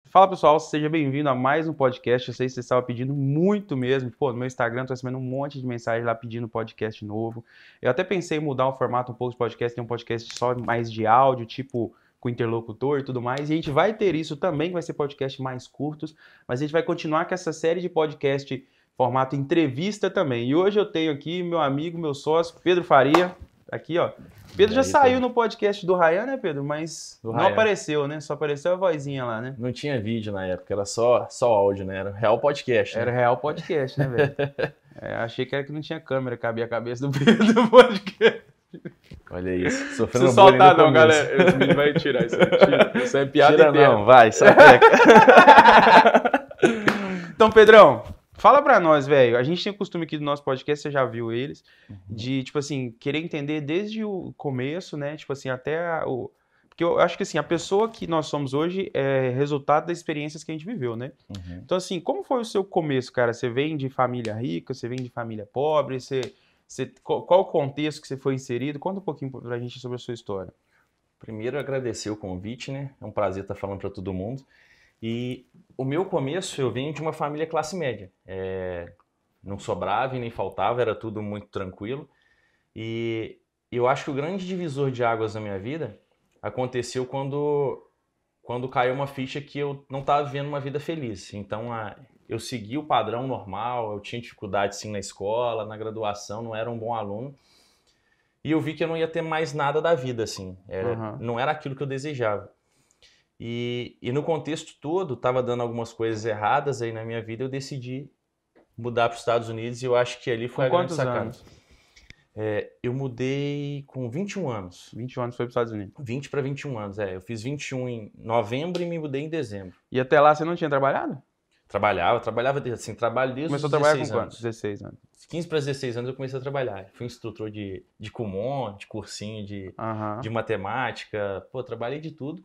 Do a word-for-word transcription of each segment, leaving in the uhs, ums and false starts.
Fala pessoal, seja bem-vindo a mais um podcast. Eu sei que você estava pedindo muito mesmo. Pô, no meu Instagram tô recebendo um monte de mensagem lá pedindo podcast novo. Eu até pensei em mudar o formato um pouco de podcast, ter um podcast só mais de áudio, tipo com interlocutor e tudo mais. E a gente vai ter isso também, que vai ser podcast mais curtos, mas a gente vai continuar com essa série de podcast formato entrevista também. E hoje eu tenho aqui meu amigo, meu sócio, Pedro Faria. Aqui, ó. Pedro já aí, saiu Pedro? no podcast do Ryan, né, Pedro? Mas Do não Ryan. apareceu, né? Só apareceu a vozinha lá, né? Não tinha vídeo na época, era só, só áudio, né? Era real podcast, né? Era real podcast, né, velho? É, achei que era que não tinha câmera, cabia a cabeça do Pedro no podcast. Olha isso, Não sofrendo precisa bullying soltar no não, começo. galera. Esse vídeo vai tirar isso aí. Tira. Isso é piada Tira interna. não, vai, sapeca. Então, Pedrão, fala pra nós, velho. A gente tem o costume aqui do nosso podcast, você já viu eles, de, tipo assim, querer entender desde o começo, né? Tipo assim, até a- o... Porque eu acho que, assim, a pessoa que nós somos hoje é resultado das experiências que a gente viveu, né? Uhum. Então, assim, como foi o seu começo, cara? Você vem de família rica, você vem de família pobre, você... você... Qual qual o contexto que você foi inserido? Conta um pouquinho pra gente sobre a sua história. Primeiro, agradecer o convite, né? É um prazer estar falando para todo mundo. E o meu começo, eu venho de uma família classe média. É, não sobrava e nem faltava, era tudo muito tranquilo. E eu acho que o grande divisor de águas na minha vida aconteceu quando, quando caiu uma ficha que eu não estava vivendo uma vida feliz. Então, a, eu segui o padrão normal, eu tinha dificuldade sim na escola, na graduação, não era um bom aluno. E eu vi que eu não ia ter mais nada da vida, assim. Era, Uhum. Não era aquilo que eu desejava. E, e no contexto todo, estava dando algumas coisas erradas aí na minha vida, eu decidi mudar para os Estados Unidos e eu acho que ali foi Com a grande quantos sacada. anos? É, eu mudei com vinte e um anos. vinte e um anos foi para os Estados Unidos. vinte para vinte e um anos, é. Eu fiz vinte e um em novembro e me mudei em dezembro. E até lá você não tinha trabalhado? Trabalhava, trabalhava desde, assim, trabalho desde Começou a os trabalhar com dezesseis quanto? anos. dezesseis anos. quinze para dezesseis anos eu comecei a trabalhar. Fui instrutor de, de Kumon, de cursinho de, Aham. de matemática. Pô, trabalhei de tudo.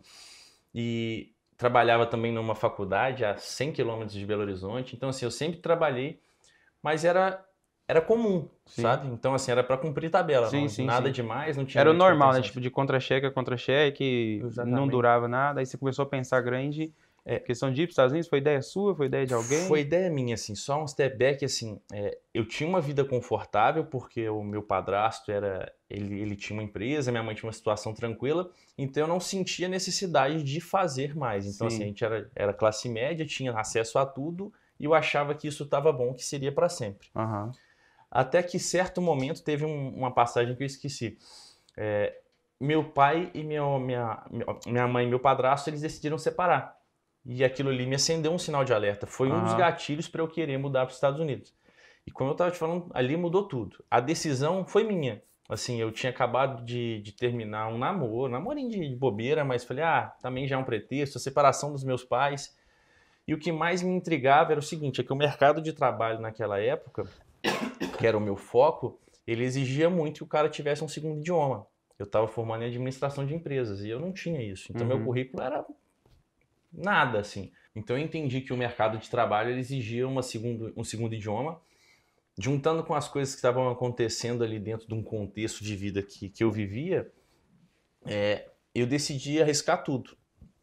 E trabalhava também numa faculdade a cem quilômetros de Belo Horizonte. Então, assim, eu sempre trabalhei, mas era, era comum, Sim. sabe? Então, assim, era para cumprir tabela. Sim, não, sim, nada sim. demais, não tinha Era o grandes normal, né? pretensões. Tipo, de contra-cheque a contra-cheque, não Exatamente. durava nada. Aí você começou a pensar grande. É. Questão de ir para os Estados Unidos, foi ideia sua? Foi ideia de alguém? Foi ideia minha, assim, só um step back, assim, é, eu tinha uma vida confortável porque o meu padrasto era, ele, ele tinha uma empresa, minha mãe tinha uma situação tranquila, então eu não sentia necessidade de fazer mais. Então, Sim. assim, a gente era, era classe média, tinha acesso a tudo e eu achava que isso estava bom, que seria para sempre. Aham. Até que certo momento teve um- uma passagem que eu esqueci. É, meu pai e meu, minha, minha mãe e meu padrasto, eles decidiram separar. E aquilo ali me acendeu um sinal de alerta. Foi um dos Aham. gatilhos para eu querer mudar para os Estados Unidos. E como eu estava te falando, ali mudou tudo. A decisão foi minha. Assim, eu tinha acabado de, de terminar um namoro, namorinho de, de bobeira, mas falei, ah, também já é um pretexto, a separação dos meus pais. E o que mais me intrigava era o seguinte, é que o mercado de trabalho naquela época, que era o meu foco, ele exigia muito que o cara tivesse um segundo idioma. Eu estava formando em administração de empresas e eu não tinha isso. Então, meu Uhum. currículo era nada, assim. Então eu entendi que o mercado de trabalho ele exigia uma segundo, um segundo idioma, juntando com as coisas que estavam acontecendo ali dentro de um contexto de vida que, que eu vivia, é, eu decidi arriscar tudo.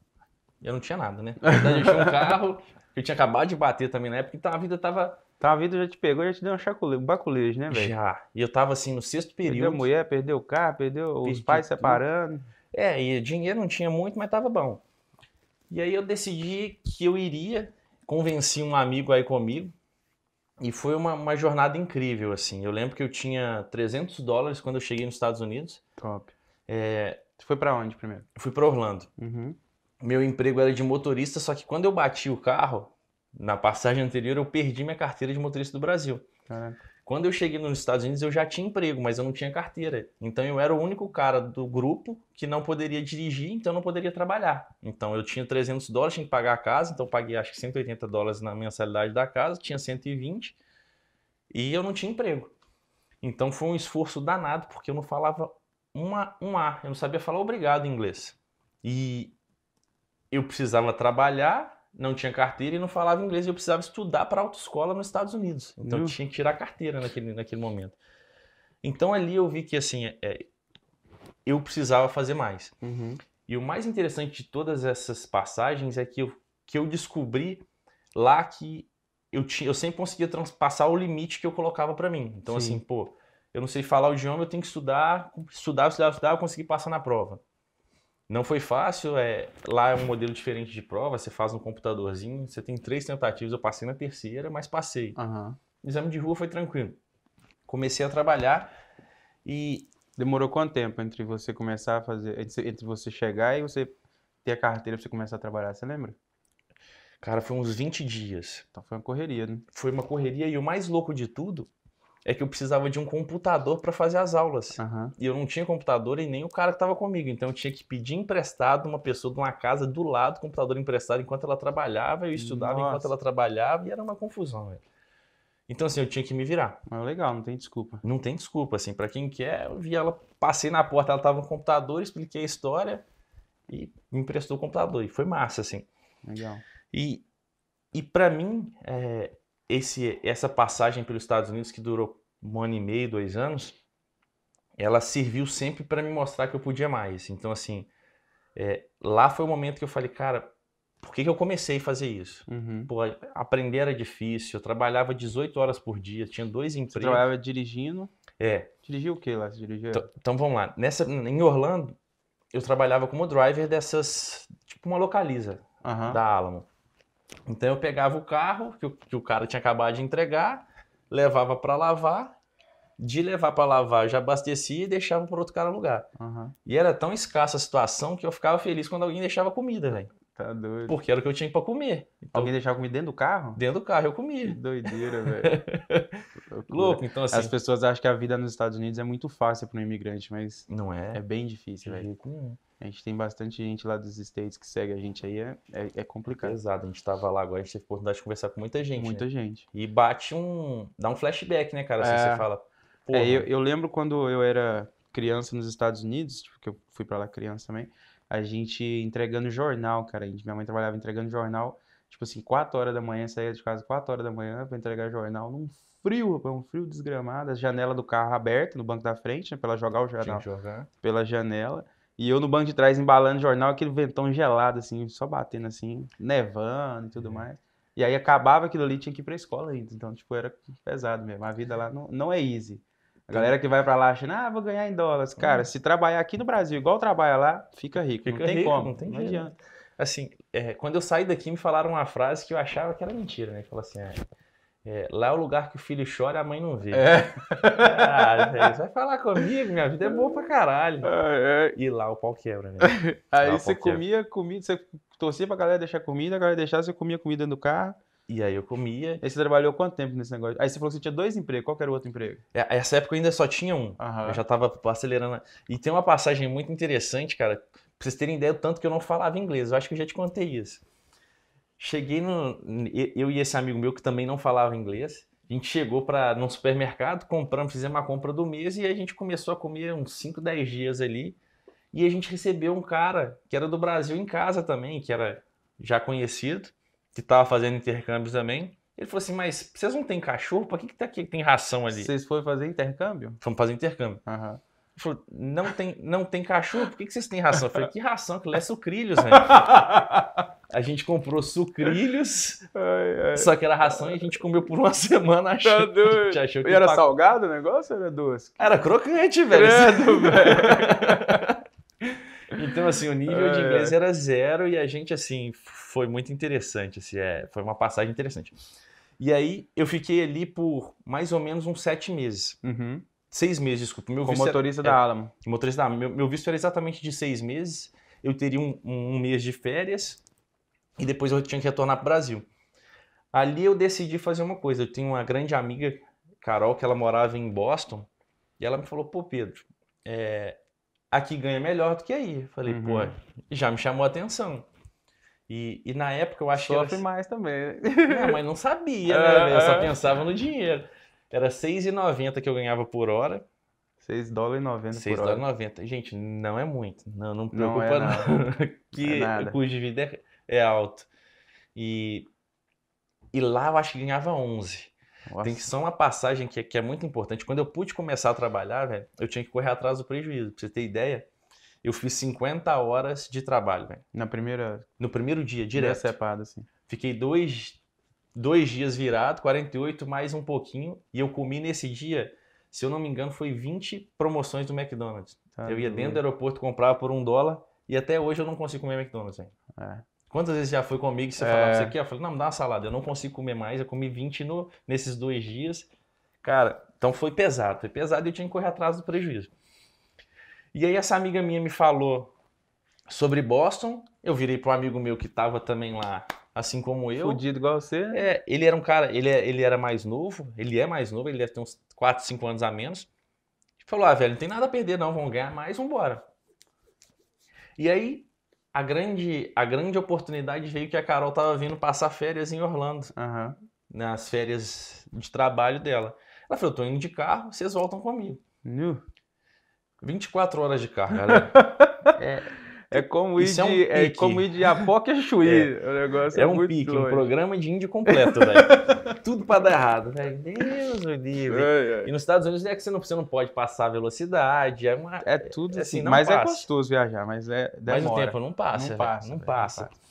Eu não tinha nada, né? Na verdade, eu tinha um carro, que eu tinha acabado de bater também na época, então a vida tava Então a vida já te pegou, já te deu um chacule- um baculejo, né, velho? já. E eu tava assim no sexto Perdeu a período. mulher, perdeu o carro, perdeu os Perdi pais tudo. separando. É, e dinheiro não tinha muito, mas tava bom. E aí eu decidi que eu iria, convenci um amigo aí comigo, e foi uma, uma jornada incrível, assim. Eu lembro que eu tinha trezentos dólares quando eu cheguei nos Estados Unidos. Top. É, Você foi pra onde primeiro? eu fui para Orlando. Uhum. Meu emprego era de motorista, só que quando eu bati o carro, na passagem anterior, eu perdi minha carteira de motorista do Brasil. Caraca. Quando eu cheguei nos Estados Unidos, eu já tinha emprego, mas eu não tinha carteira. Então eu era o único cara do grupo que não poderia dirigir, então eu não poderia trabalhar. Então eu tinha trezentos dólares, tinha que pagar a casa, então eu paguei acho que cento e oitenta dólares na mensalidade da casa, tinha cento e vinte e eu não tinha emprego. Então foi um esforço danado, porque eu não falava uma, um A, eu não sabia falar obrigado em inglês. E eu precisava trabalhar, não tinha carteira e não falava inglês, e eu precisava estudar para autoescola nos Estados Unidos. Então eu Viu? tinha que tirar a carteira naquele, naquele momento. Então ali eu vi que assim, é, eu precisava fazer mais. Uhum. E o mais interessante de todas essas passagens é que eu que eu descobri lá que eu, tinha, eu sempre conseguia transpassar o limite que eu colocava para mim. Então, Sim. assim, pô, eu não sei falar o idioma, eu tenho que estudar, estudar, estudar, estudar, eu consegui passar na prova. Não foi fácil, é, lá é um modelo diferente de prova, você faz no computadorzinho, você tem três tentativas, eu passei na terceira, mas passei. Uhum. O exame de rua foi tranquilo. Comecei a trabalhar e... Demorou quanto tempo entre você começar a fazer, entre você chegar e você ter a carteira pra você começar a trabalhar, você lembra? Cara, foi uns vinte dias. Então foi uma correria, né? Foi uma correria e o mais louco de tudo é que eu precisava de um computador para fazer as aulas. Uhum. E eu não tinha computador e nem o cara que estava comigo. Então eu tinha que pedir emprestado uma pessoa de uma casa do lado, computador emprestado enquanto ela trabalhava, eu estudava Nossa. enquanto ela trabalhava e era uma confusão, velho. Então assim, eu tinha que me virar. Mas legal, não tem desculpa. Não tem desculpa, assim, para quem quer, eu vi ela, passei na porta, ela tava no computador, expliquei a história e me emprestou o computador. E foi massa, assim. Legal. E, e para mim, é, esse, essa passagem pelos Estados Unidos, que durou um ano e meio, dois anos, ela serviu sempre para me mostrar que eu podia mais. Então, assim, é, lá foi o momento que eu falei, cara, por que, que eu comecei a fazer isso? Uhum. Pô, aprender era difícil, eu trabalhava dezoito horas por dia, tinha dois empregos. Você trabalhava dirigindo? É. Dirigia o que lá? Você dirigia? Então, então vamos lá. Nessa, em Orlando, eu trabalhava como driver dessas, tipo uma localiza Uhum. da Alamo. Então eu pegava o carro que o, que o cara tinha acabado de entregar, levava para lavar, de levar para lavar eu já abastecia e deixava para outro cara alugar. Uhum. E era tão escassa a situação que eu ficava feliz quando alguém deixava comida, velho. Tá doido. Porque era o que eu tinha para comer. Então, alguém deixava comida dentro do carro? Dentro do carro eu comia. Que doideira, velho. Louco, então assim... As pessoas acham que a vida nos Estados Unidos é muito fácil para um imigrante, mas não é. É bem difícil, velho. A gente tem bastante gente lá dos States que segue a gente aí, é, é, é complicado. Exato, a gente tava lá agora, a gente teve a oportunidade de conversar com muita gente. Muita né? gente. E bate um... dá um flashback, né, cara? Assim, É, você fala... Porra. É, eu, eu lembro quando eu era criança nos Estados Unidos, tipo, que eu fui pra lá criança também, a gente entregando jornal, cara. A gente, minha mãe trabalhava entregando jornal, tipo assim, quatro horas da manhã, saía de casa quatro horas da manhã pra entregar jornal num frio, rapaz, um frio desgramado, a janela do carro aberta no banco da frente, né, pra ela jogar o jornal jogar. pela janela. E eu no banco de trás embalando jornal, aquele ventão gelado, assim, só batendo assim, nevando e tudo é. mais. E aí acabava aquilo ali, tinha que ir pra escola ainda. Então, tipo, era pesado mesmo. A vida lá não, não é easy. A galera que vai pra lá achando, ah, vou ganhar em dólares. Cara, hum. se trabalhar aqui no Brasil igual trabalha lá, fica rico. Fica não tem rico, como. Não, tem não adianta. Assim, é, quando eu saí daqui, me falaram uma frase que eu achava que era mentira, né? Falaram assim, é, é, lá é o lugar que o filho chora, a mãe não vê. É. Ah, véio, você vai falar comigo, minha vida é boa pra caralho. É, é. E lá o pau quebra, né? Aí você comia comida, você torcia pra galera deixar comida, a galera deixava, você comia comida dentro do carro. E aí eu comia. Aí você trabalhou quanto tempo nesse negócio? Aí você falou que você tinha dois empregos, qual que era o outro emprego? É, essa época eu ainda só tinha um. Uhum. Eu já tava acelerando. E tem uma passagem muito interessante, cara, pra vocês terem ideia do tanto que eu não falava inglês. Eu acho que eu já te contei isso. Cheguei no... Eu e esse amigo meu que também não falava inglês, a gente chegou pra, num supermercado, compramos, fizemos uma compra do mês e a gente começou a comer uns cinco, dez dias ali. E a gente recebeu um cara que era do Brasil em casa também, que era já conhecido, que tava fazendo intercâmbios também. Ele falou assim, mas vocês não tem cachorro? Por que que tá aqui, tem ração ali? Vocês foram fazer intercâmbio? Fomos fazer intercâmbio. Uhum. Ele falou, não tem, não tem cachorro? Por que que vocês têm ração? Eu falei, que ração? Aquilo é sucrilhos, velho. A gente comprou sucrilhos, ai, ai. Só que era ração e a gente comeu por uma semana. Achou, tá doido. Achou que e era pag... salgado o negócio ou era doce? Era crocante, velho. Credo, velho. Então, assim, o nível é, de inglês era zero e a gente, assim, foi muito interessante, assim, é, foi uma passagem interessante. E aí, eu fiquei ali por mais ou menos uns sete meses. Uhum. Seis meses, desculpa. Meu Como visto motorista era, da é, Alamo. Motorista da Alamo. Meu, meu visto era exatamente de seis meses. Eu teria um, um mês de férias e depois eu tinha que retornar para o Brasil. Ali eu decidi fazer uma coisa. Eu tenho uma grande amiga, Carol, que ela morava em Boston, e ela me falou, pô, Pedro, é... aqui ganha melhor do que aí. Eu falei, uhum. pô, já me chamou a atenção. E, e na época eu acho Sofre que era... mais também. Não, mas não sabia, né? Eu só pensava no dinheiro. Era seis reais e noventa centavos que eu ganhava por hora. seis dólares e noventa centavos por hora. seis dólares e noventa centavos. Gente, não é muito. Não, não preocupa não. É não. Que é o custo de vida é, é alto. E, e lá eu acho que ganhava onze. Nossa. Tem que só uma passagem que, que é muito importante. Quando eu pude começar a trabalhar, velho, eu tinha que correr atrás do prejuízo. Pra você ter ideia, Eu fiz cinquenta horas de trabalho, velho. Na primeira... No primeiro dia, Direto. direto. Cepada, assim. Fiquei dois, dois dias virado, quarenta e oito mais um pouquinho. E eu comi nesse dia, se eu não me engano, foi vinte promoções do McDonald's. Tá eu ia doido. dentro do aeroporto, comprava por um dólar. E até hoje eu não consigo comer McDonald's, velho. É. Quantas vezes já foi comigo e você É. falava, você quer? Eu falei, não, me dá uma salada. Eu não consigo comer mais. Eu comi vinte no, nesses dois dias. Cara, então foi pesado. Foi pesado e eu tinha que correr atrás do prejuízo. E aí essa amiga minha me falou sobre Boston. Eu virei para um amigo meu que estava também lá, assim como eu. Fudido igual você. É, ele era um cara, ele, é, ele era mais novo. Ele é mais novo, ele deve ter uns quatro, cinco anos a menos. Falou, ah, velho, não tem nada a perder não. Vamos ganhar mais, vamos embora. E aí... A grande, a grande oportunidade veio que a Carol tava vindo passar férias em Orlando, Aham. nas férias de trabalho dela. Ela falou, eu tô indo de carro, vocês voltam comigo. Nu. vinte e quatro horas de carro, galera. É, É como ir Isso é um de, é pique. como ir de Apoque a Chuí. O negócio é, é um muito pique, um longe. programa de índio completo, velho. Tudo pra dar errado, velho. Deus me livre. Ai, ai. E nos Estados Unidos é que você não, você não pode passar a velocidade, é uma... É tudo assim, assim. não Mas é passa. gostoso viajar, mas é Mas demora. o tempo não passa, Não velho. passa, Não velho, passa. não passa.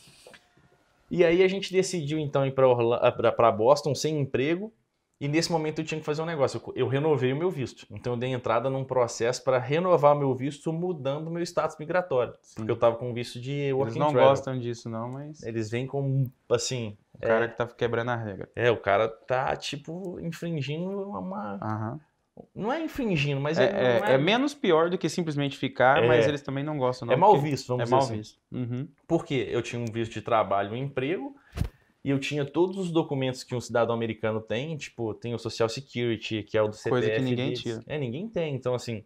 E aí a gente decidiu então ir para Boston sem emprego e nesse momento eu tinha que fazer um negócio. Eu, eu renovei o meu visto. Então eu dei entrada num processo para renovar o meu visto mudando o meu status migratório. Sim. Porque eu tava com visto de working Eles não travel. gostam disso não, mas Eles vêm com, assim... o cara é, que tá quebrando a regra. é, o cara tá, tipo, infringindo uma... Aham. Não é infringindo, mas É, é, não é, é menos pior do que simplesmente ficar, É. mas eles também não gostam não. é mal porque visto, vamos É dizer mal assim. visto. Uhum. Porque eu tinha um visto de trabalho, um emprego, e eu tinha todos os documentos que um cidadão americano tem, tipo, tem o Social Security, que é o do C P F Coisa que ninguém deles. tira. É, ninguém tem, então assim...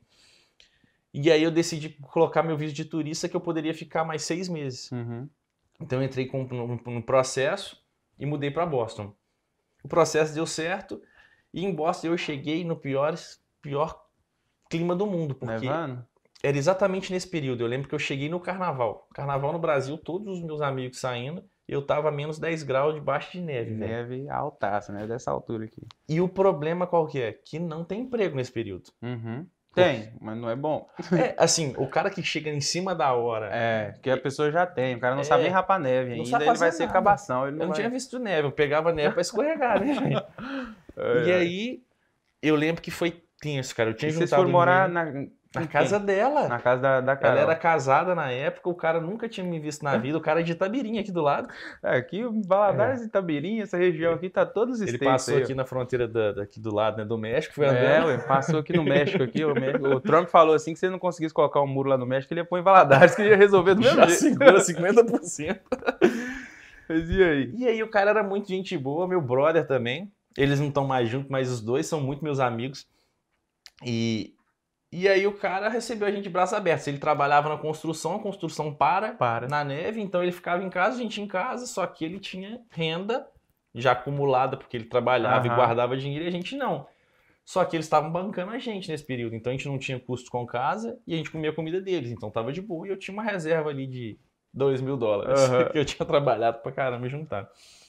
E aí eu decidi colocar meu visto de turista que eu poderia ficar mais seis meses. Uhum. Então eu entrei com, no, no processo e mudei para Boston. O processo deu certo, e em Boston eu cheguei no pior, pior clima do mundo, porque... Nevando? Era exatamente nesse período. Eu lembro que eu cheguei no carnaval. Carnaval no Brasil, todos os meus amigos saindo, eu tava a menos dez graus debaixo de neve, velho. Neve altaça, né? Dessa altura aqui. E o problema qual que é? Que não tem emprego nesse período. Uhum. Tem, mas não é bom. É, assim, o cara que chega em cima da hora... É, porque a pessoa já tem. O cara não É, sabe nem rapar neve não ainda, sabe ele vai fazer ser nada. cabação. Ele Eu não, não vai... tinha visto neve, eu pegava neve pra escorregar, né, velho? Ai, E ai. aí, eu lembro que foi tenso, cara. Eu tinha E vocês juntado foram morar dinheiro na... na com casa quem? dela. Na casa da, da Carol. Ela era casada na época, o cara nunca tinha me visto na vida, o cara é de Itabirinha aqui do lado. É, aqui, Valadares e Itabirinha, essa região aqui, tá todos os Ele states passou aí, aqui ó. na fronteira da, daqui do lado, né, do México, foi É, andando. ué, passou aqui no México. Aqui, o, México. O Trump falou assim que se ele não conseguisse colocar um muro lá no México, ele ia pôr em Valadares, que ele ia resolver do mesmo Já jeito. segura cinquenta por cento. Mas e aí? E aí o cara era muito gente boa, meu brother também. Eles não estão mais juntos, mas os dois são muito meus amigos. E, e aí o cara recebeu a gente de braços abertos. Ele trabalhava na construção, a construção para, Para. na neve, então ele ficava em casa, a gente em casa, só que ele tinha renda já acumulada, porque ele trabalhava Aham. e guardava dinheiro, e a gente não. Só que eles estavam bancando a gente nesse período, então a gente não tinha custo com casa e a gente comia a comida deles, então tava de boa e eu tinha uma reserva ali de dois mil dólares, Aham. que eu tinha trabalhado pra caramba juntar.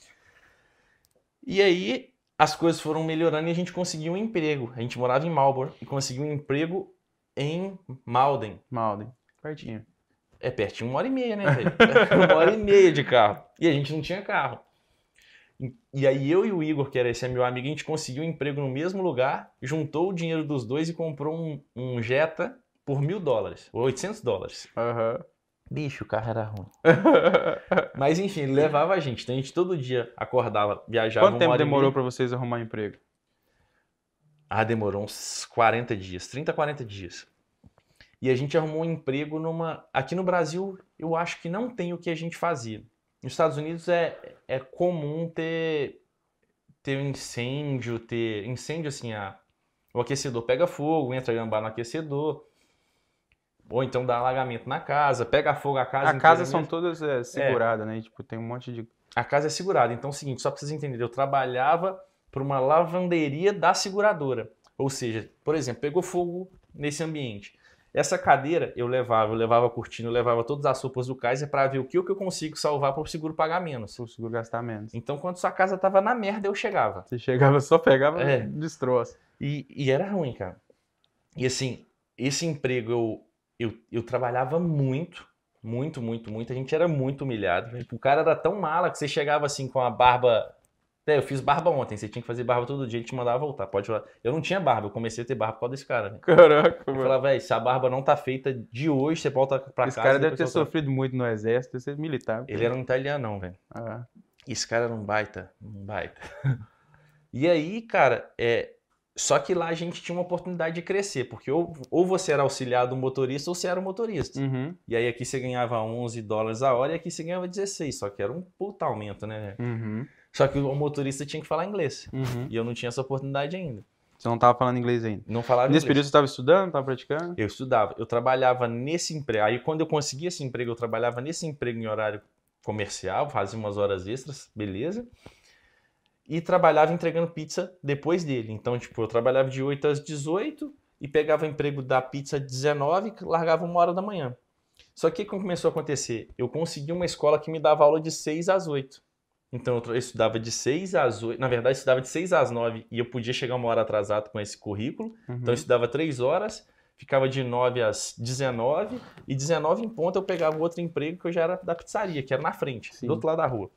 E aí as coisas foram melhorando e a gente conseguiu um emprego. A gente morava em Marlboro e conseguiu um emprego em Malden. Malden. Pertinho. É pertinho, uma hora e meia, né, velho? Uma hora e meia de carro. E a gente não tinha carro. E aí eu e o Igor, que era esse meu amigo, a gente conseguiu um emprego no mesmo lugar, juntou o dinheiro dos dois e comprou um, um Jetta por mil dólares, ou oitocentos dólares. Aham. Bicho, o carro era ruim. Mas enfim, ele levava a gente. Então a gente todo dia acordava, viajava Quanto uma tempo hora e demorou meia. pra vocês arrumar emprego? Ah, demorou uns quarenta dias, trinta, quarenta dias. E a gente arrumou um emprego numa... Aqui no Brasil, eu acho que não tem o que a gente fazia. Nos Estados Unidos é, é comum ter, ter um incêndio, ter... Incêndio, assim, a, o aquecedor pega fogo, entra gambá no aquecedor. Ou então dá alagamento na casa, pega fogo a casa A inteira casa são mesmo. todas é, seguradas, né? Tipo, tem um monte de... A casa é segurada. Então é o seguinte, só para vocês entenderem, eu trabalhava para uma lavanderia da seguradora. Ou seja, por exemplo, pegou fogo nesse ambiente. Essa cadeira eu levava, eu levava a cortina, eu levava todas as roupas do Kaiser para ver o que, o que eu consigo salvar para o seguro pagar menos. Pro seguro gastar menos. Então, quando sua casa tava na merda, eu chegava. Você chegava, só pegava É. destroço. E, e era ruim, cara. E assim, esse emprego eu, eu, eu trabalhava muito, muito, muito, muito. A gente era muito humilhado. O cara era tão mala que você chegava assim com a barba... É, eu fiz barba ontem, você tinha que fazer barba todo dia, ele te mandava voltar, pode falar. Eu não tinha barba, eu comecei a ter barba por causa desse cara, né? Caraca, Eu mano. falava, velho, se a barba não tá feita de hoje, você volta pra Esse casa. cara e deve depois ter volta. sofrido muito no exército, deve ser militar. Ele era um italianão, velho. Ah, Esse cara era um baita, um baita. E aí, cara, é... só que lá a gente tinha uma oportunidade de crescer, porque ou, ou você era auxiliar do motorista ou você era o motorista. uhum, E aí aqui você ganhava onze dólares a hora e aqui você ganhava dezesseis, só que era um puta aumento, né? uhum, Só que o motorista tinha que falar inglês. uhum. E eu não tinha essa oportunidade ainda. Você não tava falando inglês ainda. Não falava Nesse inglês. período você estava estudando, estava praticando? Eu estudava, eu trabalhava nesse emprego. Aí quando eu consegui esse emprego, eu trabalhava nesse emprego em horário comercial, fazia umas horas extras, beleza. E trabalhava entregando pizza depois dele. Então, tipo, eu trabalhava de oito às dezoito e pegava o emprego da pizza às dezenove e largava uma hora da manhã. Só que o que começou a acontecer? Eu consegui uma escola que me dava aula de seis às oito. Então eu estudava de seis às oito, na verdade eu estudava de seis às nove e eu podia chegar uma hora atrasado com esse currículo. Uhum. Então eu estudava três horas, ficava de nove às dezenove e dezenove em ponto eu pegava outro emprego que eu já era da pizzaria, que era na frente, Sim. do outro lado da rua.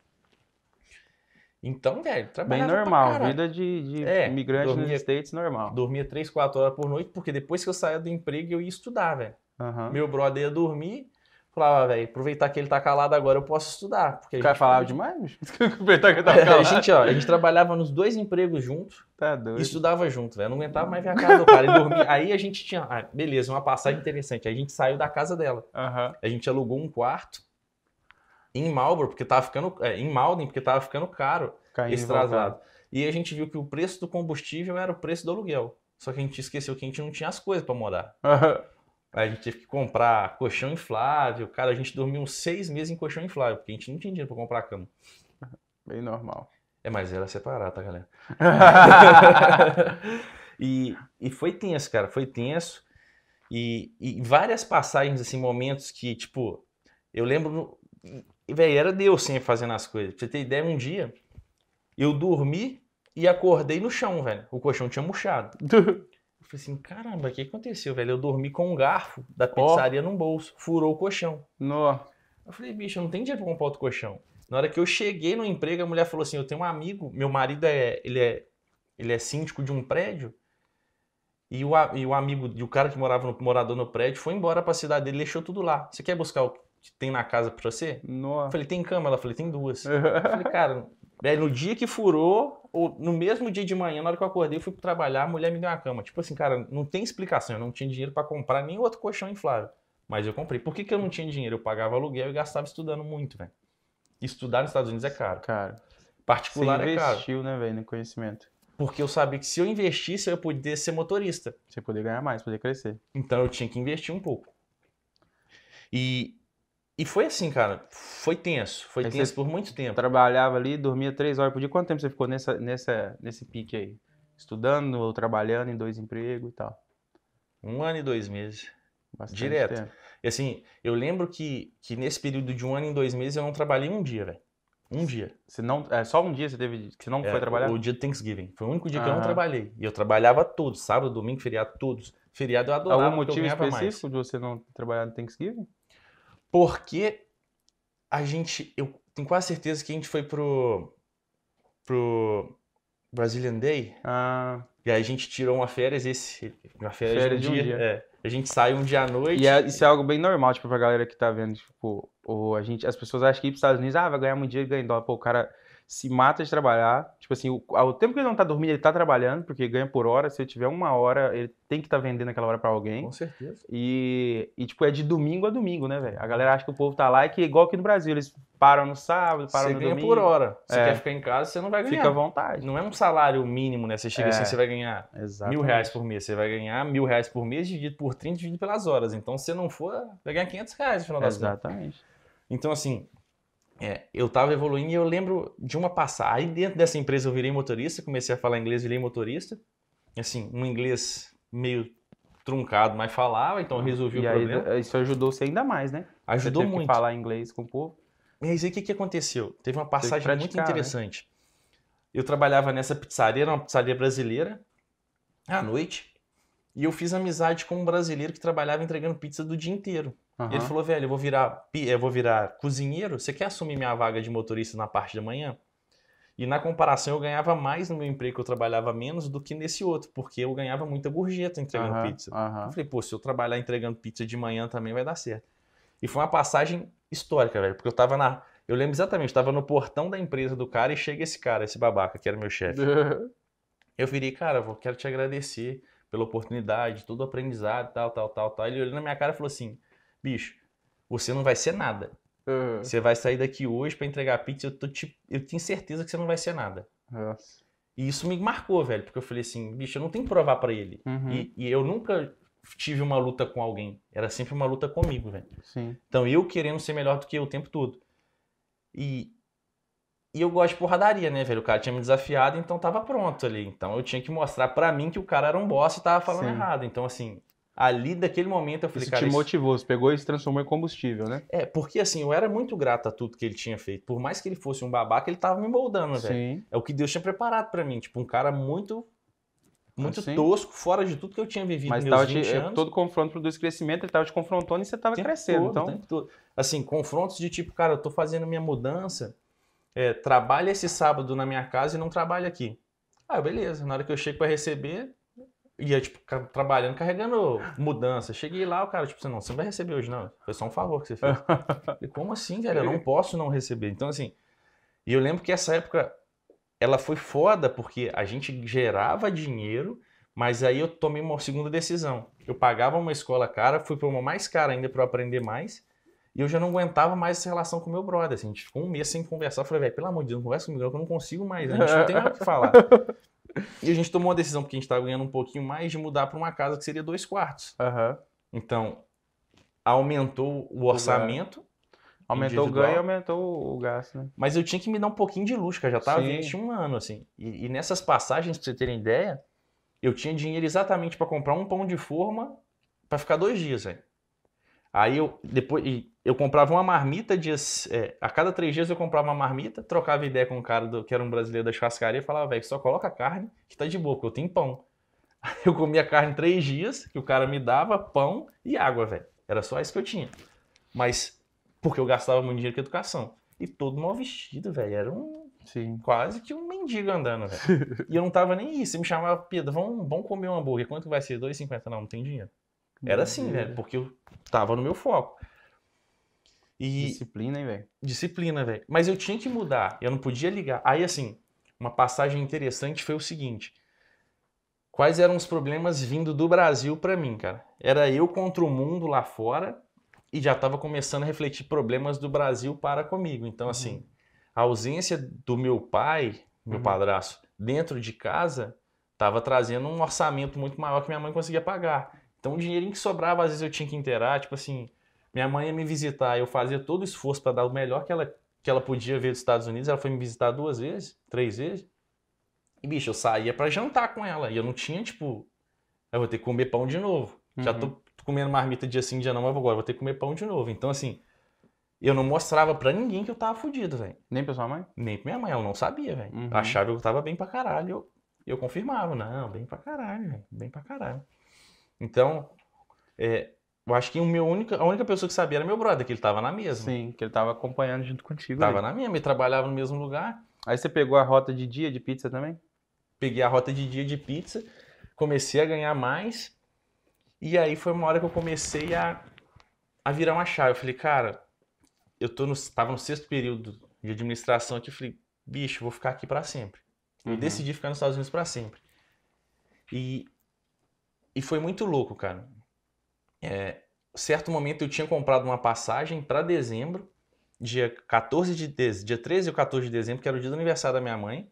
Então, velho, Bem trabalhava normal, pra caralho. vida de, de É, imigrante dormia- nos States normal. Dormia três, quatro horas por noite, porque depois que eu saía do emprego eu ia estudar, velho. Uhum. Meu brother ia dormir, falava, velho, aproveitar que ele tá calado agora eu posso estudar. Porque a O cara gente falava ficava- demais, bicho? Aproveitar que eu tava É, a calado. gente, ó, a gente trabalhava nos dois empregos juntos Tá e doido. estudava junto, velho. Eu não aguentava mais ver a casa do cara e dormir. Aí a gente tinha, ah, beleza, uma passagem interessante. Aí a gente saiu da casa dela. Aham. A gente alugou um quarto em Marlboro, porque tava ficando, é, em Malden, porque tava ficando caro Caindo esse e voltando. traslado. E a gente viu que o preço do combustível era o preço do aluguel. Só que a gente esqueceu que a gente não tinha as coisas pra morar. Aham. Aí a gente teve que comprar colchão inflável. Cara, a gente dormiu uns seis meses em colchão inflável, porque a gente não tinha dinheiro pra comprar cama. Bem normal. É, mas era separado, tá, galera? e, e foi tenso, cara, foi tenso. E, e várias passagens, assim, momentos que, tipo, eu lembro, velho, era Deus sempre fazendo as coisas. Pra você ter ideia, um dia, eu dormi e acordei no chão, velho. O colchão tinha murchado. Eu falei assim, caramba, o que aconteceu, velho? Eu dormi com um garfo da pizzaria no bolso, furou o colchão. No. Eu falei, bicho, eu não tenho dinheiro pra comprar outro colchão. Na hora que eu cheguei no emprego, a mulher falou assim, eu tenho um amigo, meu marido é, ele é, ele é síndico de um prédio, e o, a- e o amigo, e o cara que morava no, morador no prédio, foi embora pra cidade dele, deixou tudo lá. Você quer buscar o que tem na casa pra você? No. Eu falei, tem cama? Ela falou, tem duas. Eu falei, cara, velho, no dia que furou, ou no mesmo dia de manhã, na hora que eu acordei, eu fui trabalhar, a mulher me deu uma cama. Tipo assim, cara, não tem explicação, eu não tinha dinheiro pra comprar nem outro colchão inflável. Mas eu comprei. Por que, que eu não tinha dinheiro? Eu pagava aluguel e gastava estudando muito, velho. Estudar nos Estados Unidos é caro. Cara, você Particular é caro. investiu, né, velho, no conhecimento. Porque eu sabia que se eu investisse, eu ia poder ser motorista. Você poder ganhar mais, poder crescer. Então eu tinha que investir um pouco. E, e foi assim, cara. Foi tenso. Foi Aí tenso você por muito tempo. Trabalhava ali, dormia três horas por dia. Quanto tempo você ficou nessa, nessa, nesse pique aí? Estudando ou trabalhando em dois empregos e tal? Um ano e dois meses. Bastante Direto. tempo. E assim, eu lembro que, que nesse período de um ano e dois meses eu não trabalhei um dia, velho. Um dia. Você não, é, só um dia você teve que você não É, foi trabalhar? O dia do Thanksgiving. Foi o único dia que eu não Aham. trabalhei. E eu trabalhava todos. Sábado, domingo, feriado, todos. Feriado eu adorava Algum porque eu motivo ganhava mais. específico de você não trabalhar no Thanksgiving? Porque a gente, eu tenho quase certeza que a gente foi pro, pro Brazilian Day, Ah, e aí a gente tirou uma férias, esse, uma férias, Férias de um de um dia. dia. É. A gente sai um dia à noite. e é- isso é algo bem normal, tipo, pra galera que tá vendo, tipo, o, a gente, as pessoas acham que ir pros Estados Unidos, ah, vai ganhar muito dinheiro e ganha em dólar. Pô, o cara se mata de trabalhar, tipo assim, o, ao tempo que ele não tá dormindo, ele tá trabalhando, porque ganha por hora, se ele tiver uma hora, ele tem que estar vendendo aquela hora pra alguém. Com certeza. E, e, tipo, é de domingo a domingo, né, velho? A galera acha que o povo tá lá e que, igual aqui no Brasil, eles param no sábado, param Você no ganha domingo. por hora. Você É. quer ficar em casa, você não vai ganhar. Fica à vontade. Não é um salário mínimo, né? Você chega É. assim, você vai ganhar Exatamente. mil reais por mês. Você vai ganhar mil reais por mês dividido por trinta, dividido pelas horas. Então, se não for, vai ganhar quinhentos reais no final das contas. Exatamente. Então, assim, é, eu tava evoluindo e eu lembro de uma passagem. Aí dentro dessa empresa eu virei motorista, comecei a falar inglês, virei motorista. Assim, um inglês meio truncado, mas falava, então eu resolvi E o aí, problema. isso ajudou você ainda mais, né? Ajudou você teve muito. que falar inglês com o povo. E aí, o que, que aconteceu? Teve uma passagem muito praticar, né? interessante. Eu trabalhava nessa pizzaria, era uma pizzaria brasileira, à noite. E eu fiz amizade com um brasileiro que trabalhava entregando pizza do dia inteiro. Uhum. Ele falou, velho, eu vou virar, eu vou virar cozinheiro, você quer assumir minha vaga de motorista na parte da manhã? E na comparação eu ganhava mais no meu emprego, que eu trabalhava menos do que nesse outro, porque eu ganhava muita gorjeta entregando uhum, pizza. Uhum. Eu falei, pô, se eu trabalhar entregando pizza de manhã também vai dar certo. E foi uma passagem histórica, velho, porque eu tava na... Eu lembro exatamente, eu tava no portão da empresa do cara e chega esse cara, esse babaca, que era meu chefe. Eu virei, cara, eu quero te agradecer pela oportunidade, todo o aprendizado, tal, tal, tal, tal. Ele olhou na minha cara e falou assim, bicho, você não vai ser nada. Uhum. Você vai sair daqui hoje para entregar pizza, eu, tô te... eu tenho certeza que você não vai ser nada. Nossa. E isso me marcou, velho, porque eu falei assim, bicho, eu não tenho que provar para ele. Uhum. E, e eu nunca tive uma luta com alguém, era sempre uma luta comigo, velho. Sim. Então eu querendo ser melhor do que eu o tempo todo. E, e eu gosto de porradaria, né, velho? O cara tinha me desafiado, então tava pronto ali. Então eu tinha que mostrar para mim que o cara era um boss e tava falando Sim. errado. Então assim... Ali, daquele momento, eu falei, isso cara... te isso... motivou, você pegou e se transformou em combustível, né? É, porque assim, eu era muito grato a tudo que ele tinha feito. Por mais que ele fosse um babaca, ele tava me moldando, velho. É o que Deus tinha preparado pra mim. Tipo, um cara muito, muito assim? tosco, fora de tudo que eu tinha vivido Mas meus tava vinte te, anos. Todo confronto produz crescimento, ele tava te confrontando e você tava tempo crescendo. Todo, então... tempo todo. Assim, confrontos de tipo, cara, eu tô fazendo minha mudança, é, trabalha esse sábado na minha casa e não trabalha aqui. Ah, beleza. Na hora que eu chego pra receber... Ia, tipo, trabalhando, carregando mudança. Cheguei lá, o cara, tipo, você não, você não vai receber hoje, não. Foi só um favor que você fez. E como assim, velho? Eu não posso não receber. Então, assim, e eu lembro que essa época, ela foi foda, porque a gente gerava dinheiro, mas aí eu tomei uma segunda decisão. Eu pagava uma escola cara, fui para uma mais cara ainda para eu aprender mais, e eu já não aguentava mais essa relação com o meu brother. Assim, a gente ficou um mês sem conversar. Eu falei, velho, pelo amor de Deus, não conversa comigo, não, que eu não consigo mais. A gente não tem mais o que falar. E a gente tomou uma decisão, porque a gente estava ganhando um pouquinho mais, de mudar para uma casa que seria dois quartos. Uhum. Então, aumentou o orçamento. Aumentou individual, o ganho e aumentou o gasto, né? Mas eu tinha que me dar um pouquinho de luxo, cara. Já estava vinte e um anos, assim. E, e nessas passagens, pra você terem ideia, eu tinha dinheiro exatamente para comprar um pão de forma para ficar dois dias, velho. Aí eu, depois, eu comprava uma marmita, dias, é, a cada três dias eu comprava uma marmita, trocava ideia com um cara do, que era um brasileiro da churrascaria e falava, velho, só coloca carne que tá de boa, porque eu tenho pão. Aí eu comia carne três dias, que o cara me dava pão e água, velho. Era só isso que eu tinha. Mas, porque eu gastava muito dinheiro com educação. E todo mal vestido, velho. Era um... Sim. Quase que um mendigo andando, velho. E eu não tava nem isso. Você me chamava, Pedro, vamos, vamos comer um hambúrguer. Quanto que vai ser? dois e cinquenta? Não, não tem dinheiro. Era assim, velho, porque eu tava no meu foco. E... Disciplina, hein, velho? Disciplina, velho. Mas eu tinha que mudar, eu não podia ligar. Aí, assim, uma passagem interessante foi o seguinte. Quais eram os problemas vindo do Brasil pra mim, cara? Era eu contra o mundo lá fora e já tava começando a refletir problemas do Brasil para comigo. Então, uhum. assim, a ausência do meu pai, meu uhum. padrasto, dentro de casa, tava trazendo um orçamento muito maior que minha mãe conseguia pagar. Então, o dinheirinho que sobrava, às vezes eu tinha que inteirar, tipo assim, minha mãe ia me visitar, eu fazia todo o esforço para dar o melhor que ela, que ela podia ver dos Estados Unidos, ela foi me visitar duas vezes, três vezes, e, bicho, eu saía para jantar com ela, e eu não tinha, tipo, eu vou ter que comer pão de novo, uhum. já tô comendo marmita dia sim, dia não, mas agora vou ter que comer pão de novo, então, assim, eu não mostrava pra ninguém que eu tava fudido, velho. Nem pra sua mãe? Nem pra minha mãe, ela não sabia, velho, uhum. achava que eu tava bem pra caralho, eu, eu confirmava, não, bem pra caralho, velho, bem pra caralho. Então, é, eu acho que o meu única, a única pessoa que sabia era meu brother, que ele tava na mesma. Sim, que ele tava acompanhando junto contigo. Tava ali. na mesma, ele trabalhava no mesmo lugar. Aí você pegou a rota de dia de pizza também? Peguei a rota de dia de pizza, comecei a ganhar mais, e aí foi uma hora que eu comecei a, a virar uma chave. Eu falei, cara, eu tô no, tava no sexto período de administração aqui, eu falei, bicho, vou ficar aqui pra sempre. Uhum. Eu decidi ficar nos Estados Unidos pra sempre. E... E foi muito louco, cara. É, certo momento eu tinha comprado uma passagem para dezembro, dia quatorze de dezembro, dia treze ou quatorze de dezembro, que era o dia do aniversário da minha mãe.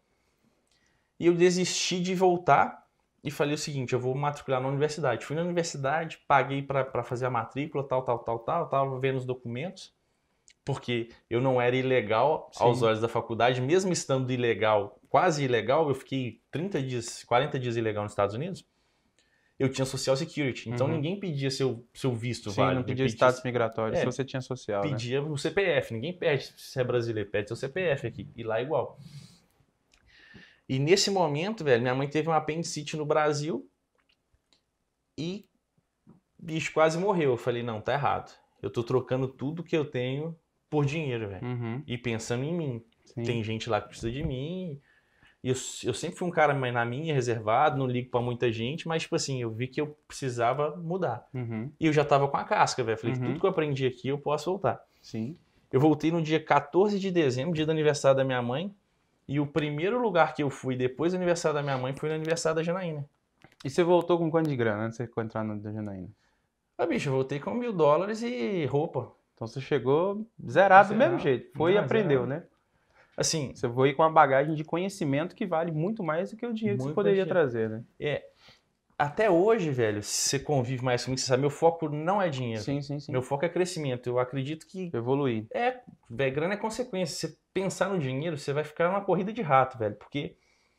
E eu desisti de voltar e falei o seguinte, eu vou matricular na universidade. Fui na universidade, paguei para fazer a matrícula, tal, tal, tal, tal, tava vendo os documentos, porque eu não era ilegal Sim. aos olhos da faculdade, mesmo estando ilegal, quase ilegal, eu fiquei trinta dias, quarenta dias ilegal nos Estados Unidos. Eu tinha social security, então uhum. ninguém pedia seu, seu visto Sim, válido. Não pedia status migratório, é, se você tinha social, pedia né? o C P F, ninguém pede se é brasileiro, pede seu C P F aqui, e lá é igual. E nesse momento, velho, minha mãe teve um apendicite no Brasil, E bicho quase morreu. Eu falei, não, tá errado. Eu tô trocando tudo que eu tenho por dinheiro, velho. Uhum. E pensando em mim. Sim. Tem gente lá que precisa de mim. E eu, eu sempre fui um cara mais na minha, reservado, não ligo pra muita gente, mas, tipo assim, eu vi que eu precisava mudar. Uhum. E eu já tava com a casca, velho. Falei, Uhum. tudo que eu aprendi aqui eu posso voltar. Sim. Eu voltei no dia quatorze de dezembro, dia do aniversário da minha mãe. E o primeiro lugar que eu fui depois do aniversário da minha mãe foi no aniversário da Janaína. E você voltou com quanto de grana antes de você entrar no da Janaína? Ah, bicho, eu voltei com mil dólares e roupa. Então você chegou zerado do Zerado. mesmo jeito. Foi e Não, aprendeu, zerado. né? Assim, Você foi com uma bagagem de conhecimento que vale muito mais do que o dinheiro que você Muito poderia mais trazer, né? é, até hoje, velho, se você convive mais comigo, você sabe, meu foco não é dinheiro. Sim, sim, sim. Meu foco é crescimento. Eu acredito que Evoluir. é, velho, grana é consequência. Se você pensar no dinheiro, você vai ficar numa corrida de rato, velho, porque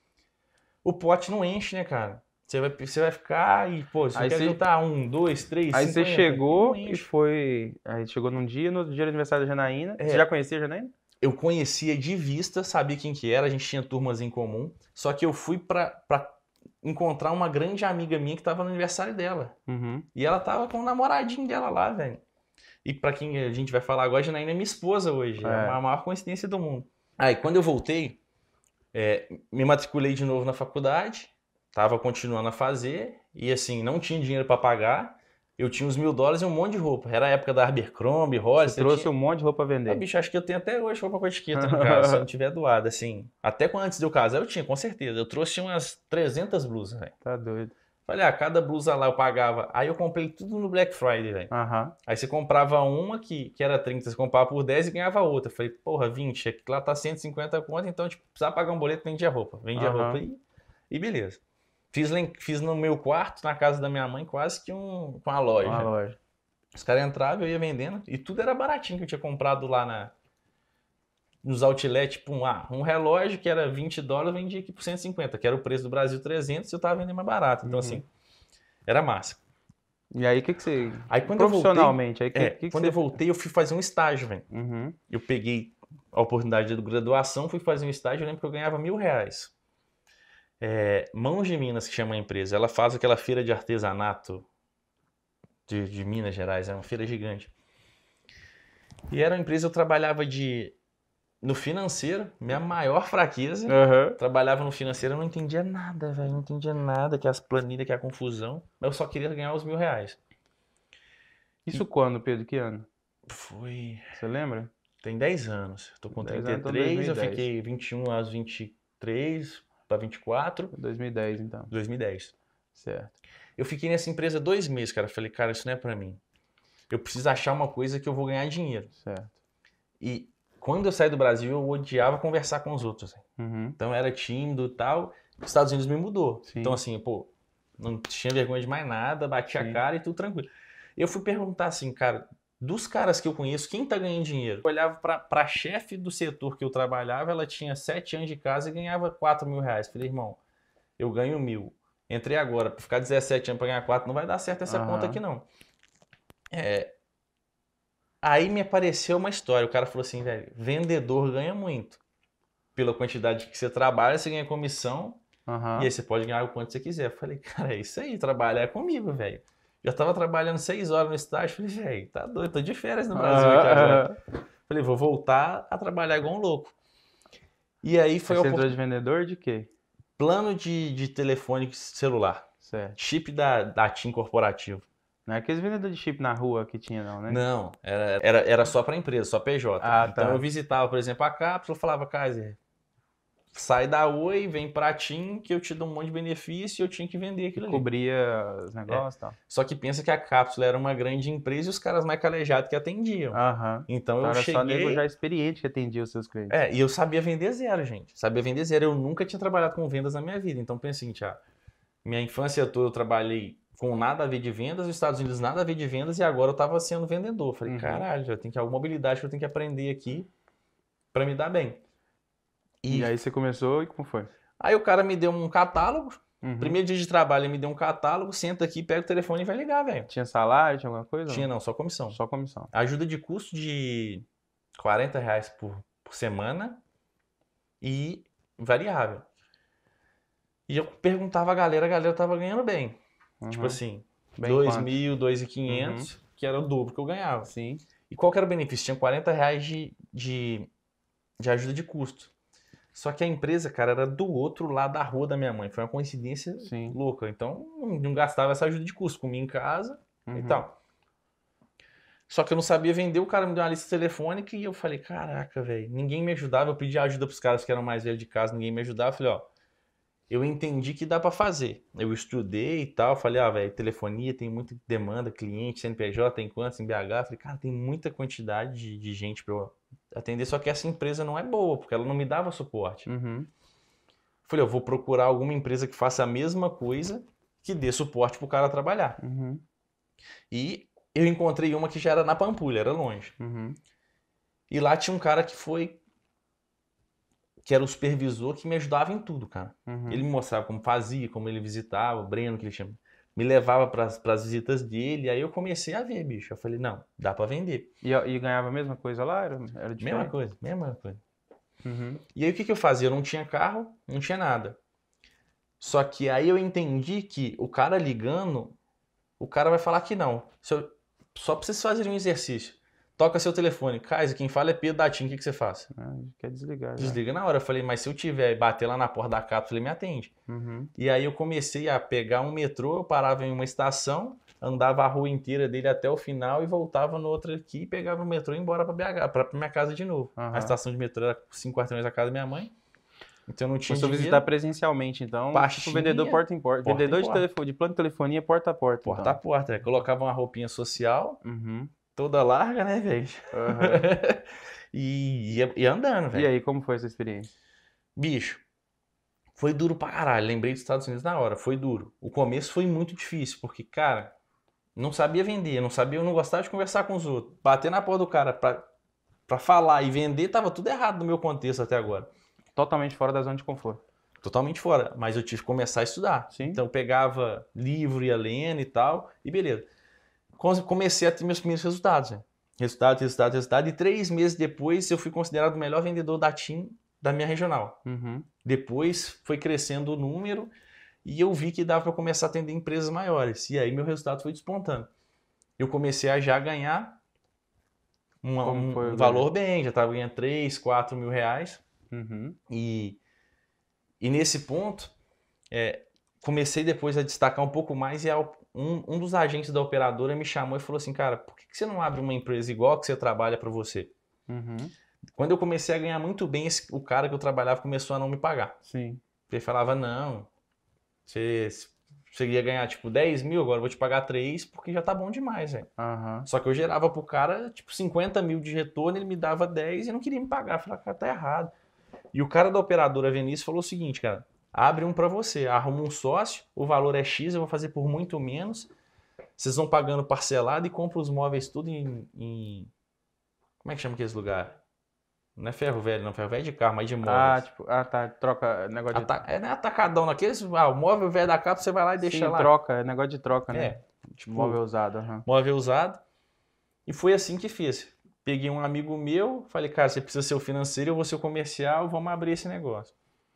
o pote não enche, né, cara? Você vai, você vai ficar e, pô, você Aí quer você- juntar um, dois, três, Aí você cinquenta, chegou não e enche. foi. Aí chegou num dia, no dia do aniversário da Janaína. É. Você já conhecia a Janaína? Eu conhecia de vista, sabia quem que era, a gente tinha turmas em comum, só que eu fui pra, pra encontrar uma grande amiga minha que tava no aniversário dela. Uhum. E ela tava com o namoradinho dela lá, velho. E pra quem a gente vai falar agora, a Janaína é minha esposa hoje. É, É. a maior coincidência do mundo. Aí, quando eu voltei, é, me matriculei de novo na faculdade, tava continuando a fazer, e assim, não tinha dinheiro pra pagar. Eu tinha uns mil dólares e um monte de roupa. Era a época da Abercrombie, Hollister. Você trouxe tinha... um monte de roupa pra Ah, vender. bicho, acho que eu tenho até hoje roupa com a etiqueta em casa, se eu não tiver doado, assim. Até quando antes de eu casar, eu tinha, com certeza. Eu trouxe umas trezentas blusas, velho. Tá doido. Falei, ah, cada blusa lá eu pagava. Aí eu comprei tudo no Black Friday, velho. Aham. Aí você comprava uma que, que era trinta, você comprava por dez e ganhava outra. Falei, porra, vinte, aqui lá tá cento e cinquenta conto, então, tipo, precisava pagar um boleto, vendia roupa. Vendia Aham. roupa e, e beleza. Fiz, lá em- fiz no meu quarto, na casa da minha mãe, quase que um, com a loja. Uma loja. Os caras entravam, eu ia vendendo, e tudo era baratinho que eu tinha comprado lá na, nos outlet, tipo, um, ah, um relógio que era vinte dólares, eu vendia aqui por cento e cinquenta, que era o preço do Brasil trezentos, e eu tava vendendo mais barato. Então, Uhum. assim, era massa. E aí, o que, que você. Aí quando eu voltei, Profissionalmente, aí, que, é, que, que quando você. eu voltei, eu fui fazer um estágio, velho. Uhum. Eu peguei a oportunidade de graduação, fui fazer um estágio, eu lembro que eu ganhava mil reais. É, Mãos de Minas, que chama a empresa, ela faz aquela feira de artesanato de, de Minas Gerais, é uma feira gigante. E era uma empresa, eu trabalhava de no financeiro, minha maior fraqueza. Aham. Trabalhava no financeiro, eu não entendia nada, velho, não entendia nada, que as planilhas, que a confusão, mas eu só queria ganhar os mil reais. Isso quando, Pedro? Que ano? Foi... Você lembra? Tem dez anos, eu tô com dez trinta e anos, então três, dois mil e eu dez. fiquei vinte e um aos vinte e três para vinte e quatro, dois mil e dez, então. dois mil e dez. Certo. Eu fiquei nessa empresa dois meses, cara. Falei, cara, isso não é pra mim. Eu preciso achar uma coisa que eu vou ganhar dinheiro. Certo. E quando eu saí do Brasil, eu odiava conversar com os outros. Assim. Uhum. Então eu era tímido e tal. Os Estados Unidos me mudou. Sim. Então assim, pô, não tinha vergonha de mais nada, bati a Sim. cara e tudo tranquilo. Eu fui perguntar assim, cara, dos caras que eu conheço, quem tá ganhando dinheiro? Eu olhava pra, pra chefe do setor que eu trabalhava, ela tinha sete anos de casa e ganhava quatro mil reais. Falei, irmão, eu ganho mil. Entrei agora, pra ficar dezessete anos pra ganhar quatro, não vai dar certo essa Aham. conta aqui não. É... Aí me apareceu uma história, o cara falou assim, velho, vendedor ganha muito. Pela quantidade que você trabalha, você ganha comissão, Aham. e aí você pode ganhar o quanto você quiser. Eu falei, cara, é isso aí, trabalhar é comigo, velho. Já tava trabalhando seis horas no estágio, falei, velho, tá doido, tô de férias no Brasil aqui agora. Aham. Falei, vou voltar a trabalhar igual um louco. E aí foi Você o entrou de vendedor de quê? plano de, de telefone celular, Certo. chip da, da TIM corporativo. Não é aqueles vendedores de chip na rua que tinha, não, né? Não, era, era, era só para empresa, só P J. Ah, então tá. eu visitava, por exemplo, a cápsula, falava, Kaiser, sai da Oi, vem pra TIM, que eu te dou um monte de benefício e eu tinha que vender aquilo ali. Cobria os negócios e tal. Só que pensa que a cápsula era uma grande empresa e os caras mais calejados que atendiam. Aham. Então, Então eu era só nego cheguei... já experiente que atendia os seus clientes. É, e eu sabia vender zero, gente. Sabia vender zero. Eu nunca tinha trabalhado com vendas na minha vida. Então, pensa o seguinte, ah, minha infância toda eu trabalhei com nada a ver de vendas, nos Estados Unidos nada a ver de vendas, e agora eu tava sendo vendedor. Falei, Uhum. caralho, eu tenho que alguma habilidade que eu tenho que aprender aqui pra me dar bem. E E aí você começou e como foi? aí o cara me deu um catálogo, Uhum. primeiro dia de trabalho ele me deu um catálogo, senta aqui, pega o telefone e vai ligar, velho. Tinha salário, tinha alguma coisa? Tinha não, só comissão. Só comissão. Ajuda de custo de quarenta reais por, por semana e variável. E eu perguntava a galera, a galera tava ganhando bem. Uhum. Tipo assim, dois mil, dois mil e quinhentos, uhum. que era o dobro que eu ganhava. Sim. E qual que era o benefício? Tinha quarenta reais de, de, de ajuda de custo. Só que a empresa, cara, era do outro lado da rua da minha mãe. Foi uma coincidência Sim. louca. Então, não, não gastava essa ajuda de custo. Comia em casa uhum. e tal. Só que eu não sabia vender, o cara me deu uma lista telefônica e eu falei, caraca, velho, ninguém me ajudava. Eu pedi ajuda pros caras que eram mais velhos de casa, ninguém me ajudava. Eu falei, ó, eu entendi que dá pra fazer. Eu estudei e tal, falei, ah, velho, telefonia tem muita demanda, cliente, C N P J, tem quantos em B H? Eu falei, cara, tem muita quantidade de, de gente pra eu atender, só que essa empresa não é boa, porque ela não me dava suporte. Uhum. Falei, eu vou procurar alguma empresa que faça a mesma coisa, que dê suporte pro cara trabalhar. Uhum. E eu encontrei uma que já era na Pampulha, era longe. Uhum. E lá tinha um cara que foi... que era o supervisor que me ajudava em tudo, cara. Uhum. Ele me mostrava como fazia, como ele visitava, o Breno, que ele chama. Me levava para as visitas dele, aí eu comecei a ver, bicho. Eu falei, não, dá para vender. E, e ganhava a mesma coisa lá? Era, era diferente? Mesma coisa, mesma coisa. Uhum. E aí o que, que eu fazia? Eu não tinha carro, não tinha nada. Só que aí eu entendi que o cara ligando, o cara vai falar que não. Se eu, só para vocês fazerem um exercício. Toca seu telefone. Kaiser, quem fala é Pedro da TIM, o que, que você faz? Ah, quer desligar. Desliga já. Na hora. Eu falei, mas se eu tiver e bater lá na porta da casa, eu falei, me atende. Uhum. E aí eu comecei a pegar um metrô, eu parava em uma estação, andava a rua inteira dele até o final e voltava no outro aqui e pegava o metrô e ia embora pra B H, pra minha casa de novo. Uhum. A estação de metrô era cinco quarteirões da casa da minha mãe. Então eu não tinha Começou dinheiro. Visitar presencialmente, então, Pastinha, tipo vendedor porta em porta. porta vendedor em de, porta. telefone, de plano de telefonia porta a porta. Porta então. a porta. É. Colocava uma roupinha social, uhum. toda larga, né, velho? Uhum. e ia, ia andando, velho. E aí, como foi essa experiência? Bicho, foi duro pra caralho. Lembrei dos Estados Unidos na hora, foi duro. O começo foi muito difícil, porque, cara, não sabia vender, não sabia, eu não gostava de conversar com os outros. Bater na porta do cara pra, pra falar e vender, tava tudo errado no meu contexto até agora. Totalmente fora da zona de conforto. Totalmente fora, mas eu tive que começar a estudar. Sim. Então eu pegava livro, ia lendo e tal, e beleza. Comecei a ter meus primeiros resultados, né? Resultado, resultado, resultado. E três meses depois eu fui considerado o melhor vendedor da TIM da minha regional. Uhum. Depois foi crescendo o número e eu vi que dava para começar a atender empresas maiores. E aí meu resultado foi despontando. Eu comecei a já ganhar um, um, um valor bem, já estava ganhando três, quatro mil reais. Uhum. E, e nesse ponto, é, comecei depois a destacar um pouco mais e ao, um, um dos agentes da operadora me chamou e falou assim, cara, por que, que você não abre uma empresa igual que você trabalha para você? Uhum. Quando eu comecei a ganhar muito bem, esse, o cara que eu trabalhava começou a não me pagar. Sim. Ele falava, não, você, você ia ganhar tipo dez mil, agora eu vou te pagar três porque já tá bom demais, velho. Uhum. Só que eu gerava pro cara tipo cinquenta mil de retorno, ele me dava dez e não queria me pagar. Eu falei, cara, tá errado. E o cara da operadora Venice falou o seguinte, cara, abre um para você, arruma um sócio, o valor é X, eu vou fazer por muito menos, vocês vão pagando parcelado e compram os móveis tudo em, em... Como é que chama aquele lugar? Não é ferro velho, não, ferro velho de carro, mas de móveis. Ah, tipo, ah tá, troca, negócio de... Ata... É, não é atacadão naqueles, ah, o móvel velho da capa você vai lá e deixa Sim, lá. troca, é negócio de troca, né? É, tipo, móvel usado. Uhum. Móvel usado. E foi assim que fiz. Peguei um amigo meu, falei, cara, você precisa ser o financeiro, eu vou ser o comercial, vamos abrir esse negócio.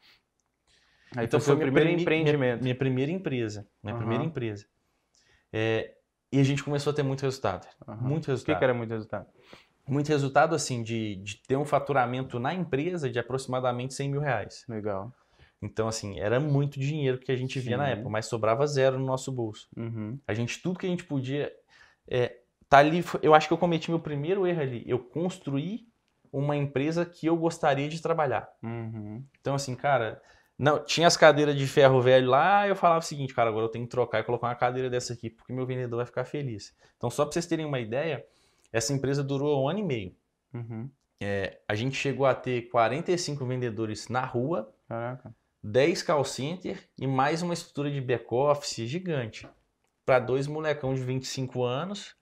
Aí então foi o primeiro primi... empreendimento. Minha, minha primeira empresa. Minha uhum. primeira empresa. É... E a gente começou a ter muito resultado. Uhum. Muito resultado. O que, que era muito resultado? Muito resultado, assim, de, de ter um faturamento na empresa de aproximadamente cem mil reais. Legal. Então, assim, era muito dinheiro que a gente via Sim. na época, mas sobrava zero no nosso bolso. Uhum. A gente, tudo que a gente podia... É, tá ali, eu acho que eu cometi meu primeiro erro ali. Eu construí uma empresa que eu gostaria de trabalhar. Uhum. Então, assim, cara... Não, tinha as cadeiras de ferro velho lá, eu falava o seguinte, cara, agora eu tenho que trocar e colocar uma cadeira dessa aqui, porque meu vendedor vai ficar feliz. Então, só para vocês terem uma ideia, essa empresa durou um ano e meio. Uhum. É, a gente chegou a ter quarenta e cinco vendedores na rua, Caraca. dez call center e mais uma estrutura de back-office gigante. Para dois molecão de vinte e cinco anos.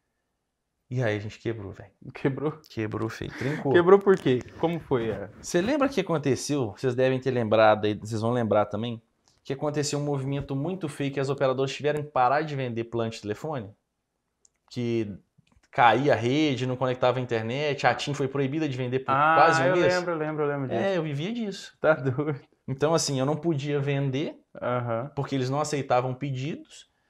E aí a gente quebrou, velho. Quebrou? Quebrou, feio. Trincou. Quebrou por quê? Como foi? Você lembra que aconteceu? Vocês devem ter lembrado, vocês vão lembrar também, que aconteceu um movimento muito feio que as operadoras tiveram que parar de vender plano de telefone? Que caía a rede, não conectava a internet, a TIM foi proibida de vender por ah, quase um eu mês. Ah, eu lembro, eu lembro, eu lembro disso. É, eu vivia disso. Tá doido. Então, assim, eu não podia vender, uhum. porque eles não aceitavam pedidos.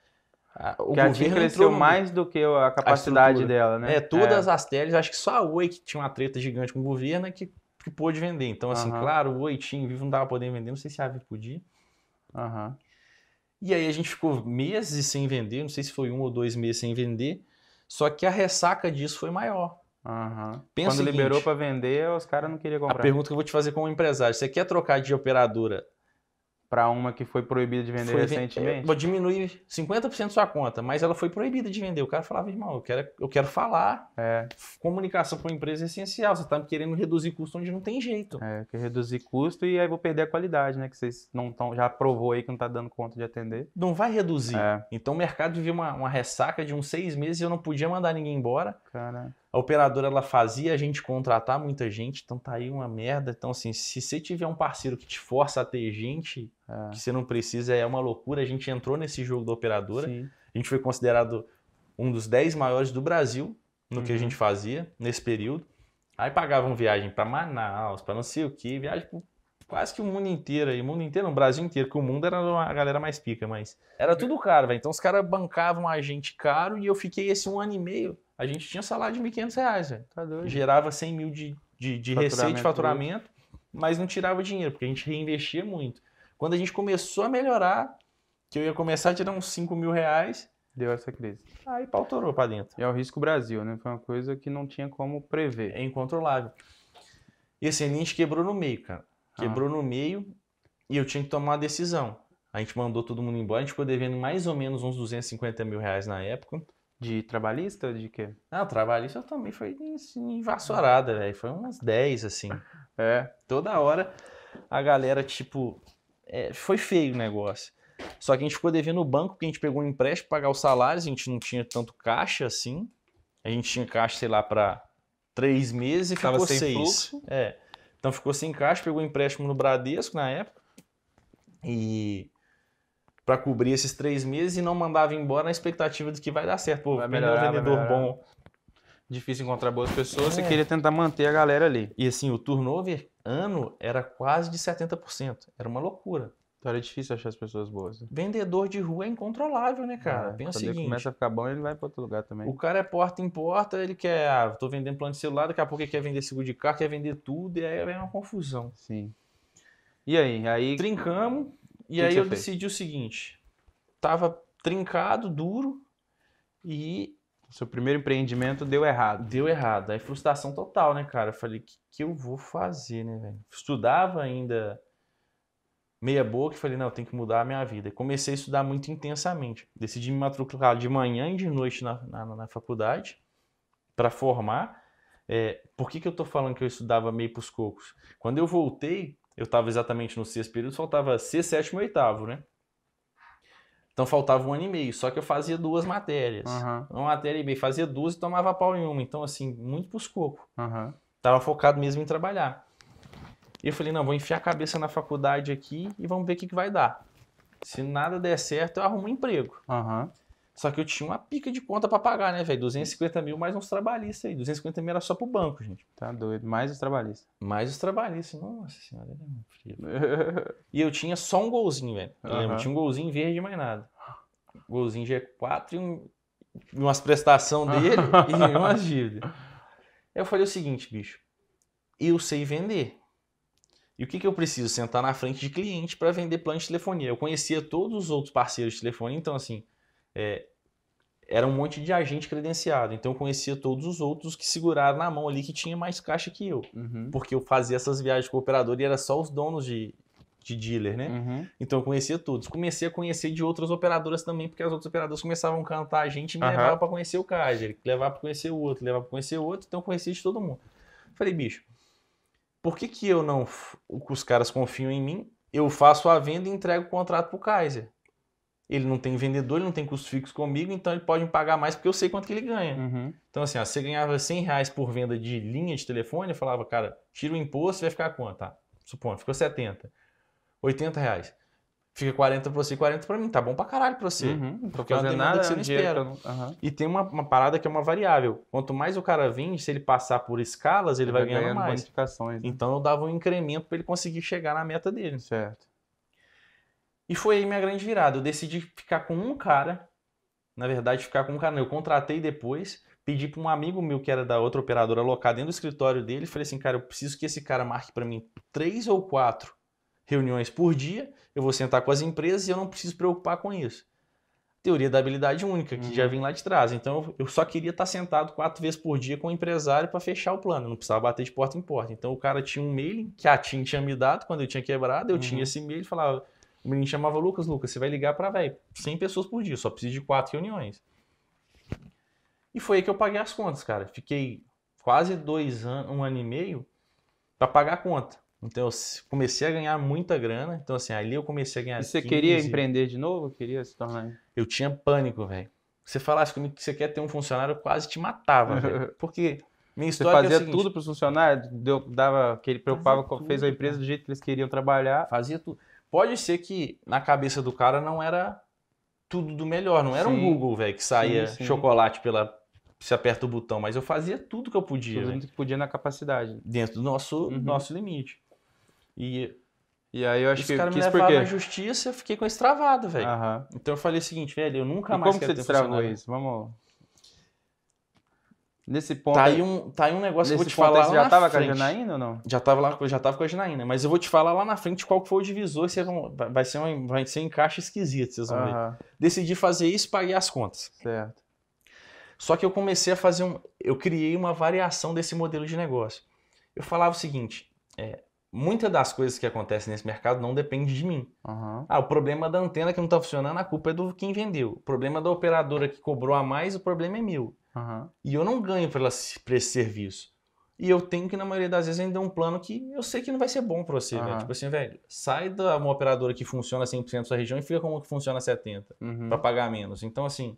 A, o que a TIM cresceu mais do que a capacidade a dela, né? É, todas é. as teles, acho que só a Oi, que tinha uma treta gigante com o governo, que, que pôde vender. Então, assim, uhum. claro, o Oi, TIM, Vivo não dava podendo vender, não sei se a Vivo podia. Uhum. E aí a gente ficou meses sem vender, não sei se foi um ou dois meses sem vender, só que a ressaca disso foi maior. Uhum. Quando seguinte, liberou para vender, os caras não queriam comprar. A pergunta que eu vou te fazer como empresário, você quer trocar de operadora para uma que foi proibida de vender foi, recentemente? Vou diminuir cinquenta por cento da sua conta, mas ela foi proibida de vender. O cara falava, irmão, eu quero, eu quero falar. É. Comunicação para uma empresa é essencial. Você está querendo reduzir custo onde não tem jeito. É, quer reduzir custo e aí vou perder a qualidade, né? Que vocês não tão, já provou aí que não está dando conta de atender. Não vai reduzir. É. Então o mercado vivia uma, uma ressaca de uns seis meses e eu não podia mandar ninguém embora. Cara. A operadora, ela fazia a gente contratar muita gente, então tá aí uma merda. Então, assim, se você tiver um parceiro que te força a ter gente, é. que você não precisa, é uma loucura. A gente entrou nesse jogo da operadora. Sim. A gente foi considerado um dos dez maiores do Brasil no uhum. que a gente fazia nesse período. Aí pagavam viagem para Manaus, para não sei o que, viagem por quase que o mundo inteiro aí. O mundo inteiro, no Brasil inteiro, que o mundo era a galera mais pica, mas era tudo caro, velho. Então os caras bancavam a gente caro e eu fiquei esse um ano e meio. A gente tinha salário de mil e quinhentos reais, velho. Tá doido. Gerava cem mil de, de, de receita, de faturamento, mas não tirava dinheiro, porque a gente reinvestia muito. Quando a gente começou a melhorar, que eu ia começar a tirar uns cinco mil reais... Deu essa crise. Aí pautorou pra dentro. E é o risco Brasil, né? Foi uma coisa que não tinha como prever. É incontrolável. E assim, a gente quebrou no meio, cara. Quebrou ah. no meio e eu tinha que tomar uma decisão. A gente mandou todo mundo embora, a gente ficou devendo mais ou menos uns duzentos e cinquenta mil reais na época. De trabalhista ou de quê? Não, trabalhista eu também foi assim, vassourada, velho. Foi umas dez, assim. É. Toda hora a galera, tipo... É, foi feio o negócio. Só que a gente ficou devendo o banco, porque a gente pegou um empréstimo para pagar os salários, a gente não tinha tanto caixa assim. A gente tinha caixa, sei lá, para três meses e ficou Tava sem seis. Fluxo. É. Então ficou sem caixa, pegou um empréstimo no Bradesco na época. E... para cobrir esses três meses e não mandava embora na expectativa de que vai dar certo. Pô, vai melhorar, um vendedor bom. Difícil encontrar boas pessoas, é. Você queria tentar manter a galera ali. E assim, o turnover ano era quase de setenta por cento. Era uma loucura. Então era difícil achar as pessoas boas. Né? Vendedor de rua é incontrolável, né, cara? É, Pensa o quando seguinte. ele começa a ficar bom, ele vai para outro lugar também. O cara é porta em porta, ele quer, ah, tô vendendo plano de celular, daqui a pouco ele quer vender seguro de carro, quer vender tudo, e aí é uma confusão. Sim. E aí? aí... Trincamos, e que aí que eu fez? decidi o seguinte. Tava trincado, duro, e... O seu primeiro empreendimento deu errado. Deu errado. Aí frustração total, né, cara? Eu falei, o que, que eu vou fazer, né, velho? Estudava ainda meia boca e falei, não, eu tenho que mudar a minha vida. E comecei a estudar muito intensamente. Decidi me matricular de manhã e de noite na, na, na faculdade para formar. É, por que, que eu tô falando que eu estudava meio pros cocos? Quando eu voltei, eu estava exatamente no sexto período, faltava sexto, sétimo e oitavo, né? Então faltava um ano e meio, só que eu fazia duas matérias. Uhum. Uma matéria e meio, fazia duas e tomava pau em uma. Então, assim, muito pros cocos. Uhum. Tava focado mesmo em trabalhar. E eu falei, não, vou enfiar a cabeça na faculdade aqui e vamos ver o que, que vai dar. Se nada der certo, eu arrumo um emprego. Uhum. Só que eu tinha uma pica de conta pra pagar, né, velho? duzentos e cinquenta mil mais uns trabalhistas aí. duzentos e cinquenta mil era só pro banco, gente. Tá doido. Mais os trabalhistas. Mais os trabalhistas. Nossa senhora, ele é muito frio. E eu tinha só um golzinho, velho. Eu lembro, tinha um golzinho verde e mais nada. Golzinho G quatro e um, umas prestações dele e umas dívidas. Eu falei o seguinte, bicho. Eu sei vender. E o que, que eu preciso? Sentar na frente de cliente para vender plano de telefonia. Eu conhecia todos os outros parceiros de telefonia, então assim... É, era um monte de agente credenciado, então eu conhecia todos os outros que seguraram na mão ali que tinha mais caixa que eu, uhum. porque eu fazia essas viagens com o operador e era só os donos de, de dealer, né? Uhum. Então eu conhecia todos. Comecei a conhecer de outras operadoras também, porque as outras operadoras começavam a cantar a gente e me uhum. levavam para conhecer o Kaiser, levar para conhecer o outro, levar para conhecer o outro, então eu conhecia de todo mundo. Falei, bicho, por que que eu não, os caras confiam em mim, eu faço a venda e entrego o contrato pro Kaiser? Ele não tem vendedor, ele não tem custo fixo comigo, então ele pode me pagar mais porque eu sei quanto que ele ganha. Uhum. Então assim, ó, você ganhava cem reais por venda de linha de telefone, eu falava, cara, tira o imposto e vai ficar quanto? Tá, supondo, ficou setenta. oitenta reais. Fica quarenta pra você e quarenta pra mim. Tá bom pra caralho pra você. Uhum. Não tô porque é uma fazendo demanda nada que você não espera. Não... Uhum. E tem uma, uma parada que é uma variável. Quanto mais o cara vende, se ele passar por escalas, ele, ele vai ganhando, ganhando mais. Bonificações, né? Então eu dava um incremento pra ele conseguir chegar na meta dele. Certo. E foi aí minha grande virada. Eu decidi ficar com um cara na verdade, ficar com o cara. Eu contratei depois, pedi para um amigo meu que era da outra operadora alocar dentro do escritório dele, falei assim, cara, eu preciso que esse cara marque para mim três ou quatro reuniões por dia, eu vou sentar com as empresas e eu não preciso preocupar com isso. Teoria da habilidade única, que uhum. já vem lá de trás. Então, eu só queria estar sentado quatro vezes por dia com o empresário para fechar o plano. Não precisava bater de porta em porta. Então, o cara tinha um e-mail que a TIM tinha me dado quando eu tinha quebrado. Eu uhum. tinha esse e-mail e falava... O menino chamava Lucas, Lucas, você vai ligar para, velho, cem pessoas por dia. Só precisa de quatro reuniões. E foi aí que eu paguei as contas, cara. Fiquei quase dois anos, um ano e meio para pagar a conta. Então, eu comecei a ganhar muita grana. Então, assim, ali eu comecei a ganhar... E você quinze... queria empreender de novo? Queria se tornar... Eu tinha pânico, velho. Se você falasse comigo que você quer ter um funcionário, eu quase te matava, velho. Porque minha história você fazia é a seguinte, tudo para os funcionários? Deu, dava, que ele preocupava, com, fez a empresa do jeito que eles queriam trabalhar? Fazia tudo. Pode ser que na cabeça do cara não era tudo do melhor. Não era sim. um Google, velho, que saía sim, sim. chocolate pela... Se aperta o botão. Mas eu fazia tudo que eu podia, Tudo véio. que podia na capacidade. Dentro do nosso, uhum. nosso limite. E, e aí eu acho que... Os caras me levaram na justiça, eu fiquei com esse travado, velho. Uhum. Então eu falei o seguinte, velho, eu nunca e mais quero ter funcionário. Como você destravou isso? Vamos... Nesse ponto... Tá aí um, tá aí um negócio que eu vou te falar você lá já tava na frente. com a Janaína ou não? Já tava lá, já tava com a Janaína, mas eu vou te falar lá na frente qual que foi o divisor, você vão, vai, ser um, vai ser um encaixe esquisito, vocês vão uhum. ver. Decidi fazer isso e paguei as contas. Certo. Só que eu comecei a fazer um... Eu criei uma variação desse modelo de negócio. Eu falava o seguinte, é, muitas das coisas que acontecem nesse mercado não dependem de mim. Uhum. Ah, o problema da antena que não está funcionando, a culpa é do quem vendeu. O problema da operadora que cobrou a mais, o problema é meu. Uhum. E eu não ganho por esse serviço. E eu tenho que, na maioria das vezes, vender um plano que eu sei que não vai ser bom para você, uhum. velho. Tipo assim, velho, sai da uma operadora que funciona cem por cento da sua região e fica como que funciona setenta por cento, uhum. para pagar menos. Então, assim,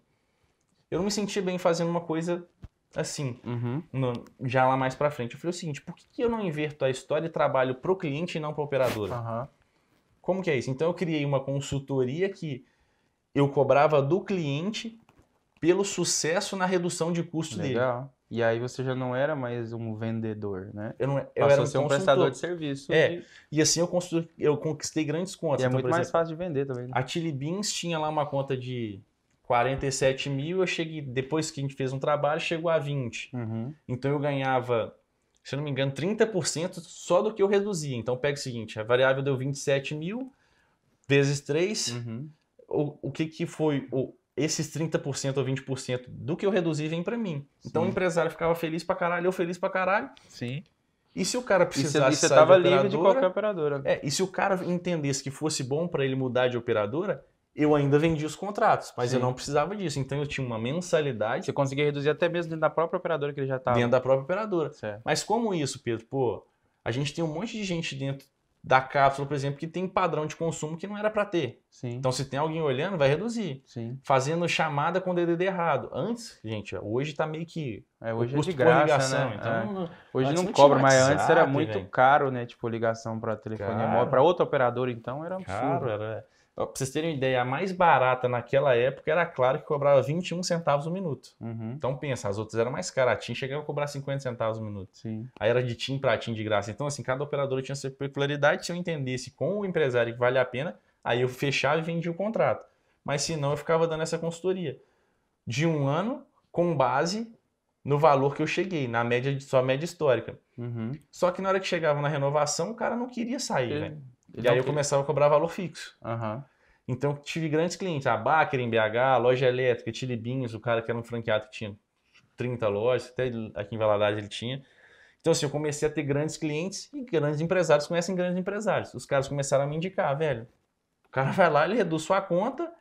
eu não me senti bem fazendo uma coisa assim, uhum. no, já lá mais para frente. Eu falei o seguinte, por que, que eu não inverto a história e trabalho pro cliente e não pra operadora? Uhum. Como que é isso? Então, eu criei uma consultoria que eu cobrava do cliente pelo sucesso na redução de custo dele. Legal. E aí você já não era mais um vendedor, né? Eu, não, eu Passou era um, a ser um prestador de serviço. É, de... e assim eu, constru... eu conquistei grandes contas. E é então, muito mais exemplo, fácil de vender também. Né? A Chili Beans tinha lá uma conta de quarenta e sete mil, eu cheguei, depois que a gente fez um trabalho, chegou a vinte. Uhum. Então eu ganhava, se eu não me engano, trinta por cento só do que eu reduzia. Então pega o seguinte, a variável deu vinte e sete mil, vezes três, uhum. o, o que que foi... O, esses trinta por cento ou vinte por cento do que eu reduzi vem pra mim. Sim. Então o empresário ficava feliz pra caralho, eu feliz pra caralho. Sim. E se o cara precisasse e você estava livre de qualquer operadora. É, e se o cara entendesse que fosse bom para ele mudar de operadora, eu ainda vendia os contratos, mas Sim. eu não precisava disso. Então eu tinha uma mensalidade. Você conseguia reduzir até mesmo dentro da própria operadora que ele já estava. Dentro da própria operadora. Certo. Mas como isso, Pedro? Pô, a gente tem um monte de gente dentro da cápsula, por exemplo, que tem padrão de consumo que não era para ter. Sim. Então, se tem alguém olhando, vai reduzir. Sim. Fazendo chamada com D D D errado. Antes, gente, hoje tá meio que... É, hoje é de graça, ligação, né? Então, é. não, hoje não, não cobra, mas antes era muito véio. caro, né? Tipo, ligação para telefonia móvel. Para outra operadora, então, era absurdo. Caro, era... Pra vocês terem uma ideia, a mais barata naquela época era Claro, que cobrava vinte e um centavos o minuto. Uhum. Então pensa, as outras eram mais caras. A TIM chegava a cobrar cinquenta centavos o minuto. Sim. Aí era de TIM para TIM de graça. Então assim, cada operadora tinha sua peculiaridade. Se eu entendesse com o empresário que vale a pena, aí eu fechava e vendia o contrato. Mas se não, eu ficava dando essa consultoria. De um ano, com base no valor que eu cheguei, na média, sua média histórica. Uhum. Só que na hora que chegava na renovação, o cara não queria sair, Ele... velho. E aí eu começava a cobrar valor fixo. Uhum. Então tive grandes clientes, a Baker em B H, a Loja Elétrica, Chili Beans, o cara que era um franqueado que tinha trinta lojas, até aqui em Valadares ele tinha. Então assim, eu comecei a ter grandes clientes e grandes empresários conhecem grandes empresários. Os caras começaram a me indicar, velho. O cara vai lá, ele reduz sua conta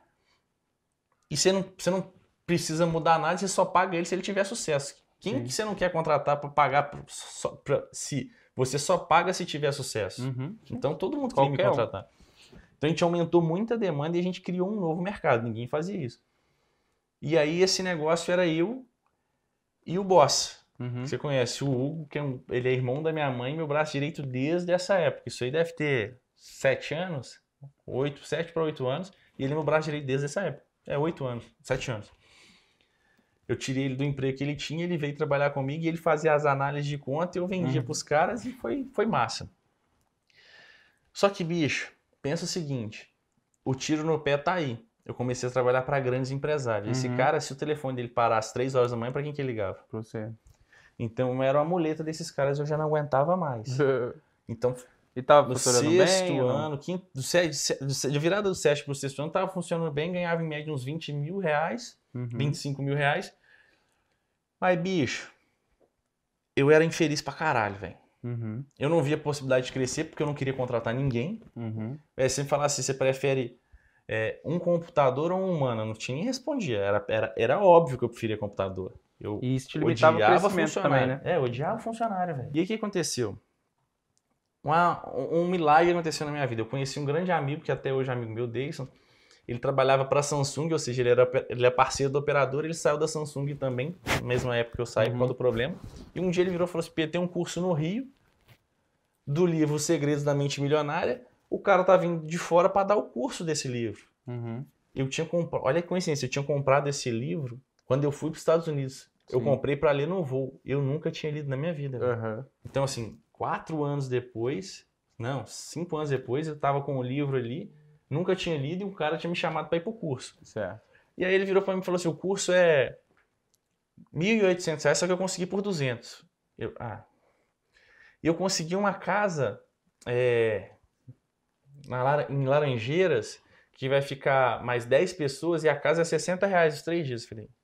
e você não, você não precisa mudar nada, você só paga ele se ele tiver sucesso. Quem Sim. que você não quer contratar para pagar pra, só, pra, se... Você só paga se tiver sucesso. Uhum. Então todo mundo queria me contratar. Um. Então a gente aumentou muito a demanda e a gente criou um novo mercado. Ninguém fazia isso. E aí esse negócio era eu e o boss. Uhum. Você conhece o Hugo, que é um, ele é irmão da minha mãe, meu braço direito desde essa época. Isso aí deve ter sete anos, oito, sete para oito anos. E ele é meu braço direito desde essa época. É oito anos, sete anos. Eu tirei ele do emprego que ele tinha, ele veio trabalhar comigo e ele fazia as análises de conta e eu vendia uhum. para os caras e foi, foi massa. Só que, bicho, pensa o seguinte, o tiro no pé tá aí. eu comecei a trabalhar para grandes empresários. Esse Uhum. cara, se o telefone dele parasse às três horas da manhã, para quem que ele ligava? Pra você. Então, eu era uma muleta desses caras, eu já não aguentava mais. Então, E tava no funcionando sexto bem? ou não? ano, quinto, do sé- do- de virada do sétimo pro sexto ano, tava funcionando bem, ganhava em média uns vinte mil reais, Uhum. vinte e cinco mil reais. Mas, bicho, eu era infeliz pra caralho, velho. Uhum. Eu não via possibilidade de crescer porque eu não queria contratar ninguém. Uhum. É, sempre falar assim, você prefere é, um computador ou um humano? Eu não tinha nem respondia. Era, era, era óbvio que eu preferia computador. Eu E isso te limitava o odiava crescimento funcionário. também, né? É, eu odiava funcionário, velho. E aí o que aconteceu? Uma, um milagre aconteceu na minha vida. Eu conheci um grande amigo, que até hoje é amigo meu, Deison. Ele trabalhava para a Samsung, ou seja, ele era ele é parceiro do operador, ele saiu da Samsung também, na mesma época que eu saí, Uhum. por causa do problema. E um dia ele virou e falou assim, Pedro, tem um curso no Rio, do livro Os Segredos da Mente Milionária, o cara tá vindo de fora para dar o curso desse livro. Uhum. Eu tinha comprado, olha que coincidência, eu tinha comprado esse livro quando eu fui para os Estados Unidos. Eu Sim. comprei para ler no voo. Eu nunca tinha lido na minha vida. velho. Uhum. Então, assim, quatro anos depois, não, cinco anos depois, eu tava com o livro ali, nunca tinha lido e o cara tinha me chamado para ir pro curso. Certo. E aí ele virou para mim e falou assim, o curso é mil e oitocentos reais, só que eu consegui por duzentos. Eu, ah. E eu consegui uma casa é, na, Lara- em Laranjeiras, que vai ficar mais dez pessoas e a casa é sessenta reais os três dias. Eu falei,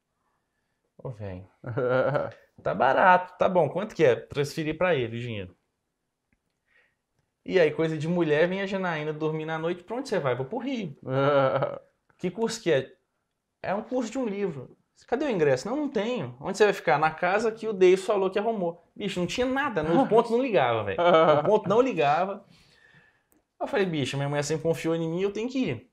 ô, velho, tá barato, tá bom, quanto que é? Transferir para ele o dinheiro. E aí, coisa de mulher, vem a Janaína dormir na noite, pra onde você vai? Vou pro Rio. Que curso que é? É um curso de um livro. Cadê o ingresso? Não, não tenho. Onde você vai ficar? Na casa que o Davis falou que arrumou. Bicho, não tinha nada, os pontos não ligavam, velho. O ponto não ligava. Eu falei, bicho, minha mulher sempre confiou em mim, eu tenho que ir.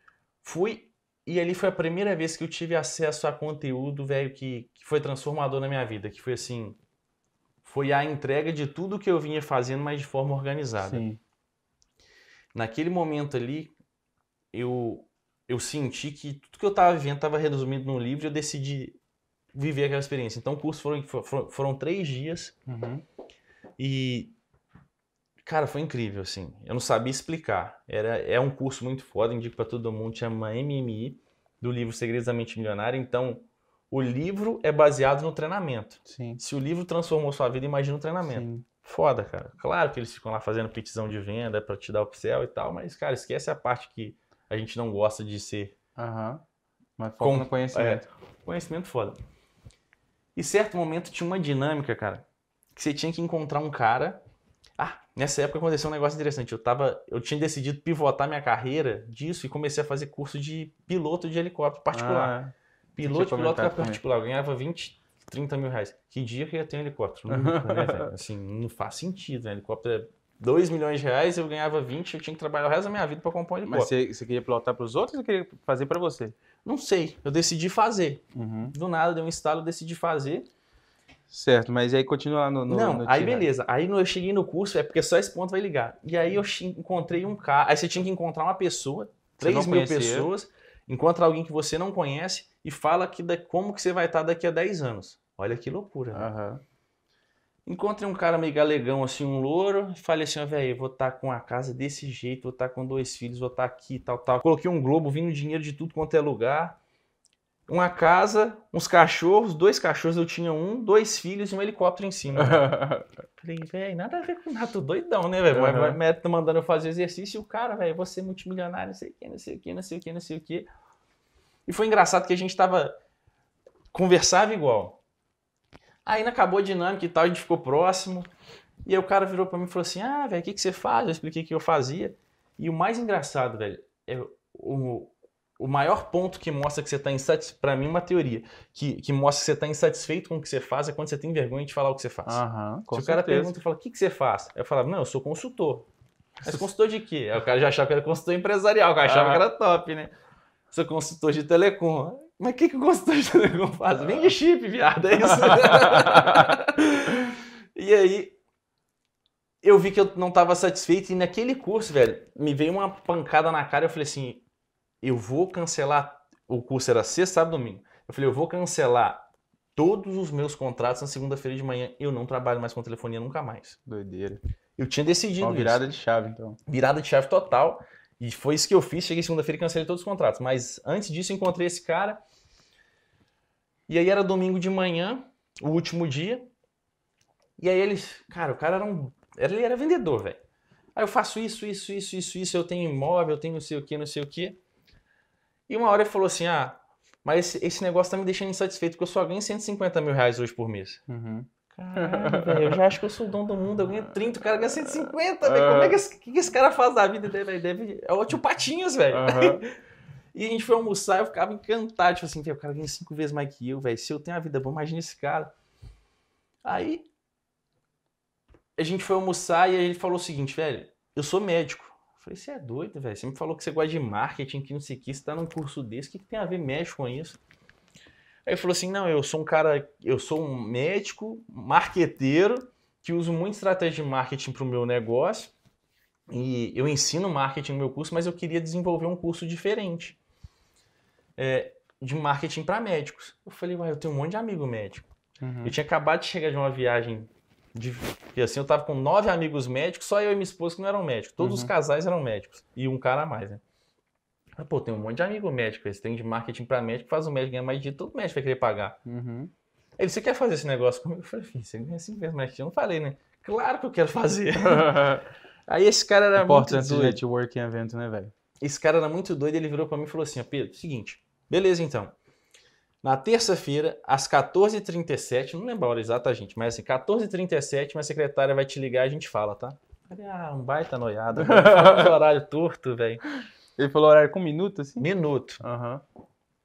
Fui, e ali foi a primeira vez que eu tive acesso a conteúdo, velho, que, que foi transformador na minha vida. Que foi assim, foi a entrega de tudo que eu vinha fazendo, mas de forma organizada. Sim. Naquele momento ali, eu, eu senti que tudo que eu estava vivendo estava resumido num livro e eu decidi viver aquela experiência. Então, o curso foram, foram, foram três dias Uhum. e, cara, foi incrível, assim. Eu não sabia explicar. Era, é um curso muito foda, indico para todo mundo, chama M M I, do livro Segredos da Mente Milionária. Então, o livro é baseado no treinamento. Sim. Se o livro transformou sua vida, imagina o treinamento. Sim. Foda, cara. Claro que eles ficam lá fazendo petição de venda pra te dar o upsell e tal, mas, cara, esquece a parte que a gente não gosta de ser. Aham. Mas foca Com- no conhecimento. É, conhecimento foda. E certo momento tinha uma dinâmica, cara, que você tinha que encontrar um cara. Ah, nessa época aconteceu um negócio interessante. Eu tava, eu tinha decidido pivotar minha carreira disso e comecei a fazer curso de piloto de helicóptero particular. Ah, piloto de tinha piloto comentado particular. Eu ganhava vinte, trinta mil reais. Que dia que eu ia ter um helicóptero? Nunca, né, velho? Assim, não faz sentido, né? Helicóptero é dois milhões de reais, eu ganhava vinte, eu tinha que trabalhar o resto da minha vida pra comprar um mas helicóptero. você, você queria pilotar para os outros ou você queria fazer para você? Não sei, eu decidi fazer. Uhum. Do nada, deu um estalo, eu decidi fazer. Certo, mas aí continua lá no, no não, no aí tirar. beleza. Aí no- eu cheguei no curso, é porque só esse ponto vai ligar. E aí eu chi- encontrei um cara. Aí você tinha que encontrar uma pessoa, Você não três mil conhecia. pessoas, encontra alguém que você não conhece e fala que da- como que você vai estar daqui a dez anos. Olha que loucura, né? Aham. Encontrei um cara meio galegão, assim, um louro, e falei assim, ó, velho, eu vou estar com a casa desse jeito, vou estar com dois filhos, vou estar aqui, tal, tal. Coloquei um globo, vindo dinheiro de tudo quanto é lugar. Uma casa, uns cachorros, dois cachorros, eu tinha um, dois filhos e um helicóptero em cima. Falei, velho, nada a ver com nada, tô doidão, né, velho? Uhum. Mas o médico tá mandando eu fazer exercício e o cara, velho, você é multimilionário, não sei o que, não sei o que, não sei o que, não sei o que. E foi engraçado que a gente tava, conversava igual. Aí acabou a dinâmica e tal, a gente ficou próximo. E aí o cara virou pra mim e falou assim, ah, velho, o que, que você faz? Eu expliquei o que eu fazia. E o mais engraçado, velho, é o, o maior ponto que mostra que você tá insatisfeito, pra mim uma teoria, que, que mostra que você tá insatisfeito com o que você faz é quando você tem vergonha de falar o que você faz. Aham, com Se o cara certeza. pergunta e fala, o que, que você faz? Eu falava, não, eu sou consultor. Mas consultor de quê? Aí o cara já achava que era consultor empresarial, o cara achava Ah. que era top, né? Sou consultor de telecom. Mas o que, que o consultor de telecom faz? Vende chip, viado, é isso? E aí, eu vi que eu não estava satisfeito e naquele curso, velho, me veio uma pancada na cara e eu falei assim, eu vou cancelar, o curso era sexta, sábado e domingo. Eu falei, eu vou cancelar todos os meus contratos na segunda-feira de manhã, eu não trabalho mais com telefonia nunca mais. Doideira. Eu tinha decidido Uma isso. virada de chave, então. Virada de chave total. E foi isso que eu fiz, cheguei segunda-feira e cancelei todos os contratos. Mas antes disso eu encontrei esse cara. E aí era domingo de manhã, o último dia. E aí eles, cara, o cara era um, ele era vendedor, velho. Aí eu faço isso, isso, isso, isso, isso, eu tenho imóvel, eu tenho não sei o que, não sei o que. E uma hora ele falou assim, ah, mas esse, esse negócio tá me deixando insatisfeito, porque eu só ganho cento e cinquenta mil reais hoje por mês. Uhum. Caralho, velho, eu já acho que eu sou o dono do mundo, eu ganho trinta, o cara ganha cento e cinquenta, velho. Como é que esse, que esse cara faz da vida dele, deve, é o tio Patinhas, velho. Uhum. E a gente foi almoçar, eu ficava encantado, tipo assim, o cara ganha cinco vezes mais que eu, velho. Se eu tenho a vida boa, imagina esse cara. Aí a gente foi almoçar e aí ele falou o seguinte, velho, eu sou médico. Eu falei, você é doido, velho? Você me falou que você gosta de marketing, que não sei o que, você tá num curso desse, o que, que tem a ver médico com isso? Aí ele falou assim, não, eu sou um cara, eu sou um médico, marqueteiro, que uso muito estratégia de marketing pro meu negócio, e eu ensino marketing no meu curso, mas eu queria desenvolver um curso diferente, é, de marketing para médicos. Eu falei, ué, eu tenho um monte de amigo médico. Uhum. Eu tinha acabado de chegar de uma viagem, de, e assim, eu tava com nove amigos médicos, só eu e minha esposa que não eram médicos. Todos uhum. os casais eram médicos. E um cara a mais, né? Eu, pô, tem um monte de amigo médico. Esse tem de marketing para médico, faz o médico ganhar mais dinheiro, todo médico vai querer pagar. Uhum. Ele, você quer fazer esse negócio comigo? Eu falei, filho, você ganha assim mesmo, mas eu não falei, né? Claro que eu quero fazer. Aí esse cara era muito doido. De networking evento, né, velho? Esse cara era muito doido, ele virou para mim e falou assim, Pedro, seguinte, beleza então. Na terça-feira, às quatorze e trinta e sete, não lembro a hora exata, gente, mas assim, quatorze e trinta e sete, minha secretária vai te ligar e a gente fala, tá? Eu falei, ah, um baita noiada, um horário torto, velho. Ele falou horário com minuto, assim? Minuto. Aham. Uhum.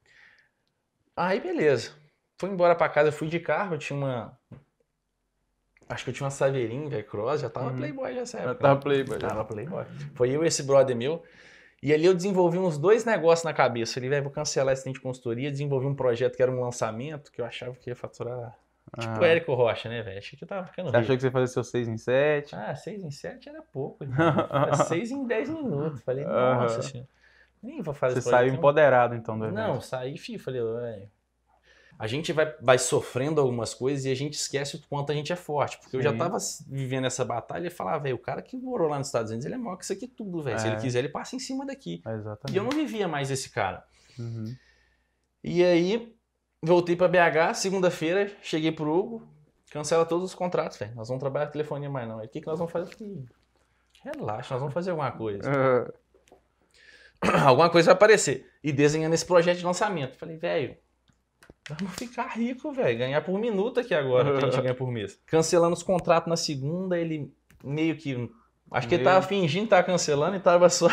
Aí, beleza. Fui embora pra casa, eu fui de carro, eu tinha uma... Acho que eu tinha uma Saveirinho, velho, Cross, já tava uhum. Playboy já época. Já tava Playboy. Já tava Playboy. Foi eu e esse brother meu. E ali eu desenvolvi uns dois negócios na cabeça. Falei, velho, vou cancelar esse tempo de consultoria. Desenvolvi um projeto que era um lançamento, que eu achava que ia faturar... Ah. Tipo o Érico Rocha, né, velho? Achei que eu tava ficando Você rico. achou que você ia fazer seu seis em sete? Ah, seis em sete era pouco. seis em dez minutos. Falei, nossa uh-huh. senhora. Nem vou fazer Você saiu empoderado, então, do evento. Não, saí, filho. Falei, velho... A gente vai, vai sofrendo algumas coisas e a gente esquece o quanto a gente é forte. Porque Sim. eu já tava vivendo essa batalha e falava, velho, o cara que morou lá nos Estados Unidos, ele é maior que isso aqui tudo, velho. É. Se ele quiser, ele passa em cima daqui. Exatamente. E eu não vivia mais esse cara. Uhum. E aí, voltei pra B H, segunda-feira, cheguei pro Hugo, cancela todos os contratos, velho. Nós vamos trabalhar com telefonia mais não. Aí, o que, que nós vamos fazer? Eu falei, relaxa, nós vamos fazer alguma coisa. Uhum. Alguma coisa vai aparecer. E desenhando esse projeto de lançamento. Falei, velho, vamos ficar rico, velho. Ganhar por minuto aqui agora, que a gente ganha por mês. Cancelando os contratos na segunda, ele meio que... Acho que meio... ele tava fingindo que tava cancelando e tava só...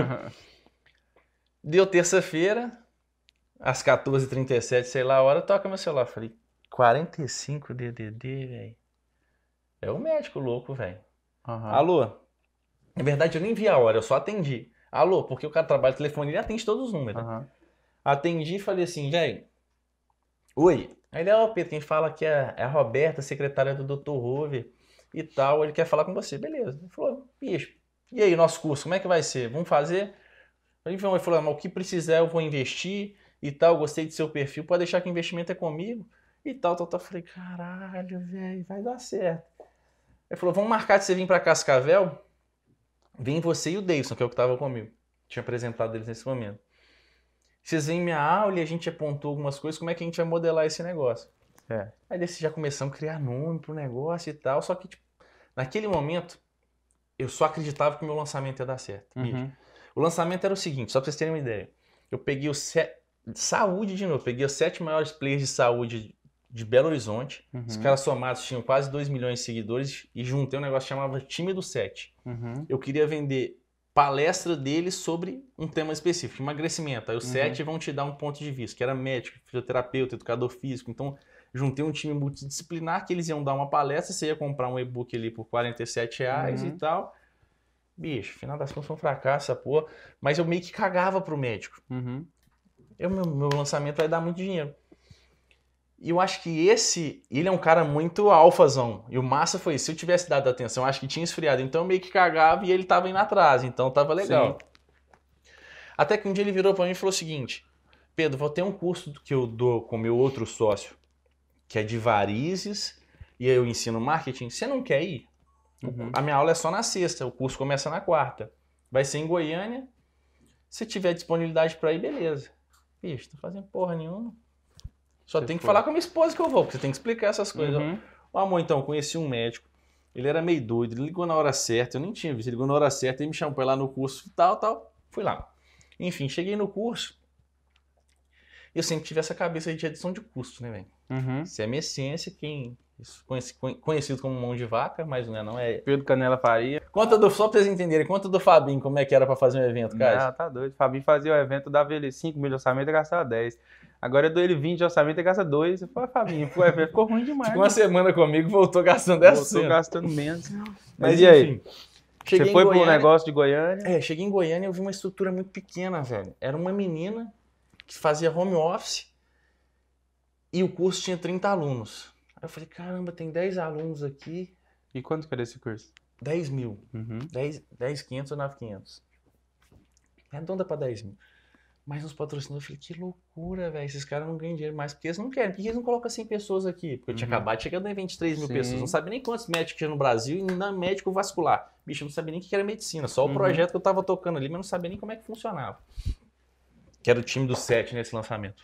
Deu terça-feira, às quatorze e trinta e sete, sei lá a hora, toca meu celular. Falei, quarenta e cinco D D D, velho. É o médico louco, velho. Uhum. Alô? Na verdade, eu nem vi a hora, eu só atendi. Alô, porque o cara trabalha no telefone, ele atende todos os números. Uhum. Atendi e falei assim, velho... Oi, aí ele é o Pedro, quem fala que é, é a Roberta, secretária do doutor Hoover e tal, ele quer falar com você, beleza. Ele falou, bicho, e aí, nosso curso, como é que vai ser? Vamos fazer? Ele falou, mas o que precisar eu vou investir e tal, gostei do seu perfil, pode deixar que o investimento é comigo e tal, tal, tal. Eu falei, caralho, velho, vai dar certo. Ele falou, vamos marcar de você vir pra Cascavel, vem você e o Davidson, que é o que tava comigo. Tinha apresentado eles nesse momento. Vocês veem minha aula e a gente apontou algumas coisas, como é que a gente vai modelar esse negócio? É. Aí desse já começamos a criar nome pro negócio e tal, só que tipo, naquele momento eu só acreditava que o meu lançamento ia dar certo. Uhum. O lançamento era o seguinte, só pra vocês terem uma ideia. Eu peguei o set... saúde de novo, peguei os sete maiores players de saúde de Belo Horizonte, uhum. Os caras somados tinham quase dois milhões de seguidores e juntei um negócio que chamava Time do Sete. Uhum. Eu queria vender palestra deles sobre um tema específico, emagrecimento. Aí os uhum. sete vão te dar um ponto de vista, que era médico, fisioterapeuta, educador físico. Então, juntei um time multidisciplinar que eles iam dar uma palestra, você ia comprar um e-book ali por quarenta e sete reais uhum. e tal. Bicho, final das contas foi um fracasso, essa porra. Mas eu meio que cagava pro médico. Uhum. Eu, meu, meu lançamento vai dar muito dinheiro. E eu acho que esse, ele é um cara muito alfazão. E o massa foi isso. Se eu tivesse dado atenção, eu acho que tinha esfriado. Então eu meio que cagava e ele tava indo atrás. Então tava legal. Sim. Até que um dia ele virou pra mim e falou o seguinte: Pedro, vou ter um curso que eu dou com meu outro sócio, que é de varizes, e aí eu ensino marketing. Você não quer ir? Uhum. A minha aula é só na sexta, o curso começa na quarta. Vai ser em Goiânia, Se tiver disponibilidade para ir, beleza. Bicho, tô fazendo porra nenhuma. Só Você tem que foi. falar com a minha esposa que eu vou, porque você tem que explicar essas coisas. Uhum. O amor, então, eu conheci um médico. Ele era meio doido, ele ligou na hora certa, eu nem tinha visto. Ele ligou na hora certa e me chamou pra ir lá no curso, tal, tal. Fui lá. Enfim, cheguei no curso. Eu sempre tive essa cabeça aí de redução de custo, né, velho? Uhum. Isso é a minha ciência, quem... conhecido como mão de vaca, mas não é, não é. Pedro Canela Faria. Conta do, só pra vocês entenderem, conta do Fabinho, como é que era pra fazer um evento, cara. Ah, tá doido. Fabinho fazia o evento, dava ele cinco mil de orçamento e gastava dez. Agora eu dou ele vinte de orçamento e gasta dois. Eu falei, Fabinho, o evento ficou ruim demais. Ficou uma semana comigo, voltou gastando dez por cento. Voltou gastando menos. Mas, Mas e aí? Você Você foi pro negócio de Goiânia? É, cheguei em Goiânia e eu vi uma estrutura muito pequena, velho. Era uma menina que fazia home office e o curso tinha trinta alunos. Aí eu falei, caramba, tem dez alunos aqui. E quanto que era esse curso? dez mil. Uhum. dez, dez, quinhentos ou nove, quinhentos. Redonda pra dez mil. Mas uns patrocinadores, eu falei, que loucura, velho. Esses caras não ganham dinheiro mais porque eles não querem. Por que eles não colocam cem pessoas aqui? Porque eu tinha Uhum. acabado chegando em vinte e três mil Sim. pessoas. Não sabia nem quantos médicos tinha no Brasil e ainda médico vascular. Bicho, eu não sabia nem o que era medicina. Só o Uhum. projeto que eu tava tocando ali, mas não sabia nem como é que funcionava. Que era o time do sete nesse lançamento.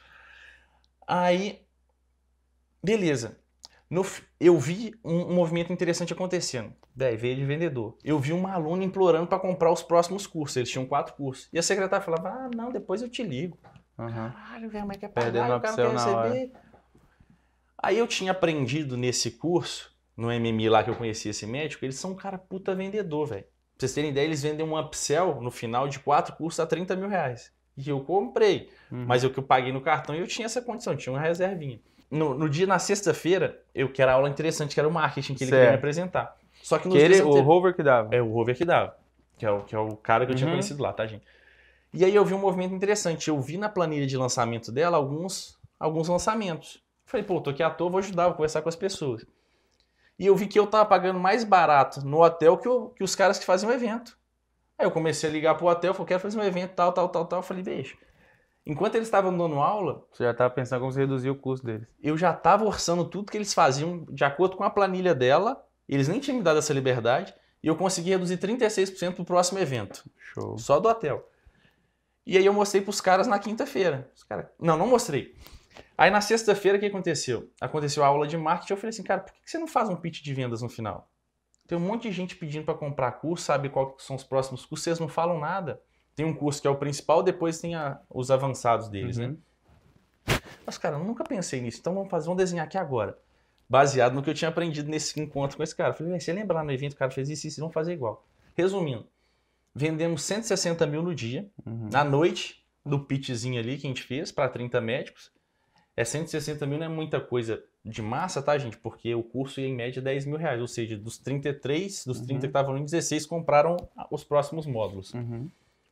Aí, beleza. No, eu vi um, um movimento interessante acontecendo. Daí veio de vendedor. Eu vi uma aluna implorando para comprar os próximos cursos. Eles tinham quatro cursos. E a secretária falava, ah, não, depois eu te ligo. Uhum. Caralho, velho, mas quer Perdendo pagar, a o cara opção não quer na receber. Aí eu tinha aprendido nesse curso, no M M I lá que eu conheci esse médico, eles são um cara puta vendedor, velho. Pra vocês terem ideia, eles vendem um upsell no final de quatro cursos a trinta mil reais. E eu comprei. Uhum. Mas eu que eu paguei no cartão e eu tinha essa condição, tinha uma reservinha. No, no dia, na sexta-feira, eu que era aula interessante, que era o marketing que ele Certo. queria me apresentar. Só que nos Que ele, dias o anteri- Rover que dava. É o Rover que dava, que é o, que é o cara que eu tinha Uhum. conhecido lá, tá, gente? E aí eu vi um movimento interessante. Eu vi na planilha de lançamento dela alguns, alguns lançamentos. Falei, pô, tô aqui à toa, vou ajudar, vou conversar com as pessoas. E eu vi que eu tava pagando mais barato no hotel que, o- que os caras que faziam o evento. Aí eu comecei a ligar pro hotel, falei, quero fazer um evento, tal, tal, tal, tal. Eu falei, beijo. Enquanto eles estavam dando aula, Você já tava pensando como você reduzir o custo deles. eu já tava orçando tudo que eles faziam de acordo com a planilha dela. Eles nem tinham me dado essa liberdade. E eu consegui reduzir trinta e seis por cento pro próximo evento. Show. Só do hotel. E aí eu mostrei pros caras na quinta-feira. Os caras, não, não mostrei. Aí na sexta-feira o que aconteceu? Aconteceu a aula de marketing. Eu falei assim, cara, por que você não faz um pitch de vendas no final? Tem um monte de gente pedindo para comprar curso, sabe qual que são os próximos cursos, vocês não falam nada. Tem um curso que é o principal, depois tem a- os avançados deles, Uhum. né? Mas, cara, eu nunca pensei nisso. Então vamos fazer, vamos desenhar aqui agora. Baseado no que eu tinha aprendido nesse encontro com esse cara. Eu falei, você lembrar no evento, o cara fez isso e isso, vamos fazer igual. Resumindo, vendemos cento e sessenta mil no dia, Uhum. na noite, do pitchzinho ali que a gente fez para trinta médicos. É cento e sessenta mil, não é muita coisa de massa, tá, gente? Porque o curso ia em média dez mil reais. Ou seja, dos trinta e três, dos trinta que estavam em dezesseis, compraram os próximos módulos. Uhum.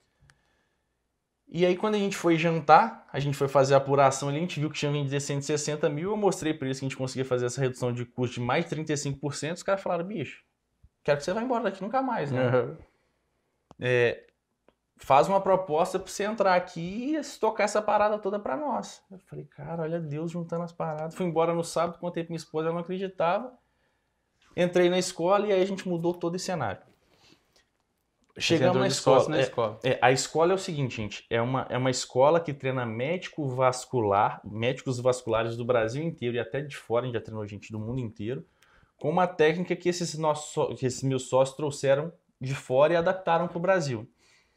E aí, quando a gente foi jantar, a gente foi fazer a apuração ali, a gente viu que tinha vendido cento e sessenta mil, eu mostrei para eles que a gente conseguia fazer essa redução de custo de mais de trinta e cinco por cento, os caras falaram, bicho, quero que você vá embora daqui nunca mais, né? Uhum. É, faz uma proposta para você entrar aqui e tocar essa parada toda para nós. Eu falei, cara, olha Deus juntando as paradas. Fui embora no sábado, contei pra minha esposa, ela não acreditava. Entrei na escola e aí a gente mudou todo esse cenário. Chegamos entrou na de escola. sócio na é, escola. é, a escola é o seguinte, gente, é uma, é uma escola que treina médico vascular, médicos vasculares do Brasil inteiro e até de fora, a gente já treinou gente do mundo inteiro, com uma técnica que esses, nossos, que esses meus sócios trouxeram de fora e adaptaram para o Brasil.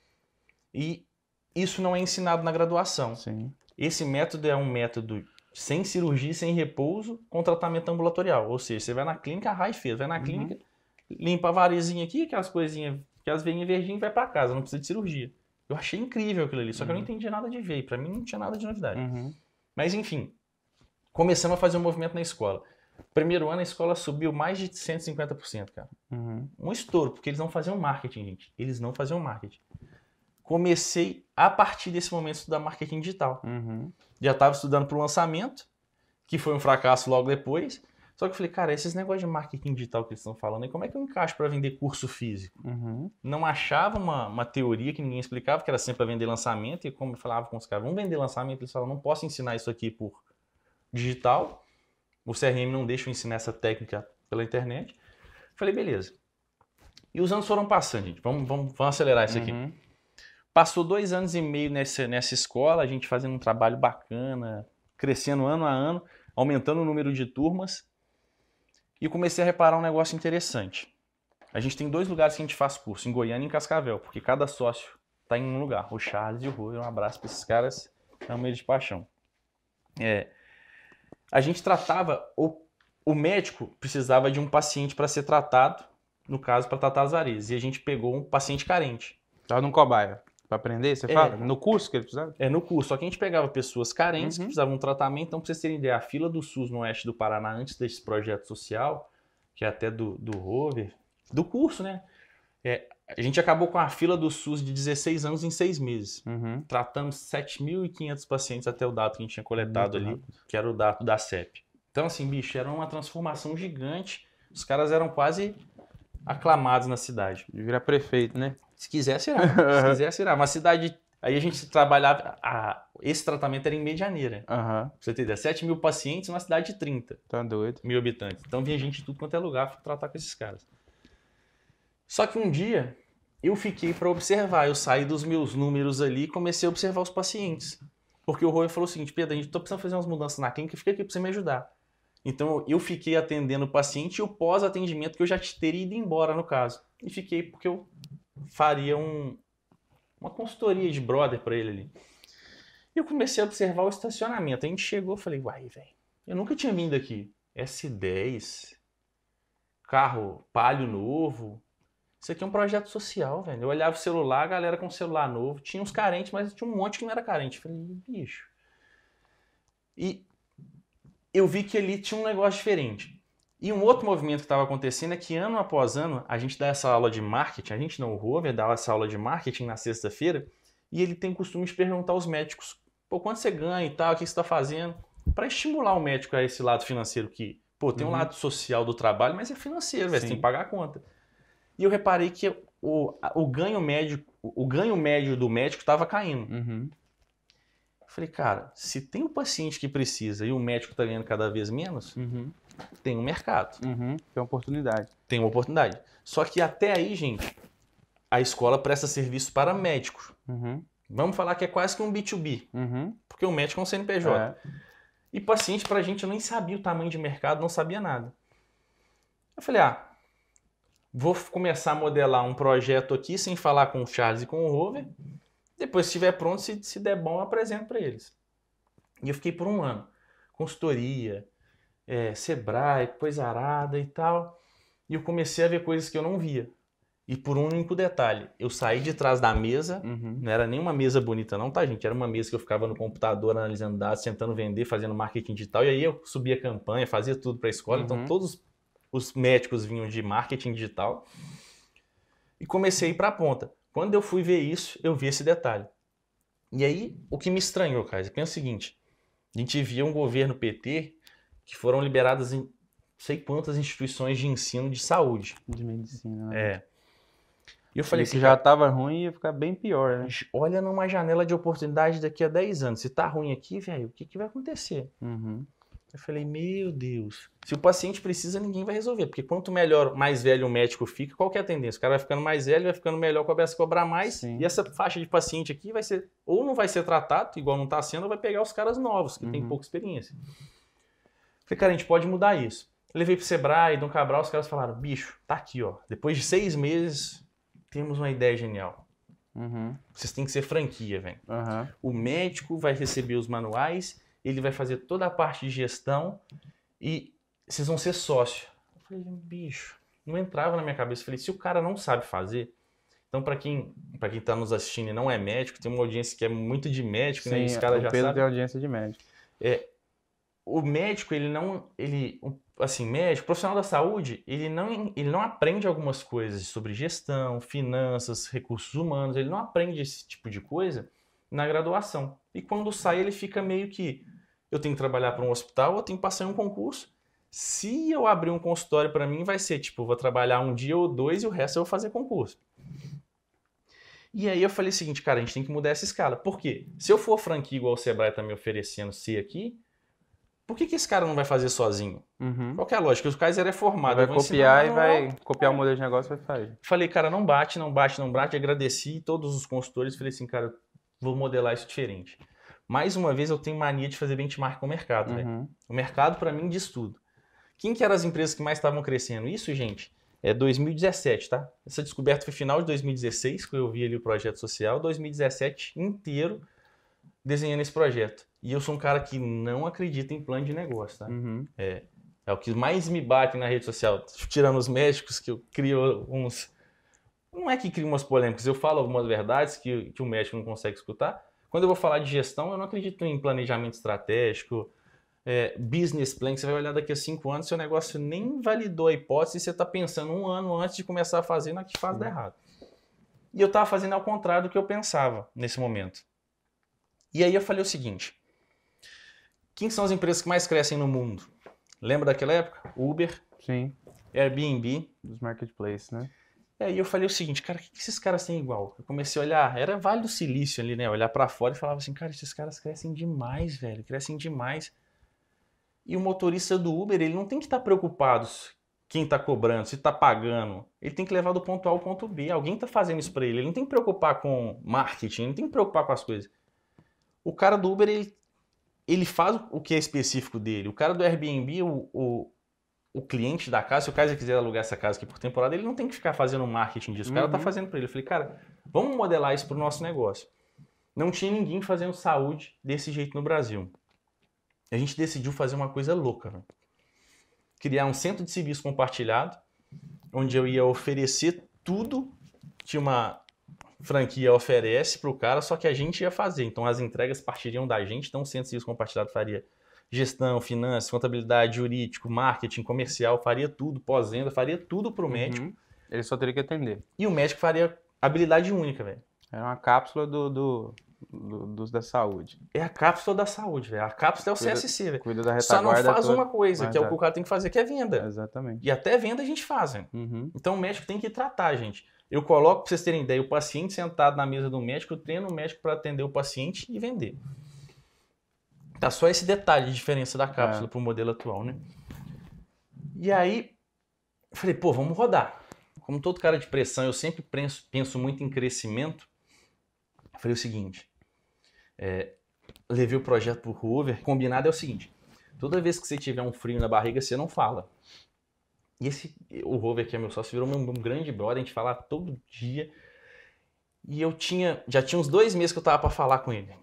E isso não é ensinado na graduação. Sim. Esse método é um método sem cirurgia, sem repouso, com tratamento ambulatorial. Ou seja, você vai na clínica, raio e fez, vai na Uhum. clínica, limpa a varizinha aqui, aquelas coisinhas, aquelas veinhas verdinhas e vai para casa, não precisa de cirurgia. Eu achei incrível aquilo ali, só que eu não entendi nada de veio, para mim não tinha nada de novidade. Uhum. Mas enfim, começamos a fazer um movimento na escola. Primeiro ano a escola subiu mais de cento e cinquenta por cento, cara. Uhum. Um estouro, porque eles não faziam marketing, gente. Eles não faziam marketing. Comecei, a partir desse momento, a estudar marketing digital. Uhum. Já estava estudando para o lançamento, que foi um fracasso logo depois. Só que eu falei, cara, esses negócios de marketing digital que eles estão falando aí, como é que eu encaixo para vender curso físico? Uhum. Não achava uma, uma teoria que ninguém explicava, que era sempre para vender lançamento. E como eu falava com os caras, vamos vender lançamento, eles falavam, não posso ensinar isso aqui por digital. O C R M não deixa eu ensinar essa técnica pela internet. Falei, beleza. E os anos foram passando, gente. Vamos, vamos, vamos acelerar isso aqui. Uhum. Passou dois anos e meio nessa, nessa escola, a gente fazendo um trabalho bacana, crescendo ano a ano, aumentando o número de turmas. E comecei a reparar um negócio interessante. A gente tem dois lugares que a gente faz curso, em Goiânia e em Cascavel, porque cada sócio está em um lugar. O Charles e o Rui, um abraço para esses caras, amo eles de paixão. É, a gente tratava, o, o médico precisava de um paciente para ser tratado, no caso, para tratar as varizes, e a gente pegou um paciente carente. Tava num cobaia. Pra aprender, você É. fala? No curso que ele precisava? É, no curso. Só que a gente pegava pessoas carentes Uhum. que precisavam de um tratamento. Então, pra vocês terem ideia, a fila do SUS no oeste do Paraná, antes desse projeto social, que é até do, do Rover, do curso, né? É, a gente acabou com a fila do SUS de dezesseis anos em seis meses. Uhum. Tratando sete mil e quinhentos pacientes até o dado que a gente tinha coletado Muito ali, rápido. que era o dado da C E P. Então, assim, bicho, era uma transformação gigante. Os caras eram quase aclamados na cidade. De virar prefeito, né? Se quisesse, irá. Se quisesse, irá. Uma cidade... Aí a gente trabalhava... A, esse tratamento era em Medianeira. Aham. Pra você ter ideia, sete mil pacientes numa cidade de trinta Tá doido. mil habitantes. Então vinha gente de tudo quanto é lugar pra tratar com esses caras. Só que um dia eu fiquei para observar. Eu saí dos meus números ali e comecei a observar os pacientes. Porque o Roy falou o seguinte: Pedro, a gente tá precisando fazer umas mudanças na clínica, fica aqui para você me ajudar. Então eu fiquei atendendo o paciente e o pós-atendimento que eu já teria ido embora no caso. E fiquei porque eu faria um, uma consultoria de brother para ele ali. E eu comecei a observar o estacionamento. A gente chegou e falei, uai, velho, eu nunca tinha vindo aqui. S dez, carro Palio novo. Isso aqui é um projeto social, velho. Eu olhava o celular, a galera com celular novo. Tinha uns carentes, mas tinha um monte que não era carente. Eu falei, bicho. E eu vi que ali tinha um negócio diferente. E um outro movimento que estava acontecendo é que ano após ano, a gente dá essa aula de marketing, a gente não, o Rover dá essa aula de marketing na sexta-feira, e ele tem o costume de perguntar aos médicos, pô, quanto você ganha e tal, o que você está fazendo? Para estimular o médico a esse lado financeiro que, pô, tem um Uhum. lado social do trabalho, mas é financeiro, velho, você Sim. tem que pagar a conta. E eu reparei que o, o, ganho, médio, o ganho médio do médico estava caindo. Uhum. Eu falei, cara, se tem um paciente que precisa e o médico está ganhando cada vez menos, Uhum. tem um mercado, Uhum. Tem oportunidade. tem uma oportunidade. Só que até aí, gente, a escola presta serviço para médicos. Uhum. Vamos falar que é quase que um B dois B, Uhum. porque o médico é um C N P J. É. E paciente, pra gente, eu nem sabia o tamanho de mercado, não sabia nada. Eu falei, ah, vou começar a modelar um projeto aqui, sem falar com o Charles e com o Rover. Depois, se estiver pronto, se, se der bom, eu apresento para eles. E eu fiquei por um ano. Consultoria, é, Sebrae, coisa arada e tal. E eu comecei a ver coisas que eu não via. E por um único detalhe, eu saí de trás da mesa, Uhum. não era nem uma mesa bonita não, tá, gente? Era uma mesa que eu ficava no computador analisando dados, tentando vender, fazendo marketing digital. E aí eu subia campanha, fazia tudo para a escola. Uhum. Então todos os médicos vinham de marketing digital. E comecei a ir para a ponta. Quando eu fui ver isso, eu vi esse detalhe. E aí, o que me estranhou, cara, pensa o seguinte. A gente via um governo P T que foram liberadas em não sei quantas instituições de ensino de saúde. De medicina, né? É. E eu falei Se assim, já tava ruim, ia ficar bem pior, né? olha numa janela de oportunidade daqui a dez anos. Se tá ruim aqui, velho, o que, que vai acontecer? Uhum. Eu falei, meu Deus. Se o paciente precisa, ninguém vai resolver. Porque quanto melhor, mais velho o médico fica, qual que é a tendência? O cara vai ficando mais velho, vai ficando melhor, começa a cobrar mais. Sim. E essa faixa de paciente aqui vai ser, ou não vai ser tratado, igual não tá sendo, ou vai pegar os caras novos, que Uhum. tem pouca experiência. Falei, cara, a gente pode mudar isso. Levei pro Sebrae, Dom Cabral, os caras falaram, bicho, tá aqui, ó. Depois de seis meses, temos uma ideia genial. Uhum. Vocês têm que ser franquia, velho. Uhum. O médico vai receber os manuais, ele vai fazer toda a parte de gestão e vocês vão ser sócio. Eu falei, bicho, não entrava na minha cabeça. Eu falei, se o cara não sabe fazer, então para quem para quem tá nos assistindo e não é médico, tem uma audiência que é muito de médico, Sim, né? E os caras o já Pedro sabem. tem audiência de médico. É, o médico, ele não, ele, assim, médico, profissional da saúde, ele não, ele não aprende algumas coisas sobre gestão, finanças, recursos humanos, ele não aprende esse tipo de coisa na graduação. E quando sai, ele fica meio que, eu tenho que trabalhar para um hospital, eu tenho que passar em um concurso. Se eu abrir um consultório para mim, vai ser tipo, eu vou trabalhar um dia ou dois e o resto eu vou fazer concurso. E aí eu falei o seguinte, cara, a gente tem que mudar essa escala. Por quê? Se eu for franquia igual o Sebrae tá me oferecendo ser aqui, Por que, que esse cara não vai fazer sozinho? Uhum. Qual que é a lógica? O Kaiser é formado. Vai eu vou copiar e ensinar, vai não. copiar o modelo de negócio e vai fazer. Falei, cara, não bate, não bate, não bate. Agradeci todos os consultores. Falei assim, cara, vou modelar isso diferente. Mais uma vez, eu tenho mania de fazer benchmark com o mercado, velho. Uhum. O mercado, para mim, diz tudo. Quem que eram as empresas que mais estavam crescendo? Isso, gente, é dois mil e dezessete, tá? Essa descoberta foi final de dois mil e dezesseis, que eu vi ali o projeto social. dois mil e dezessete inteiro desenhando esse projeto. E eu sou um cara que não acredita em plano de negócio, tá? Uhum. É, é o que mais me bate na rede social. Tirando os médicos, que eu crio uns... Não é que crio umas polêmicas, eu falo algumas verdades que, que o médico não consegue escutar. Quando eu vou falar de gestão, eu não acredito em planejamento estratégico, é, business plan, que você vai olhar daqui a cinco anos, seu negócio nem validou a hipótese e você está pensando um ano antes de começar a fazer, na que faz dar errado. E eu estava fazendo ao contrário do que eu pensava nesse momento. E aí eu falei o seguinte, quem são as empresas que mais crescem no mundo? Lembra daquela época? Uber, Sim. Airbnb. Dos marketplaces, né? E aí eu falei o seguinte, cara, o que esses caras têm igual? Eu comecei a olhar, era Vale do Silício ali, né? Olhar pra fora e falava assim, cara, esses caras crescem demais, velho, crescem demais. E o motorista do Uber, ele não tem que estar preocupado quem tá cobrando, se tá pagando. Ele tem que levar do ponto A ao ponto B. Alguém tá fazendo isso pra ele. Ele não tem que preocupar com marketing, ele não tem que preocupar com as coisas. O cara do Uber, ele, ele faz o que é específico dele. O cara do Airbnb, o, o o cliente da casa, se o Kaiser quiser alugar essa casa aqui por temporada, ele não tem que ficar fazendo marketing disso. O cara tá fazendo para ele. Eu falei, cara, vamos modelar isso pro nosso negócio. Não tinha ninguém fazendo saúde desse jeito no Brasil. A gente decidiu fazer uma coisa louca, né? Criar um centro de serviço compartilhado, onde eu ia oferecer tudo que uma franquia oferece pro cara, só que a gente ia fazer. Então as entregas partiriam da gente, então o centro de serviço compartilhado faria gestão, finanças, contabilidade, jurídico, marketing, comercial, faria tudo, pós-venda, faria tudo pro médico. Uhum. Ele só teria que atender. E o médico faria habilidade única, velho. Era uma cápsula do, do, do, dos da saúde. É a cápsula da saúde, velho. A cápsula é o Cuida- C S C, velho. Cuida da Só não retaguarda faz toda. uma coisa, que é o que Exato. o cara tem que fazer, que é venda. Exatamente. E até venda a gente faz, velho. Uhum. Então o médico tem que tratar, gente. Eu coloco, pra vocês terem ideia, o paciente sentado na mesa do médico, eu treino o médico para atender o paciente e vender. Tá só esse detalhe de diferença da cápsula É. pro modelo atual, né? E aí, eu falei, pô, vamos rodar. Como todo cara de pressão, eu sempre penso, penso muito em crescimento. Eu falei o seguinte, é, levei o projeto pro Hoover, combinado é o seguinte, toda vez que você tiver um frio na barriga, você não fala. E esse, o Hoover, que é meu sócio, virou um, um grande brother, a gente fala todo dia. E eu tinha, já tinha uns dois meses que eu tava para falar com ele.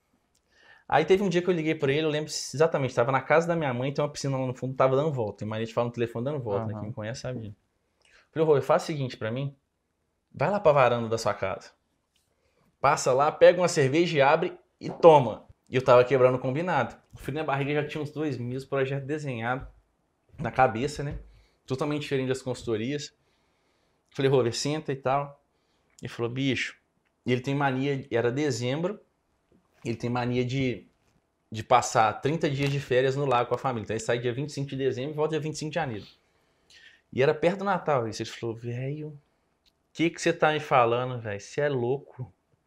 Aí teve um dia que eu liguei pra ele, eu lembro exatamente, estava na casa da minha mãe, tem uma piscina lá no fundo, tava dando volta. Tem mania de falar no telefone dando volta, né? Aham. Quem me conhece sabe. Falei, Rô, faz o seguinte pra mim, vai lá pra varanda da sua casa. Passa lá, pega uma cerveja e abre e toma. E eu tava quebrando o combinado. O frio na barriga já tinha uns dois meses, projeto desenhado na cabeça, né? Totalmente diferente das consultorias. Falei, Rô, senta e tal. Ele falou, bicho, e ele tem mania, era dezembro, ele tem mania de, de passar trinta dias de férias no lago com a família. Então ele sai dia vinte e cinco de dezembro e volta dia vinte e cinco de janeiro. E era perto do Natal isso. Ele falou, velho, o que que você tá me falando, velho? Você é louco.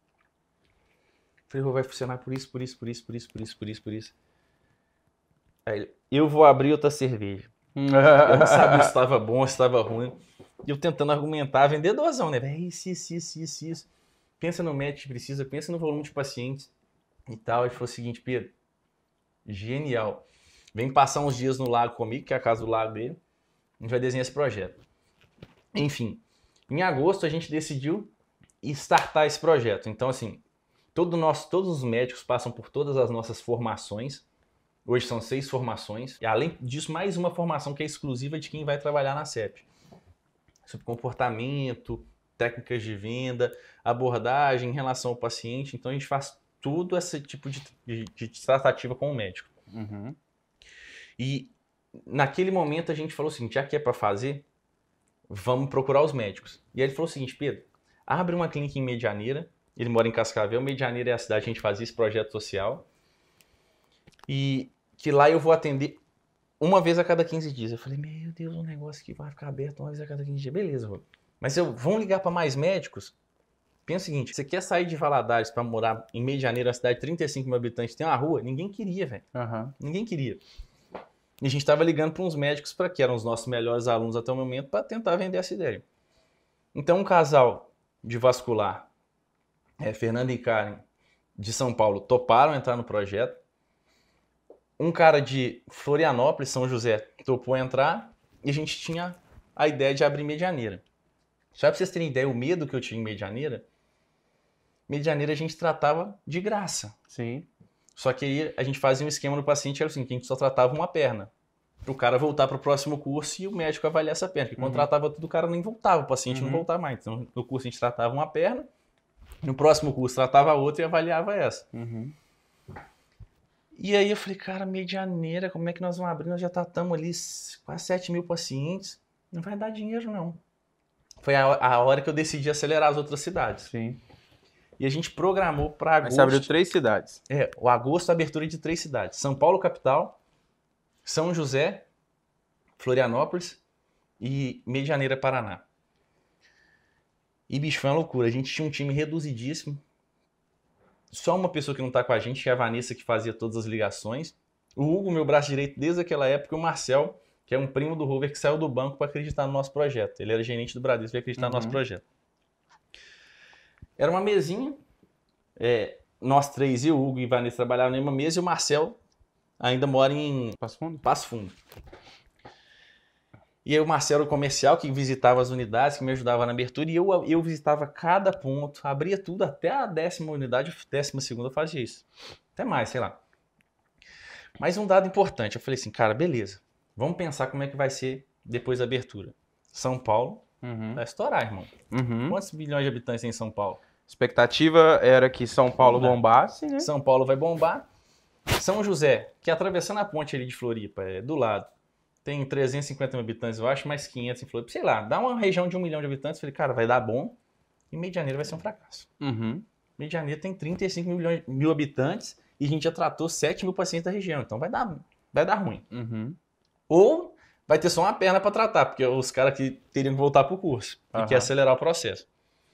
Eu falei, vai funcionar por isso, por isso, por isso, por isso, por isso, por isso, por isso. Aí ele, eu vou abrir outra cerveja. Eu não sabia se estava bom, se estava ruim. E eu tentando argumentar, vendedorzão, né? É isso, isso, isso, isso, isso. Pensa no médico que precisa, pensa no volume de pacientes e tal. Ele falou o seguinte, Pedro, genial. Vem passar uns dias no lago comigo, que é a casa do lago dele. A gente vai desenhar esse projeto. Enfim, em agosto a gente decidiu startar esse projeto. Então, assim, todo nosso, todos os médicos passam por todas as nossas formações. Hoje são seis formações. E além disso, mais uma formação que é exclusiva de quem vai trabalhar na C E P. Sobre comportamento, técnicas de venda, abordagem em relação ao paciente. Então a gente faz tudo esse tipo de, de, de tratativa com o médico. Uhum. E naquele momento a gente falou o seguinte, já que é para fazer, vamos procurar os médicos. E aí ele falou o seguinte, Pedro, abre uma clínica em Medianeira. Ele mora em Cascavel. Medianeira é a cidade que a gente fazia esse projeto social. E que lá eu vou atender uma vez a cada quinze dias. Eu falei, meu Deus, um negócio que vai ficar aberto uma vez a cada quinze dias. Beleza, Rô. Mas eu, vão ligar para mais médicos? Pensa o seguinte, você quer sair de Valadares para morar em Medianeira, uma cidade de trinta e cinco mil habitantes, tem uma rua? Ninguém queria, velho. Uhum. Ninguém queria. E a gente estava ligando para uns médicos, para que eram os nossos melhores alunos até o momento, para tentar vender essa ideia. Então, um casal de vascular, é, Fernando e Karen, de São Paulo, toparam entrar no projeto. Um cara de Florianópolis, São José, topou entrar. E a gente tinha a ideia de abrir Medianeira. Só para vocês terem ideia, o medo que eu tinha em Medianeira, Medianeira a gente tratava de graça. Sim. Só que aí a gente fazia um esquema no paciente, era assim, que a gente só tratava uma perna. Para o cara voltar para o próximo curso e o médico avaliar essa perna. Porque quando Uhum. tratava tudo, o cara nem voltava, o paciente Uhum. não voltava mais. Então, no curso a gente tratava uma perna, no próximo curso tratava a outra e avaliava essa. Uhum. E aí eu falei, cara, Medianeira, como é que nós vamos abrir? Nós já tratamos ali quase sete mil pacientes. Não vai dar dinheiro, não. Foi a, a hora que eu decidi acelerar as outras cidades. Sim. E a gente programou para agosto. Mas você abriu três cidades. É, o agosto, a abertura de três cidades. São Paulo, capital, São José, Florianópolis e Medianeira, Paraná. E, bicho, foi uma loucura. A gente tinha um time reduzidíssimo. Só uma pessoa que não tá com a gente, que é a Vanessa, que fazia todas as ligações. O Hugo, meu braço direito desde aquela época, e o Marcel, que é um primo do Rover, que saiu do banco para acreditar no nosso projeto. Ele era gerente do Bradesco, veio acreditar Uhum. no nosso projeto. Era uma mesinha, é, nós três, e o Hugo e a Vanessa trabalhavam na mesma mesa, e o Marcel ainda mora em Passo Fundo? Passo Fundo. E aí o Marcelo, o comercial, que visitava as unidades, que me ajudava na abertura, e eu, eu visitava cada ponto, abria tudo, até a décima unidade, décima segunda eu fazia isso. Até mais, sei lá. Mas um dado importante, eu falei assim, cara, beleza, vamos pensar como é que vai ser depois da abertura. São Paulo Uhum. vai estourar, irmão. Uhum. Quantos milhões de habitantes tem em São Paulo? Expectativa era que São Paulo Vamos lá. bombasse, né? São Paulo vai bombar. São José, que é atravessando a ponte ali de Floripa, é do lado, tem trezentos e cinquenta mil habitantes, eu acho, mais quinhentos em Floripa. Sei lá, dá uma região de um milhão de habitantes. Falei, cara, vai dar bom. E Medianeira vai ser um fracasso. Uhum. Medianeira tem trinta e cinco milhões, mil habitantes e a gente já tratou sete mil pacientes da região. Então vai dar, vai dar ruim. Uhum. Ou vai ter só uma perna para tratar, porque os caras que teriam que voltar pro curso. E Aham. quer acelerar o processo.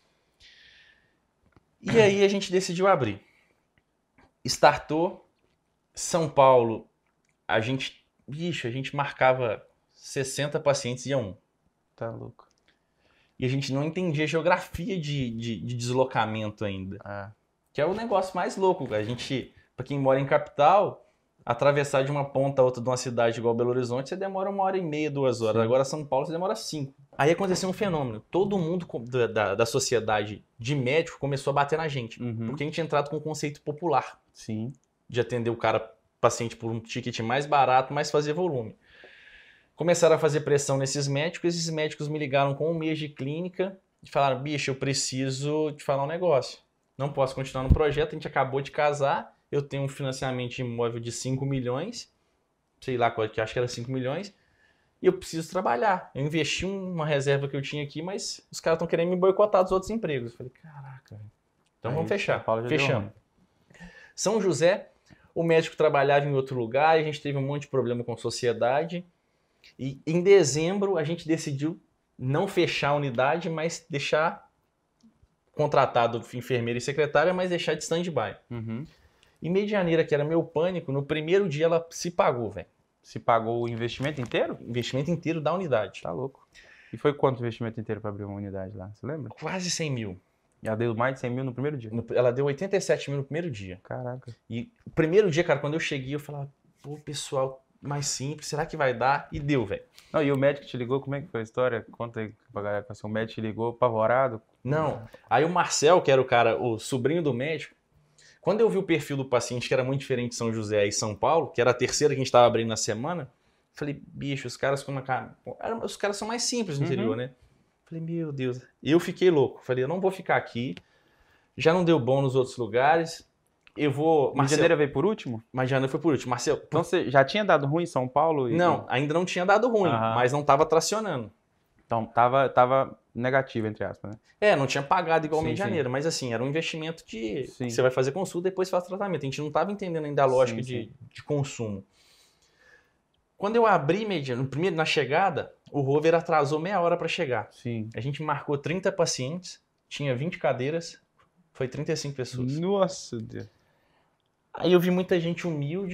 E aí a gente decidiu abrir. Startou São Paulo. A gente, bicho, a gente marcava sessenta pacientes e ia um. Tá louco. E a gente não entendia a geografia de, de, de deslocamento ainda. Ah. Que é o negócio mais louco. A gente, pra quem mora em capital, atravessar de uma ponta a outra de uma cidade igual Belo Horizonte, você demora uma hora e meia, duas horas. Sim. Agora São Paulo, você demora cinco. Aí aconteceu um fenômeno. Todo mundo da, da, da sociedade de médico começou a bater na gente. Uhum. Porque a gente tinha entrado com um conceito popular Sim. de atender o cara, paciente, por um ticket mais barato, mas fazer volume. Começaram a fazer pressão nesses médicos, esses médicos me ligaram com um mês de clínica e falaram, bicho, eu preciso te falar um negócio. Não posso continuar no projeto, a gente acabou de casar, eu tenho um financiamento de imóvel de cinco milhões, sei lá qual que acho que era cinco milhões, e eu preciso trabalhar. Eu investi uma reserva que eu tinha aqui, mas os caras estão querendo me boicotar dos outros empregos. Eu falei, caraca, então Aí, vamos fechar. São Paulo já deu Fechamos. ruim. São José, o médico trabalhava em outro lugar, a gente teve um monte de problema com sociedade. E em dezembro a gente decidiu não fechar a unidade, mas deixar contratado enfermeira e secretária, mas deixar de stand-by. Uhum. E Medianeira, que era meu pânico, no primeiro dia ela se pagou, velho. Se pagou o investimento inteiro? Investimento inteiro da unidade. Tá louco. E foi quanto o investimento inteiro para abrir uma unidade lá? Você lembra? Quase cem mil. Já deu mais de cem mil no primeiro dia? No- Ela deu oitenta e sete mil no primeiro dia. Caraca. E o primeiro dia, cara, quando eu cheguei, eu falava, pô, pessoal, mais simples, será que vai dar? E deu, velho. Não, e o médico te ligou, como é que foi a história? Conta aí pra galera, assim, o médico te ligou apavorado. Não. Aí o Marcel, que era o cara, o sobrinho do médico, quando eu vi o perfil do paciente, que era muito diferente de São José e São Paulo, que era a terceira que a gente estava abrindo na semana, falei, bicho, os caras com uma cara. Os caras são mais simples no Uhum. interior, né? Falei, meu Deus. E eu fiquei louco. Falei, eu não vou ficar aqui. Já não deu bom nos outros lugares. Eu vou. Marcelo Janeiro veio por último? Mas Janeiro foi por último. Marcelo. Então você já tinha dado ruim em São Paulo? E... Não, ainda não tinha dado ruim, Aham. mas não estava tracionando. Então tava, tava negativo, entre aspas, né? É, não tinha pagado igual Sim, Meio de Janeiro, mas assim, era um investimento de. Sim. Você vai fazer consulta, depois faz tratamento. A gente não estava entendendo ainda a lógica Sim, de, sim. de consumo. Quando eu abri Meio no primeiro, na chegada, o rover atrasou meia hora para chegar. Sim. A gente marcou trinta pacientes, tinha vinte cadeiras, foi trinta e cinco pessoas. Nossa Deus. Aí eu vi muita gente humilde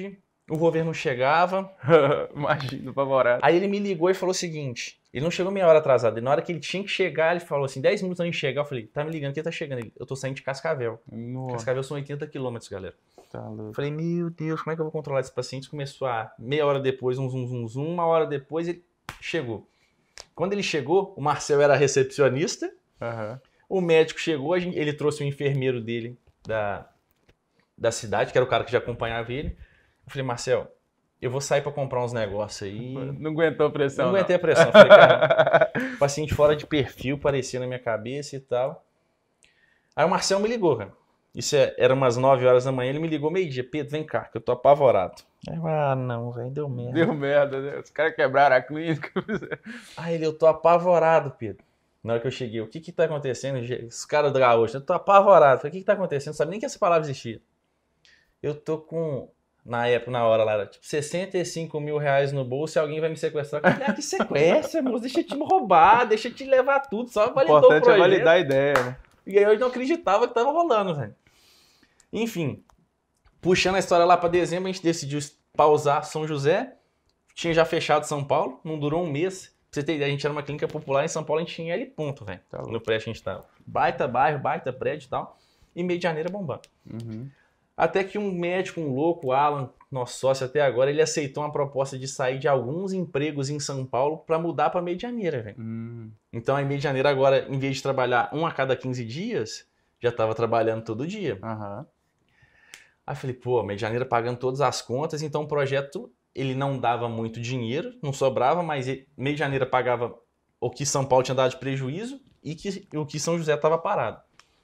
o Rover não chegava. Imagina, apavorado. Aí ele me ligou e falou o seguinte, ele não chegou meia hora atrasado, e na hora que ele tinha que chegar, ele falou assim, dez minutos antes de chegar, eu falei, tá me ligando, quem tá chegando? Ele, eu tô saindo de Cascavel. Nossa. Cascavel são oitenta quilômetros, galera. Tá louco. Eu falei, meu Deus, como é que eu vou controlar esse paciente? Começou a meia hora depois, um zum, zum, zum, uma hora depois ele chegou. Quando ele chegou, o Marcel era recepcionista, Uhum. o médico chegou, a gente, ele trouxe o enfermeiro dele da, da cidade, que era o cara que já acompanhava ele. Eu falei, Marcel, eu vou sair pra comprar uns negócios aí. Não aguentou a pressão, Não não. aguentei a pressão. Falei, cara, paciente fora de perfil, parecia na minha cabeça e tal. Aí o Marcel me ligou, cara. Isso é, era umas nove horas da manhã, ele me ligou meio-dia. Pedro, vem cá, que eu tô apavorado. Aí eu, ah, não, velho, deu merda. Deu merda, né? Os caras quebraram a clínica. Aí ele, eu tô apavorado, Pedro. Na hora que eu cheguei, o que que tá acontecendo? Os caras do gaúcho, eu tô apavorado. Falei, o que que tá acontecendo? Não sabe nem que essa palavra existia. Eu tô com, na época, na hora lá, era, tipo, sessenta e cinco mil reais no bolso e alguém vai me sequestrar. Eu falei, ah, que sequestra, moço, deixa eu te roubar, deixa eu te levar tudo, só O validou o importante projeto. é validar a ideia, né? E aí eu não acreditava que tava rolando, velho. Enfim, puxando a história lá pra dezembro, a gente decidiu pausar São José. Tinha já fechado São Paulo, não durou um mês. Pra você ter ideia, a gente era uma clínica popular em São Paulo, a gente tinha L ponto, velho. Tá No prédio que a gente tava. Baita bairro, baita prédio e tal. E meio de janeiro bombando. Uhum. Até que um médico, um louco, o Alan, nosso sócio até agora, ele aceitou uma proposta de sair de alguns empregos em São Paulo pra mudar pra Medianeira, velho. Hum. Então a Medianeira agora, em vez de trabalhar um a cada quinze dias, já tava trabalhando todo dia. Aham. Aí eu falei, pô, Medianeira pagando todas as contas, então o projeto, ele não dava muito dinheiro, não sobrava, mas ele, Medianeira pagava o que São Paulo tinha dado de prejuízo e que, o que São José estava parado.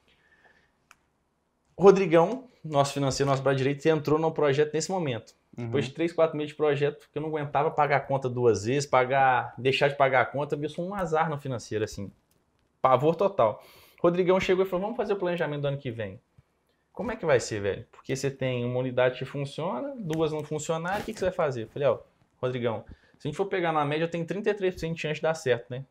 O Rodrigão, nosso financeiro, nosso braço direito, entrou no projeto nesse momento. Uhum. Depois de três, quatro meses de projeto, porque eu não aguentava pagar a conta duas vezes, pagar, deixar de pagar a conta, eu sou um azar no financeiro, assim. Pavor total. O Rodrigão chegou e falou, vamos fazer o planejamento do ano que vem. Como é que vai ser, velho? Porque você tem uma unidade que funciona, duas não funcionarem, o que, que você vai fazer? Eu falei, ó, Rodrigão, se a gente for pegar na média, eu tenho trinta e três por cento de chance de dar certo, né?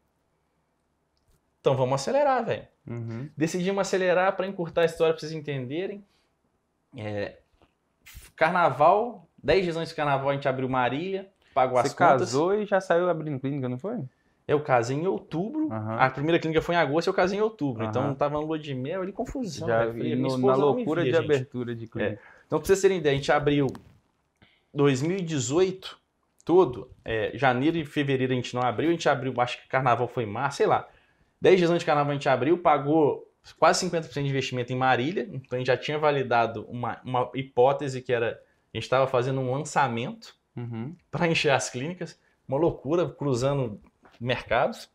Então vamos acelerar, velho. Uhum. Decidimos acelerar para encurtar a história para vocês entenderem. É, carnaval, dez dias antes do carnaval a gente abriu Marília, pagou Você as contas. casou e já saiu abrindo clínica, não foi? Eu casei em outubro, Uhum. a primeira clínica foi em agosto, eu casei em outubro. Uhum. Então tava no lua de mel, ele confusão. Já velho. vi Minha no- esposa na não me loucura via, de gente. abertura de clínica. Então, pra vocês terem ideia, a gente abriu dois mil e dezoito todo, é, janeiro e fevereiro a gente não abriu, a gente abriu, acho que carnaval foi em março, sei lá. dez dias antes do carnaval a gente abriu, pagou quase cinquenta por cento de investimento em Marília, então a gente já tinha validado uma, uma hipótese que era, a gente estava fazendo um lançamento Uhum. para encher as clínicas, uma loucura, cruzando mercados.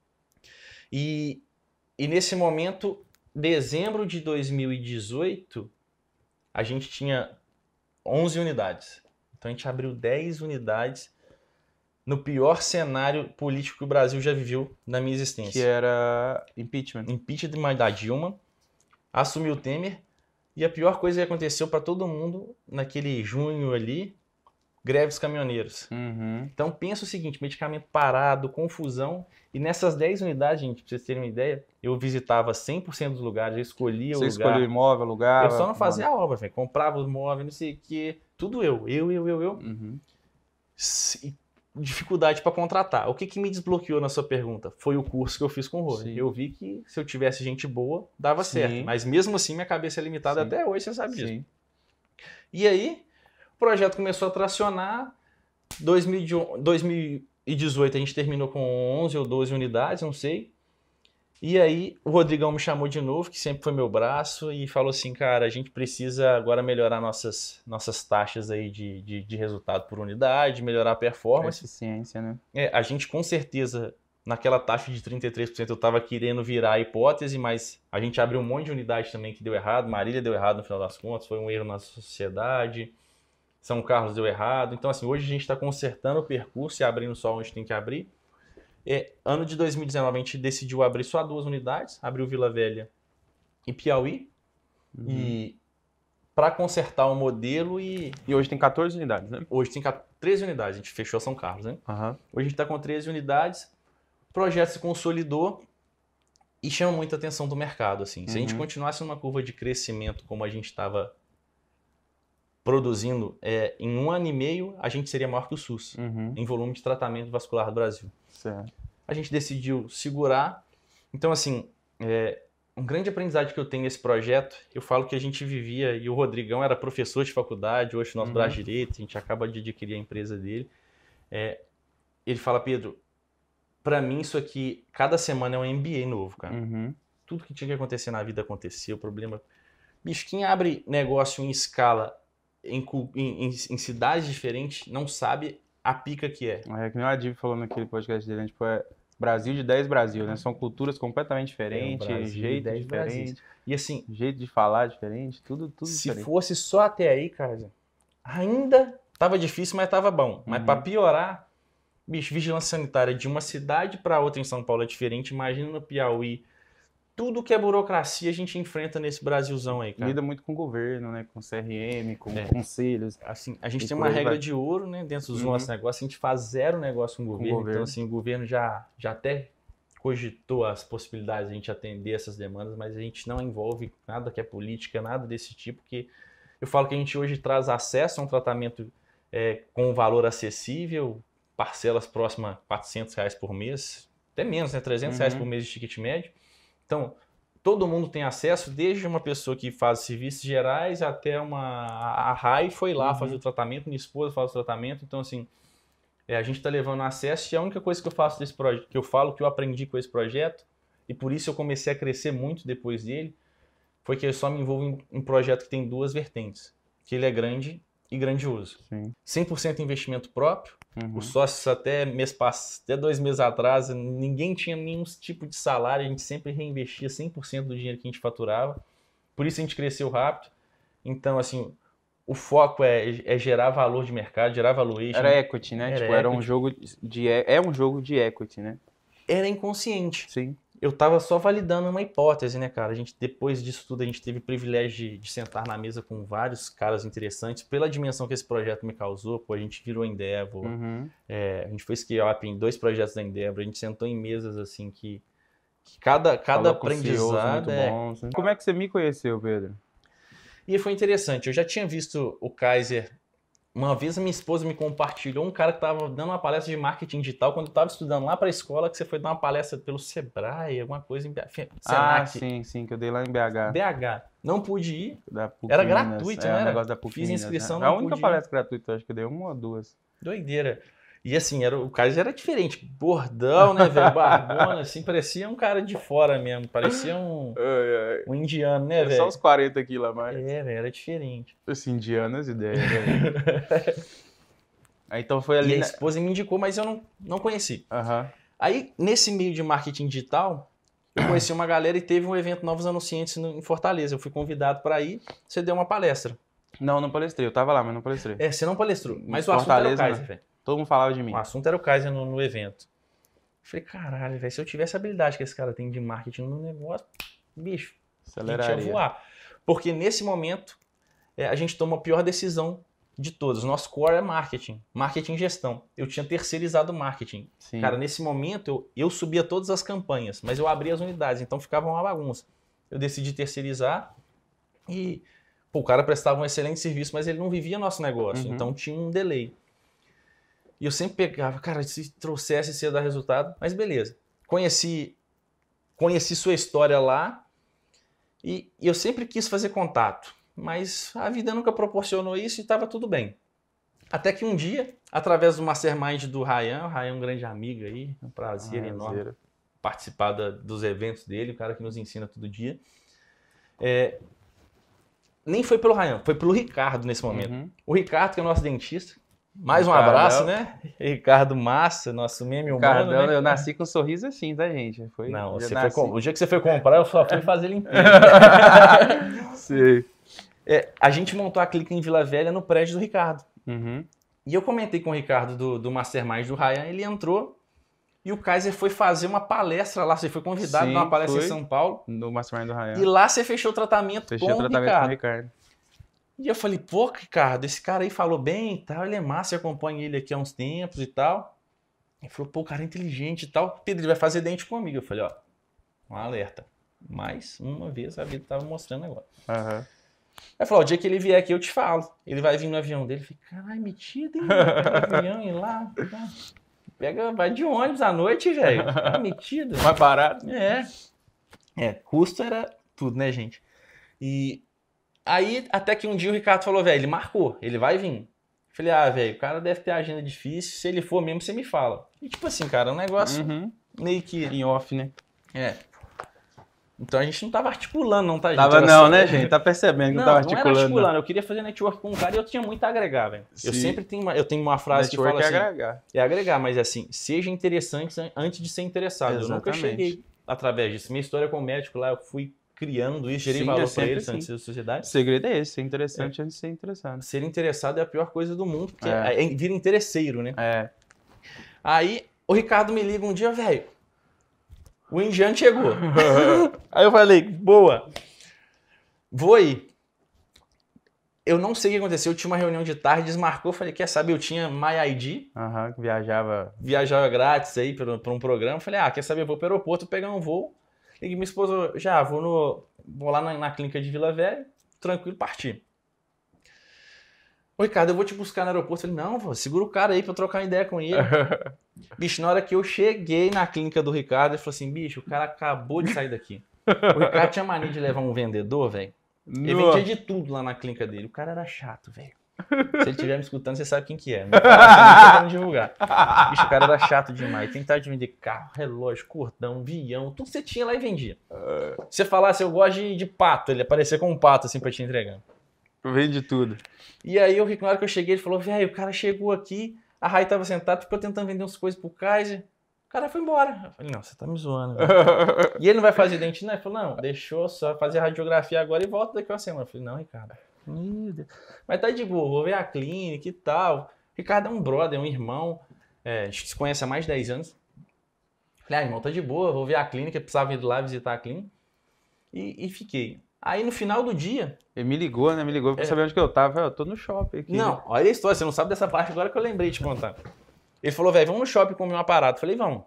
E, e nesse momento, dezembro de dois mil e dezoito, a gente tinha onze unidades. Então a gente abriu dez unidades no pior cenário político que o Brasil já viveu na minha existência. Que era impeachment. Impeachment da Dilma, assumiu o Temer, e a pior coisa que aconteceu para todo mundo naquele junho ali, greves caminhoneiros. Uhum. Então pensa o seguinte, medicamento parado, confusão, e nessas dez unidades, gente, pra vocês terem uma ideia, eu visitava cem por cento dos lugares, eu escolhia Você o lugar. escolheu o imóvel, lugar. Eu só não fazia a obra, velho. Comprava os móveis, não sei o quê. Tudo eu. Eu, eu, eu, eu. Uhum. S- Dificuldade para contratar. O que, que me desbloqueou na sua pergunta? Foi o curso que eu fiz com o Rony. Sim. Eu vi que se eu tivesse gente boa, dava Sim. certo. Mas mesmo assim, minha cabeça é limitada Sim. até hoje, você sabe disso. Sim. E aí, o projeto começou a tracionar. dois mil e dezoito a gente terminou com onze ou doze unidades, não sei. E aí o Rodrigão me chamou de novo, que sempre foi meu braço, e falou assim, cara, a gente precisa agora melhorar nossas, nossas taxas aí de, de, de resultado por unidade, melhorar a performance. Eficiência, né? É, a gente com certeza, naquela taxa de trinta e três por cento eu estava querendo virar a hipótese, mas a gente abriu um monte de unidade também que deu errado. Marília deu errado no final das contas, foi um erro na sociedade. São Carlos deu errado. Então, assim, hoje a gente está consertando o percurso e abrindo só onde tem que abrir. É, ano de dois mil e dezenove, a gente decidiu abrir só duas unidades. Abriu Vila Velha e Piauí. Uhum. E para consertar o modelo e... E hoje tem quatorze unidades, né? Hoje tem treze unidades. A gente fechou São Carlos, né? Uhum. Hoje a gente está com treze unidades. O projeto se consolidou e chama muita atenção do mercado, assim. Se a gente Uhum. continuasse numa curva de crescimento como a gente estava produzindo, é, em um ano e meio, a gente seria maior que o SUS, Uhum. em volume de tratamento vascular do Brasil. Certo. A gente decidiu segurar. Então, assim, é, um grande aprendizado que eu tenho nesse projeto, eu falo que a gente vivia, e o Rodrigão era professor de faculdade, hoje o nosso Uhum. braço direito, a gente acaba de adquirir a empresa dele. É, ele fala, Pedro, pra mim isso aqui, cada semana é um M B A novo, cara. Uhum. Tudo que tinha que acontecer na vida aconteceu, o problema... Bicho, quem abre negócio em escala, em, em, em, em cidades diferentes, não sabe a pica que é. É que nem o Adib falou naquele podcast dele, né? Tipo, é Brasil de dez Brasil, né? São culturas completamente diferentes, É, Brasil, jeito dez diferente, Brasis. E assim, jeito de falar diferente, tudo, tudo se diferente. fosse só até aí, cara, ainda tava difícil, mas tava bom. Mas Uhum. pra piorar, bicho, vigilância sanitária de uma cidade pra outra em São Paulo é diferente. Imagina no Piauí. Tudo que é burocracia a gente enfrenta nesse Brasilzão aí, cara. Lida muito com o governo, né? Com C R M, com É. conselhos. Assim, a gente E tem por uma aí regra vai. de ouro, né, dentro dos Uhum. nossos negócios, a gente faz zero negócio com o governo, governo. então assim, o governo já, já até cogitou as possibilidades de a gente atender essas demandas, mas a gente não envolve nada que é política, nada desse tipo, que eu falo que a gente hoje traz acesso a um tratamento é, com um valor acessível, parcelas próximas a quatrocentos reais por mês, até menos, né, trezentos reais Uhum. por mês de ticket médio, então... Todo mundo tem acesso, desde uma pessoa que faz serviços gerais até uma... A Rai foi lá Uhum. fazer o tratamento, minha esposa faz o tratamento. Então, assim, é, a gente está levando acesso e a única coisa que eu faço desse projeto, que eu falo que eu aprendi com esse projeto, e por isso eu comecei a crescer muito depois dele, foi que eu só me envolvo em um projeto que tem duas vertentes. Que ele é grande e grandioso. Sim. cem por cento investimento próprio. Uhum. Os sócios até mês pass... até dois meses atrás, ninguém tinha nenhum tipo de salário, a gente sempre reinvestia cem por cento do dinheiro que a gente faturava. Por isso a gente cresceu rápido. Então, assim, o foco é, é gerar valor de mercado, gerar valuation. Era equity, né? Era tipo, era um equity. jogo de... É um jogo de equity, né? Era inconsciente. Sim. Eu tava só validando uma hipótese, né, cara? A gente, depois disso tudo, a gente teve o privilégio de, de sentar na mesa com vários caras interessantes, pela dimensão que esse projeto me causou. Pô, a gente virou Endeavor, Uhum. é, a gente foi scale-up em dois projetos da Endeavor, a gente sentou em mesas, assim, que, que cada, cada Falou com C E Os aprendizado... muito é... bons, né? Como é que você me conheceu, Pedro? E foi interessante, eu já tinha visto o Kaiser... Uma vez a minha esposa me compartilhou um cara que estava dando uma palestra de marketing digital quando eu estava estudando lá para a escola, que você foi dar uma palestra pelo Sebrae, alguma coisa em Senac. Ah, sim, sim, que eu dei lá em B H. B H. Não pude ir. Da P U C Era Minas. gratuito, é, não o era? negócio da P U C Fiz Minas, inscrição, né? não A única pude ir. palestra gratuita, acho que eu dei uma ou duas. Doideira. E assim, era, o Kaiser era diferente. Bordão, né, velho? Barbona, assim, parecia um cara de fora mesmo. Parecia um, Ai, ai. um indiano, né, É velho? só uns quarenta quilos a mais. É, velho, era diferente. Esse indiano, as ideias, velho. Aí, então foi ali... E a na- esposa me indicou, mas eu não, não conheci. Aham. Aí, nesse meio de marketing digital, eu conheci uma galera e teve um evento Novos Anunciantes no- em Fortaleza. Eu fui convidado para ir, você deu uma palestra. Não, não palestrei. Eu tava lá, mas não palestrei. É, você não palestrou, mas o assunto Fortaleza, era o Kaiser, né? velho. Todo mundo falava de mim. O assunto era o Kaiser no, no evento. Eu falei, caralho, velho, se eu tivesse a habilidade que esse cara tem de marketing no negócio, bicho, a gente ia Aceleraria. voar. Porque nesse momento, é, a gente toma a pior decisão de todas. Nosso core é marketing, marketing e gestão. Eu tinha terceirizado o marketing. Sim. Cara, nesse momento, eu, eu subia todas as campanhas, mas eu abria as unidades, então ficava uma bagunça. Eu decidi terceirizar e pô, o cara prestava um excelente serviço, mas ele não vivia nosso negócio, Uhum. então tinha um delay. E eu sempre pegava, cara, se trouxesse, isso ia dar resultado, mas beleza. Conheci, conheci sua história lá e, e eu sempre quis fazer contato, mas a vida nunca proporcionou isso e estava tudo bem. Até que um dia, através do Mastermind do Ryan, o Ryan é um grande amigo aí, um prazer Ah, enorme zero. participar da- dos eventos dele, o cara que nos ensina todo dia. É, nem foi pelo Ryan, foi pelo Ricardo nesse momento. Uhum. O Ricardo, que é o nosso dentista, mais um Ricardão. abraço, né? Ricardo Massa, nosso meme humano, Cardão, né? eu nasci com um sorriso assim, tá, gente? Foi, Não, já você nasci. foi com- o dia que você foi comprar, eu só fui fazer limpeza. Sei. É, a gente montou a Clica em Vila Velha no prédio do Ricardo. Uhum. E eu comentei com o Ricardo do, do Mastermind do Ryan, ele entrou e o Kaiser foi fazer uma palestra lá. Você foi convidado Sim, a uma palestra foi. em São Paulo. No Mastermind do Ryan. E lá você fechou o tratamento Fechei com o tratamento o com o Ricardo. Ricardo. E eu falei, pô, Ricardo, esse cara aí falou bem e tal, ele é massa, eu acompanho ele aqui há uns tempos e tal. Ele falou, pô, o cara é inteligente e tal. Pedro, ele vai fazer dente comigo. Eu falei, ó, um alerta. Mais uma vez a vida tava mostrando agora. Aham. Aí falou, o dia que ele vier aqui eu te falo. Ele vai vir no avião dele. Eu falei, caralho, metido, hein? Pega o avião e lá. Tá. Pega, vai de ônibus à noite, velho. Tá metido. Mais barato. É. É, custo era tudo, né, gente? E aí, até que um dia o Ricardo falou, velho, ele marcou, ele vai vir. Falei, ah, velho, o cara deve ter agenda difícil, se ele for mesmo, você me fala. E tipo assim, cara, um negócio Uhum. meio que... Em off, né? É. Então a gente não tava articulando, não, tá, gente? Tava Era não, só- né, gente? Tá percebendo que Não, não tava não era articulando. articulando, eu queria fazer network com um cara e eu tinha muito a agregar, velho. Eu Sim. sempre tenho uma, eu tenho uma frase Network que é fala assim, agregar. é agregar, mas assim, seja interessante antes de ser interessado. Eu nunca Exatamente. cheguei através disso. Minha história com o médico lá, eu fui criando isso, gerei Sim, valor é pra sempre eles antes assim. da sociedade. O segredo é esse, ser interessante antes de ser interessado. Ser interessado é a pior coisa do mundo, porque É. é- vira interesseiro, né? É. Aí o Ricardo me liga um dia, velho, o indiano chegou. Aí eu falei, boa, vou aí. Eu não sei o que aconteceu, eu tinha uma reunião de tarde, desmarcou, falei, quer saber, eu tinha My I D, Aham, que viajava. viajava grátis aí para um programa, falei, ah, quer saber, eu vou para o aeroporto pegar um voo. E minha esposa, já, vou, no, vou lá na, na clínica de Vila Velha, tranquilo, parti. Ô, Ricardo, eu vou te buscar no aeroporto. Eu falei, não, vô, segura o cara aí pra eu trocar uma ideia com ele. Bicho, na hora que eu cheguei na clínica do Ricardo, ele falou assim, bicho, o cara acabou de sair daqui. O Ricardo tinha mania de levar um vendedor, velho. Ele Nossa. vendia de tudo lá na clínica dele. O cara era chato, velho. Se ele estiver me escutando, você sabe quem que é. Não fala assim, não tô querendo divulgar. Bicho, o cara era chato demais. Tentava de vender carro, relógio, cordão, avião, tudo que você tinha lá e vendia. Se você falasse, eu gosto de, de pato, ele aparecia com um pato assim pra te entregar. Vende tudo. E aí, eu vi que na hora que eu cheguei, ele falou, velho, o cara chegou aqui, a Rai tava sentada, ficou tentando vender umas coisas pro Kaiser. O cara foi embora. Eu falei, não, você tá me zoando, velho. E ele não vai fazer dente, não? Ele falou, não, deixou só fazer a radiografia agora e volta daqui a uma semana. Eu falei, não, Ricardo. Meu Deus. Mas tá de boa, vou ver a clínica e tal. Ricardo é um brother, é um irmão. É, acho que se conhece há mais de dez anos. Falei, ah, irmão, tá de boa, vou ver a clínica, precisava ir lá visitar a clínica. E, e fiquei. Aí no final do dia. Ele me ligou, né? Me ligou pra É. saber onde que eu tava. Eu tô no shopping aqui. Não, olha a história, você não sabe dessa parte agora que eu lembrei de te contar. Ele falou, velho, vamos no shopping comer um aparato. Eu falei, vamos.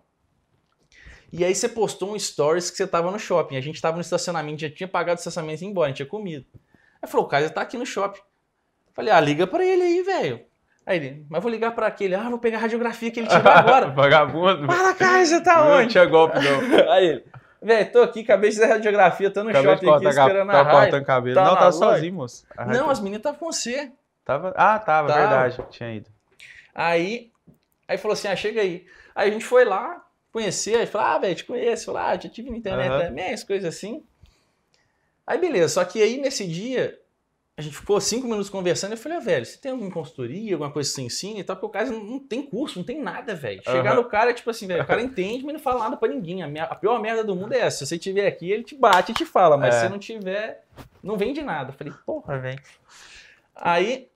E aí você postou um stories que você tava no shopping. A gente tava no estacionamento, já tinha pagado o estacionamento e ia embora, a gente tinha comido. Aí falou, o Kaiser tá aqui no shopping. Eu falei, ah, liga pra ele aí, velho. Aí ele, mas vou ligar pra aquele. Ah, vou pegar a radiografia que ele tirou agora. Vagabundo. Para, Kaiser, tá Não onde? tinha golpe, não. Aí ele, velho, tô aqui, acabei de fazer a radiografia, tô no Acabei de shopping aqui cortar, ca- esperando a tava Rai. cortando cabelo. Tá não, na tava loja? sozinho, moço. A Rai Não, tá- as meninas estavam com você. Tava... Ah, tava, Tava. verdade. Tinha ido. Aí, aí falou assim, ah, chega aí. Aí a gente foi lá, conhecer, aí falou, ah, velho, te conheço. Falou, ah, já tive na internet Aham. também, as coisas assim. Aí beleza, só que aí nesse dia, a gente ficou cinco minutos conversando, eu falei, ah, velho, você tem alguma consultoria, alguma coisa que você ensina e tal? Porque o cara não, não tem curso, não tem nada, velho. Chegar Aham. no cara, tipo assim, velho, o cara entende, mas não fala nada pra ninguém. A, mer- a pior merda do mundo é essa, se você tiver aqui, ele te bate e te fala, mas É. se você não tiver, não vende nada. Eu falei, porra, velho. Aí,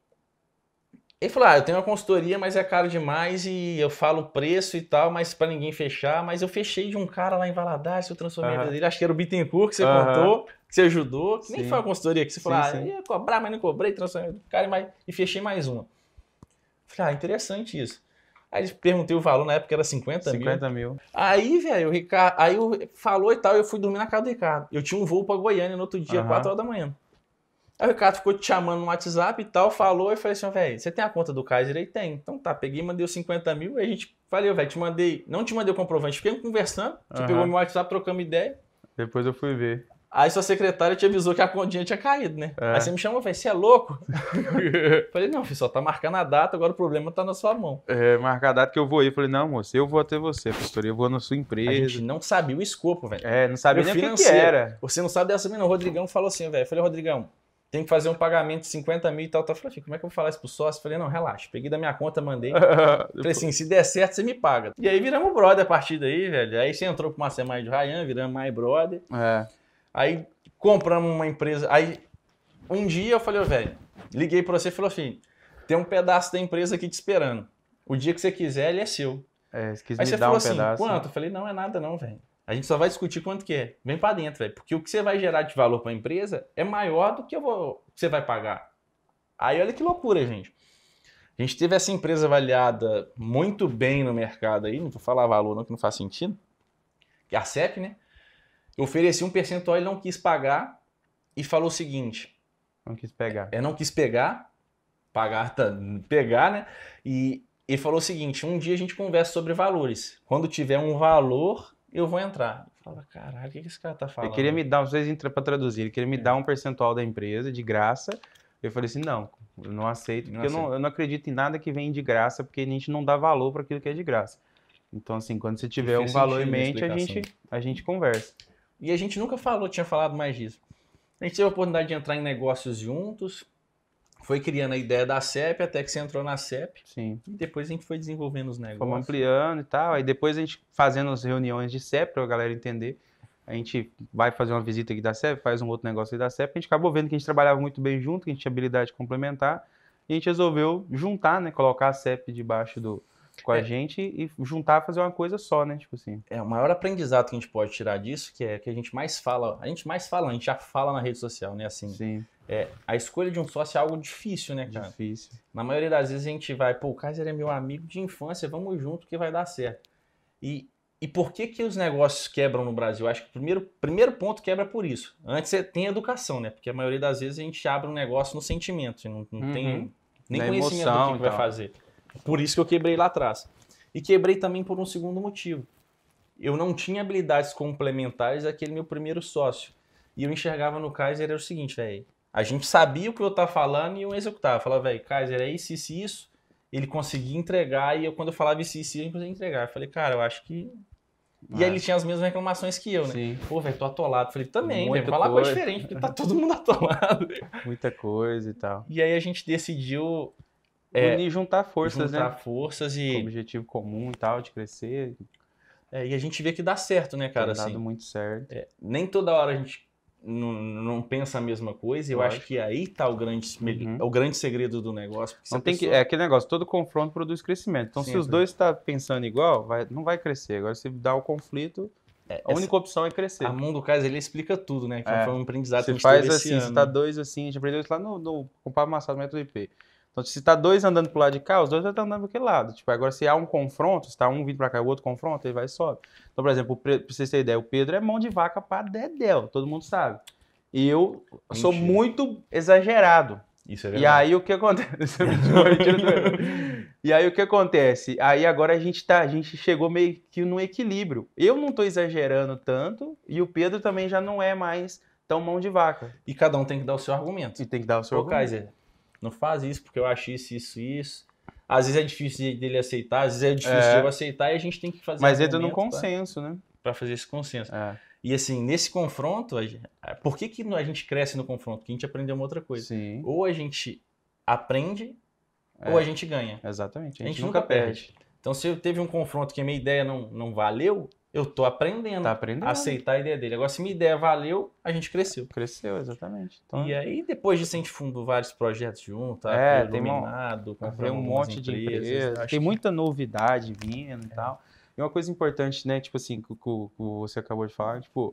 ele falou, ah, eu tenho uma consultoria, mas é caro demais e eu falo o preço e tal, mas pra ninguém fechar. Mas eu fechei de um cara lá em Valadares, eu transformei a Aham. vida dele. Acho que era o Bittencourt que você Aham. contou, que você ajudou. Que nem Sim. foi uma consultoria que você falou, Sim, ah, sim. ia cobrar, mas não cobrei, transformei o cara e, mais, e fechei mais uma. Falei, ah, interessante isso. Aí ele perguntei o valor, na época era cinquenta mil. cinquenta mil. Aí, velho, o Ricardo, aí o falou e tal, eu fui dormir na casa do Ricardo. Eu tinha um voo pra Goiânia no outro dia, Aham. quatro horas da manhã. Aí o Ricardo ficou te chamando no WhatsApp e tal, falou, e falei assim, velho, você tem a conta do Kaiser aí? Tem. Então tá, peguei, mandei os cinquenta mil, aí a gente, falei, velho, te mandei, não te mandei o comprovante, fiquei conversando, você Aham. pegou meu WhatsApp, trocamos ideia, Depois eu fui ver. aí sua secretária te avisou que a continha tinha caído, né? É. Aí você me chamou, velho, você é louco? Falei, não, filho, só tá marcando a data, agora o problema tá na sua mão. É, marcar a data que eu vou ir. Falei, não, moço, eu vou até você, pastor. Eu vou na sua A empresa. gente não sabia o escopo, velho. É, não sabia Meu nem o que que financeiro. era. Você não sabe dessa mina, o Rodrigão falou assim, velho. Eu falei, Rodrigão, tem que fazer um pagamento de cinquenta mil e tal. tal. Eu falei, filho, como é que eu vou falar isso pro sócio? Eu falei, não, relaxa. Peguei da minha conta, mandei. Falei assim, se der certo, você me paga. E aí viramos brother a partir daí, velho. Aí você entrou pra uma semana de Ryan, viramos mais brother. É. Aí compramos uma empresa. Aí um dia eu falei, ô, velho, liguei pra você e falou assim, tem um pedaço da empresa aqui te esperando. O dia que você quiser, ele é seu. É, se quis Aí me você dar falou um assim, pedaço. quanto? Eu falei, não é nada não, velho. A gente só vai discutir quanto que é. Vem pra dentro, velho. Porque o que você vai gerar de valor pra empresa é maior do que eu vou, que você vai pagar. Aí olha que loucura, gente. A gente teve essa empresa avaliada muito bem no mercado aí, não vou falar valor não, que não faz sentido. Que é a C E P, né? Eu ofereci um percentual, ele não quis pagar e falou o seguinte, Não quis pegar. Eu não quis pegar, pagar, tá, pegar, né? E ele falou o seguinte, um dia a gente conversa sobre valores. Quando tiver um valor, eu vou entrar. Fala, caralho, o que esse cara tá falando? Ele queria me dar, vocês entram para traduzir, ele queria me É. dar um percentual da empresa de graça. Eu falei assim, não, eu não aceito, porque Não eu, não, eu não acredito em nada que vem de graça, porque a gente não dá valor para aquilo que é de graça. Então, assim, quando você tiver um fez valor em sentido na mente, a explicação. gente, a gente conversa. E a gente nunca falou, tinha falado mais disso. A gente teve a oportunidade de entrar em negócios juntos, foi criando a ideia da C E P, até que você entrou na C E P, Sim. e depois a gente foi desenvolvendo os negócios. Fomos ampliando e tal. Aí depois a gente fazendo as reuniões de C E P para a galera entender. A gente vai fazer uma visita aqui da C E P, faz um outro negócio aqui da C E P. A gente acabou vendo que a gente trabalhava muito bem junto, que a gente tinha habilidade complementar. E a gente resolveu juntar, né? Colocar a C E P debaixo do com a É. gente e juntar, fazer uma coisa só, né? Tipo assim. É, o maior aprendizado que a gente pode tirar disso, que é que a gente mais fala, a gente mais fala, a gente já fala na rede social, né? Assim, Sim, é, a escolha de um sócio é algo difícil, né, cara? difícil. Na maioria das vezes a gente vai, pô, o Kaiser é meu amigo de infância, vamos junto que vai dar certo. E, e por que que os negócios quebram no Brasil? Eu acho que o primeiro, primeiro ponto quebra por isso. Antes você tem educação, né? Porque a maioria das vezes a gente abre um negócio no sentimento, não, não Uhum. tem nem Na conhecimento emoção do que, e que vai tal. fazer. Por isso que eu quebrei lá atrás. E quebrei também por um segundo motivo. Eu não tinha habilidades complementares àquele meu primeiro sócio. E eu enxergava no Kaiser era o seguinte, velho. A gente sabia o que eu tava falando e eu executava. Eu falava, velho, Kaiser, é isso, isso e isso. Ele conseguia entregar e eu, quando eu falava isso, isso, isso, ele conseguia entregar. Eu falei, cara, eu acho que... E Ah. aí ele tinha as mesmas reclamações que eu, né? Sim. Pô, velho, tô atolado. Eu falei, também, Muita velho, vai lá coisa coisa. diferente, porque tá todo mundo atolado. Muita coisa e tal. E aí a gente decidiu É, Unir, juntar forças, juntar né? forças Com e, objetivo comum e tal, de crescer. é, e a gente vê que dá certo, né, cara? Tem dado Assim, muito certo. é, nem toda hora a gente não, não pensa a mesma coisa. E eu Lógico. acho que aí tá o grande, Uhum. o grande segredo do negócio. Porque se Não a tem que, pessoa- é aquele negócio, todo confronto produz crescimento. Então, se Sempre. os dois estão pensando igual, vai, não vai crescer. Agora, se dá o conflito, a essa- única opção é crescer. A Mundo Kaiser, ele explica tudo, né? Que É. foi um aprendizado que a Você gente faz teve assim, esse se ano. tá dois assim, a gente aprendeu isso lá no, no com o Pablo Massado, no método I P. Então, se tá dois andando pro lado de cá, os dois vão estar andando pro aquele lado. Tipo, agora, se há um confronto, se tá um vindo pra cá e o outro confronta, ele vai e sobe. Então, por exemplo, pra vocês terem ideia, o Pedro é mão de vaca pra dedéu, todo mundo sabe. E eu sou Mentira. muito exagerado. Isso é E verdade. aí o que acontece? Mentira, mentira também. E aí o que acontece? Aí agora a gente tá, a gente chegou meio que num equilíbrio. Eu não tô exagerando tanto e o Pedro também já não é mais tão mão de vaca. E cada um tem que dar o seu argumento. E tem que dar o seu Pô, argumento. Kaiser, não faz isso porque eu acho isso, isso, isso. Às vezes é difícil dele aceitar, às vezes é difícil É. de eu aceitar e a gente tem que fazer Mas entra num argumento pra- consenso, né? pra fazer esse consenso. É. E assim, nesse confronto, a gente- por que, que a gente cresce no confronto? Porque a gente aprendeu uma outra coisa. Sim. Ou a gente aprende, É. ou a gente ganha. Exatamente. A gente, nunca, perde. Então, se eu teve um confronto que a minha ideia não, não valeu, eu tô aprendendo Tá a aprendendo. aceitar a ideia dele. Agora, se minha ideia valeu, a gente cresceu. Cresceu, exatamente. Então, E aí, depois disso, a gente fundou vários projetos juntos, tá? É, Foi tem uma- iluminado, Comprei compramos um algumas monte de empresas, empresas, acho tem que- muita novidade vindo e tal. E uma coisa importante, né, tipo assim, que, que- que você acabou de falar, tipo,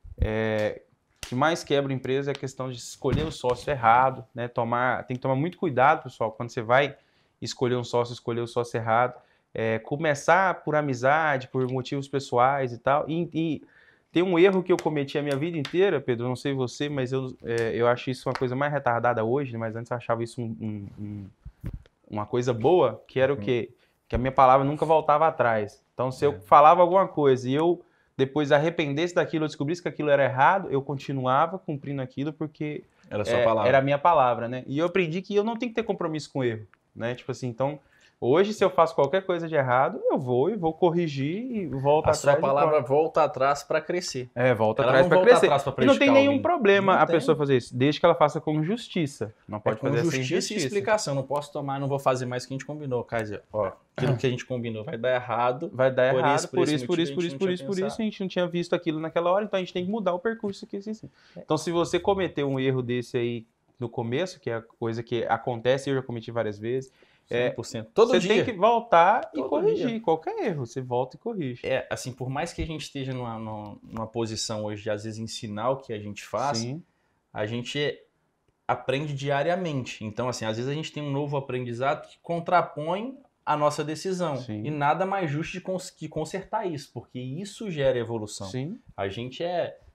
é, o que mais quebra a empresa é a questão de escolher o sócio errado, né, tomar, tem que tomar muito cuidado, pessoal, quando você vai escolher um sócio, escolher o sócio errado, é, começar por amizade, por motivos pessoais e tal, e, e tem um erro que eu cometi a minha vida inteira, Pedro, não sei você, mas eu, é, eu acho isso uma coisa mais retardada hoje, né, mas antes eu achava isso um- um- um, uma coisa boa, que era o quê? Que a minha palavra nunca voltava atrás. Então, se eu É. falava alguma coisa e eu depois arrependesse daquilo, eu descobrisse que aquilo era errado, eu continuava cumprindo aquilo porque Era a sua é, palavra. era a minha palavra, né? E eu aprendi que eu não tenho que ter compromisso com o erro, né? Tipo assim, então, hoje, se eu faço qualquer coisa de errado, eu vou e vou corrigir e volto A atrás. sua e palavra pronto. volta atrás para crescer. É, volta Ela atrás não para volta crescer. atrás pra E não tem prejudicar nenhum alguém. problema Não a tem. pessoa fazer isso, desde que ela faça com justiça. Não pode É com fazer justiça, sem justiça. e explicação. Não posso tomar, não vou fazer mais o que a gente combinou, Kaiser. Ó, aquilo que a gente combinou vai dar errado. Vai dar Por errado, isso, por por esse isso, por isso, motivo, por a isso, gente por não isso, tinha por isso, pensado. a gente não tinha visto aquilo naquela hora, então a gente tem que mudar o percurso aqui, assim, assim. Então, se você cometeu um erro desse aí no começo, que é a coisa que acontece, eu já cometi várias vezes, cem por cento. Todo você dia. tem que voltar e Todo corrigir. dia. Qualquer erro, você volta e corrige. É, assim, por mais que a gente esteja numa, numa, numa posição hoje de, às vezes, ensinar o que a gente faz, Sim, a gente aprende diariamente. Então, assim, às vezes a gente tem um novo aprendizado que contrapõe a nossa decisão. Sim. E nada mais justo de cons- que consertar isso, porque isso gera evolução. sim. A gente é...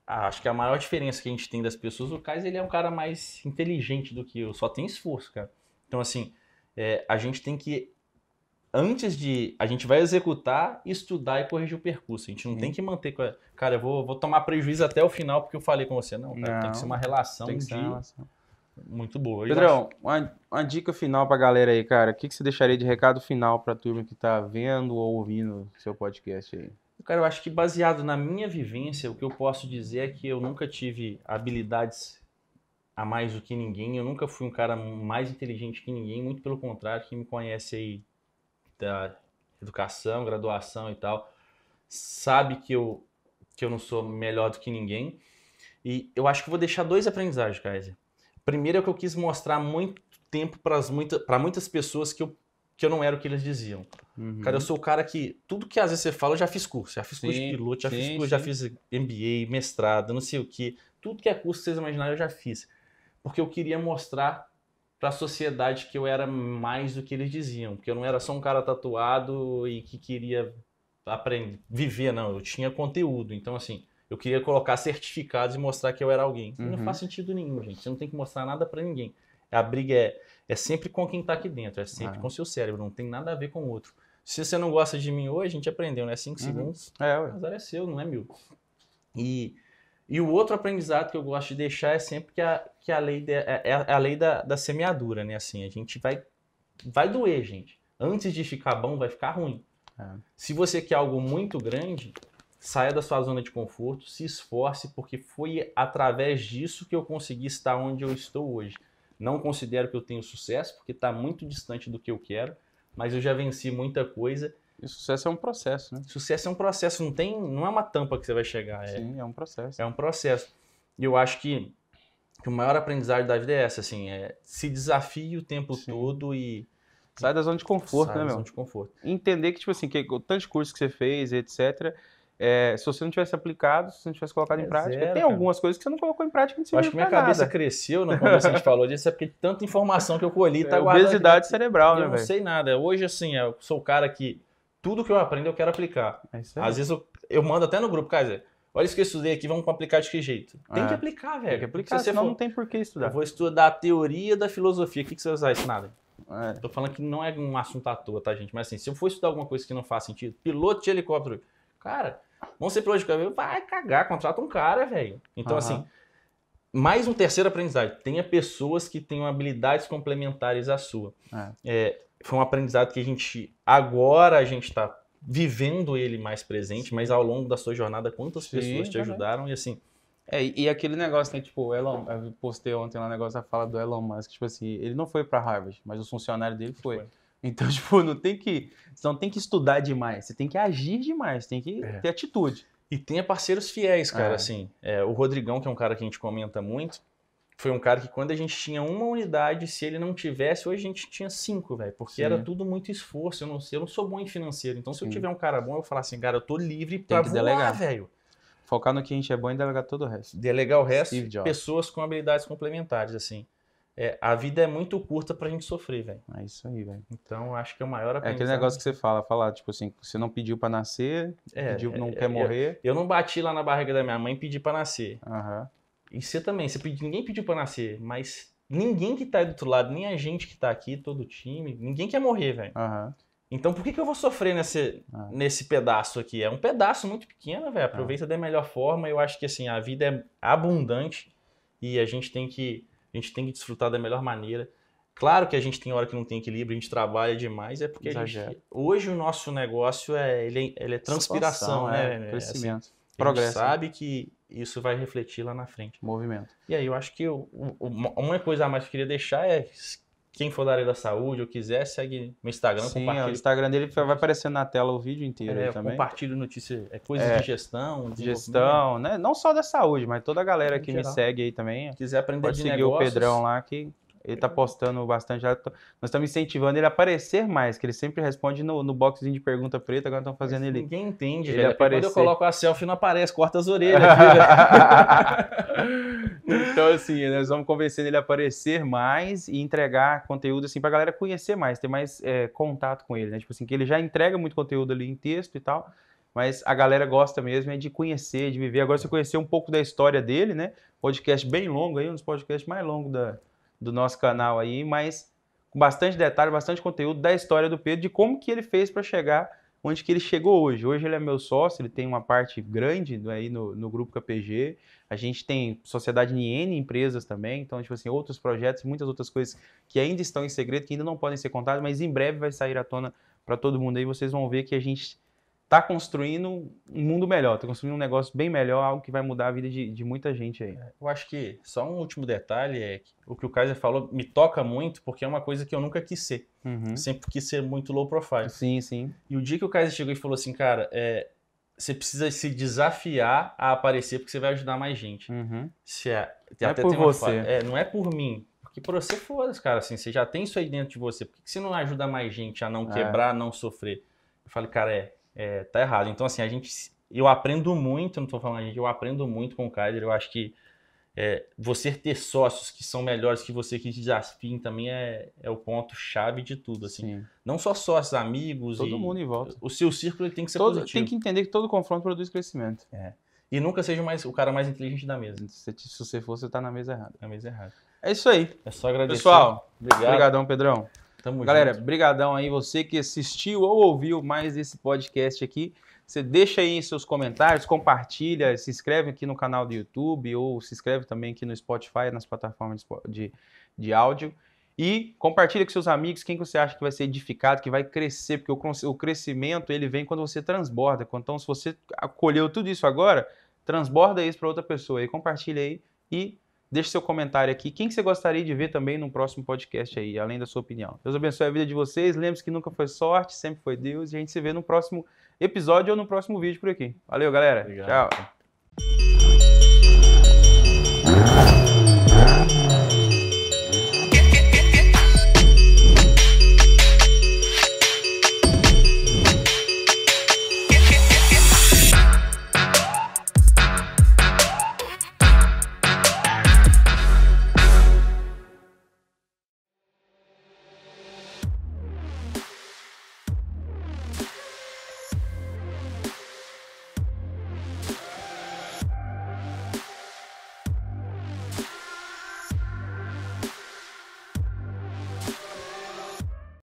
ah, acho que a maior diferença que a gente tem das pessoas, o Kaiser, ele é um cara mais inteligente do que eu, só tem esforço, cara. Então, assim, é, a gente tem que, antes de, a gente vai executar, estudar e corrigir o percurso. A gente não Sim. tem que manter, com a- cara, eu vou, vou tomar prejuízo até o final porque eu falei com você. Não, cara, Não, tem que ser uma relação Tem que de ser uma relação. muito boa. Eu Pedrão, uma, uma dica final pra galera aí, cara. O que, que você deixaria de recado final pra turma que tá vendo ou ouvindo seu podcast aí? Cara, eu acho que baseado na minha vivência, o que eu posso dizer é que eu nunca tive habilidades a mais do que ninguém, eu nunca fui um cara mais inteligente que ninguém, muito pelo contrário, quem me conhece aí da educação, graduação e tal, sabe que eu, que eu não sou melhor do que ninguém. E eu acho que vou deixar dois aprendizados, Kaiser. Primeiro é que eu quis mostrar muito tempo para muita, muitas pessoas que eu, que eu não era o que eles diziam. Uhum. Cara, eu sou o cara que, tudo que às vezes você fala, eu já fiz curso. Já fiz curso Sim, de piloto, já sim, fiz curso, sim. já fiz M B A, mestrado, não sei o que. Tudo que é curso que vocês imaginarem, eu já fiz. Porque eu queria mostrar para a sociedade que eu era mais do que eles diziam. Porque eu não era só um cara tatuado e que queria aprender, viver, não. Eu tinha conteúdo. Então, assim, eu queria colocar certificados e mostrar que eu era alguém. E não Uhum. faz sentido nenhum, gente. Você não tem que mostrar nada para ninguém. A briga é, é sempre com quem tá aqui dentro, é sempre Ah. com o seu cérebro, não tem nada a ver com o outro. Se você não gosta de mim hoje, a gente aprendeu, né? Cinco Uhum. segundos, É, o ué. azar é seu, não é meu. E, e o outro aprendizado que eu gosto de deixar é sempre que a, que a lei, de, é, é a lei da, da semeadura, né? Assim, a gente vai, vai doer, gente. Antes de ficar bom, vai ficar ruim. É. Se você quer algo muito grande, saia da sua zona de conforto, se esforce, porque foi através disso que eu consegui estar onde eu estou hoje. Não considero que eu tenho sucesso, porque está muito distante do que eu quero, mas eu já venci muita coisa. E sucesso é um processo, né? Sucesso é um processo, não tem, não é uma tampa que você vai chegar, é, Sim, é um processo. é um processo. E eu acho que, que o maior aprendizado da vida é essa, assim, é se desafie o tempo Sim. todo e Sai da zona de conforto, sai né, da meu? zona de conforto. Entender que, tipo assim, que o tanto de curso que você fez, etcétera, é, se você não tivesse aplicado, se você não tivesse colocado É em prática, zero, tem cara. algumas coisas que você não colocou em prática e não Eu acho serviu que minha pra cabeça nada. cresceu no começo, a gente falou disso, é porque tanta informação que eu colhi tá É guardada. obesidade aqui, cerebral, e né, eu não velho? sei nada. Hoje, assim, eu sou o cara que tudo que eu aprendo eu quero aplicar. É isso aí. Às vezes eu, eu mando até no grupo, cara, olha isso que eu estudei aqui, vamos aplicar de que jeito? Tem É. que aplicar, velho. Tem que aplicar, Se você senão for, não tem por que eu estudar. vou estudar a teoria da filosofia, o que, que você vai usar isso? Nada. É. Tô falando que não é um assunto à toa, tá, gente? Mas assim, se eu for estudar alguma coisa que não faz sentido, piloto de helicóptero, cara, vamos ser piloto de helicóptero, vai cagar, contrata um cara, velho. Então, Aham. assim, mais um terceiro aprendizado. Tenha pessoas que tenham habilidades complementares à sua. É. É, foi um aprendizado que a gente, agora a gente está vivendo ele mais presente, mas ao longo da sua jornada, quantas Sim, pessoas te também. ajudaram e assim... É, e e aquele negócio, né, tipo, o Elon, eu postei ontem lá o negócio da fala do Elon Musk, tipo assim, ele não foi pra Harvard, mas o funcionário dele foi. Foi. Então, tipo, não tem que, você não tem que estudar demais, você tem que agir demais, tem que É. ter atitude. E tenha parceiros fiéis, cara, É. assim. É, o Rodrigão, que é um cara que a gente comenta muito, foi um cara que quando a gente tinha uma unidade, se ele não tivesse, hoje a gente tinha cinco, velho. Porque Sim. era tudo muito esforço. Eu não, eu não sou bom em financeiro. Então, se Sim. eu tiver um cara bom, eu falar assim, cara, eu tô livre Tem pra que voar, delegar. velho. Focar no que a gente é bom e delegar todo o resto. Delegar o resto, Steve Jobs. pessoas com habilidades complementares, assim. É, a vida é muito curta pra gente sofrer, velho. É isso aí, velho. Então, eu acho que é o maior É aprendizado. aquele negócio que você fala, falar, tipo assim, você não pediu pra nascer, É, pediu, não é, quer é, morrer. Eu não bati lá na barriga da minha mãe e pedi pra nascer. Aham. E você também, você pedi, ninguém pediu pra nascer, mas ninguém que tá aí do outro lado, nem a gente que tá aqui, todo o time, ninguém quer morrer, velho. Aham. Então por que, que eu vou sofrer nesse, Ah. nesse pedaço aqui? É um pedaço muito pequeno, velho. Aproveita da melhor forma. Eu acho que assim, a vida é abundante e a gente tem que, a gente tem que desfrutar da melhor maneira. Claro que a gente tem hora que não tem equilíbrio, a gente trabalha demais, é porque a Exagero. gente, hoje o nosso negócio é, ele, é- ele é transpiração, Expansão, né? é, É, crescimento. assim, a Progresso. gente sabe que isso vai refletir lá na frente. Movimento. E aí eu acho que o- o- uma coisa a mais que eu queria deixar é quem for da área da saúde ou quiser, segue meu Instagram, Sim, é, o compartilha. Instagram dele vai aparecendo na tela o vídeo inteiro É, aí também. compartilho notícias, é, coisas É, de gestão, desenvolvimento. Gestão, né? Não só da saúde, mas toda a galera Em que me geral. segue aí também. Quiser aprender Pode de seguir negócios, o Pedrão lá que ele tá postando bastante. Já tô- nós estamos incentivando ele a aparecer mais, que ele sempre responde no, no boxzinho de pergunta preta, agora estão fazendo ele. ninguém entende, ele velho. É porque Quando eu aparecer. coloco a selfie não aparece, corta as orelhas aqui, velho. Então, assim, nós vamos convencendo ele a aparecer mais e entregar conteúdo, assim, pra galera conhecer mais, ter mais é, contato com ele, né? Tipo assim, que ele já entrega muito conteúdo ali em texto e tal, mas a galera gosta mesmo é de conhecer, de viver. Agora você conheceu um pouco da história dele, né? Podcast bem longo aí, um dos podcasts mais longos da, do nosso canal aí, mas com bastante detalhe, bastante conteúdo da história do Pedro, de como que ele fez para chegar onde que ele chegou hoje. Hoje ele é meu sócio, ele tem uma parte grande aí no, no Grupo K P G. A gente tem sociedade em N empresas também, então, tipo assim, outros projetos, muitas outras coisas que ainda estão em segredo, que ainda não podem ser contadas, mas em breve vai sair à tona para todo mundo aí. Vocês vão ver que a gente está construindo um mundo melhor, está construindo um negócio bem melhor, algo que vai mudar a vida de, de muita gente aí. Eu acho que só um último detalhe é que o que o Kaiser falou me toca muito, porque é uma coisa que eu nunca quis ser. Uhum. Eu sempre quis ser muito low profile. Sim, sim. E o dia que o Kaiser chegou e falou assim, cara, é, você precisa se desafiar a aparecer porque você vai ajudar mais gente. Uhum. Se é, Não até é por tem uma você. fa- É, não é por mim. Porque por você, foda-se, cara, assim, você já tem isso aí dentro de você. Por que você não ajuda mais gente a não É. quebrar, a não sofrer? Eu falei, cara, é, é, tá errado. Então, assim, a gente, eu aprendo muito, não tô falando a gente, eu aprendo muito com o Kaiser. Eu acho que é, você ter sócios que são melhores que você, que te desafiem, também é, é o ponto-chave de tudo, assim. Sim. Não só sócios, amigos. Todo e mundo em volta. O seu círculo ele tem que ser Todo, positivo. tem que entender que todo confronto produz crescimento. E nunca seja mais, o cara mais inteligente da mesa. Se, se você for, você tá na mesa errada. Na mesa errada. É isso aí. É só agradecer. Pessoal, obrigado. obrigadão, Pedrão. Tamo Galera, junto. brigadão aí, você que assistiu ou ouviu mais esse podcast aqui. Você deixa aí seus comentários, compartilha, se inscreve aqui no canal do YouTube ou se inscreve também aqui no Spotify, nas plataformas de, de áudio. E compartilha com seus amigos quem que você acha que vai ser edificado, que vai crescer, porque o, o crescimento ele vem quando você transborda. Então, se você acolheu tudo isso agora, transborda isso para outra pessoa aí, compartilha aí e deixe seu comentário aqui. Quem que você gostaria de ver também no próximo podcast aí, além da sua opinião. Deus abençoe a vida de vocês. Lembre-se que nunca foi sorte, sempre foi Deus. E a gente se vê no próximo episódio ou no próximo vídeo por aqui. Valeu, galera. Obrigado. Tchau.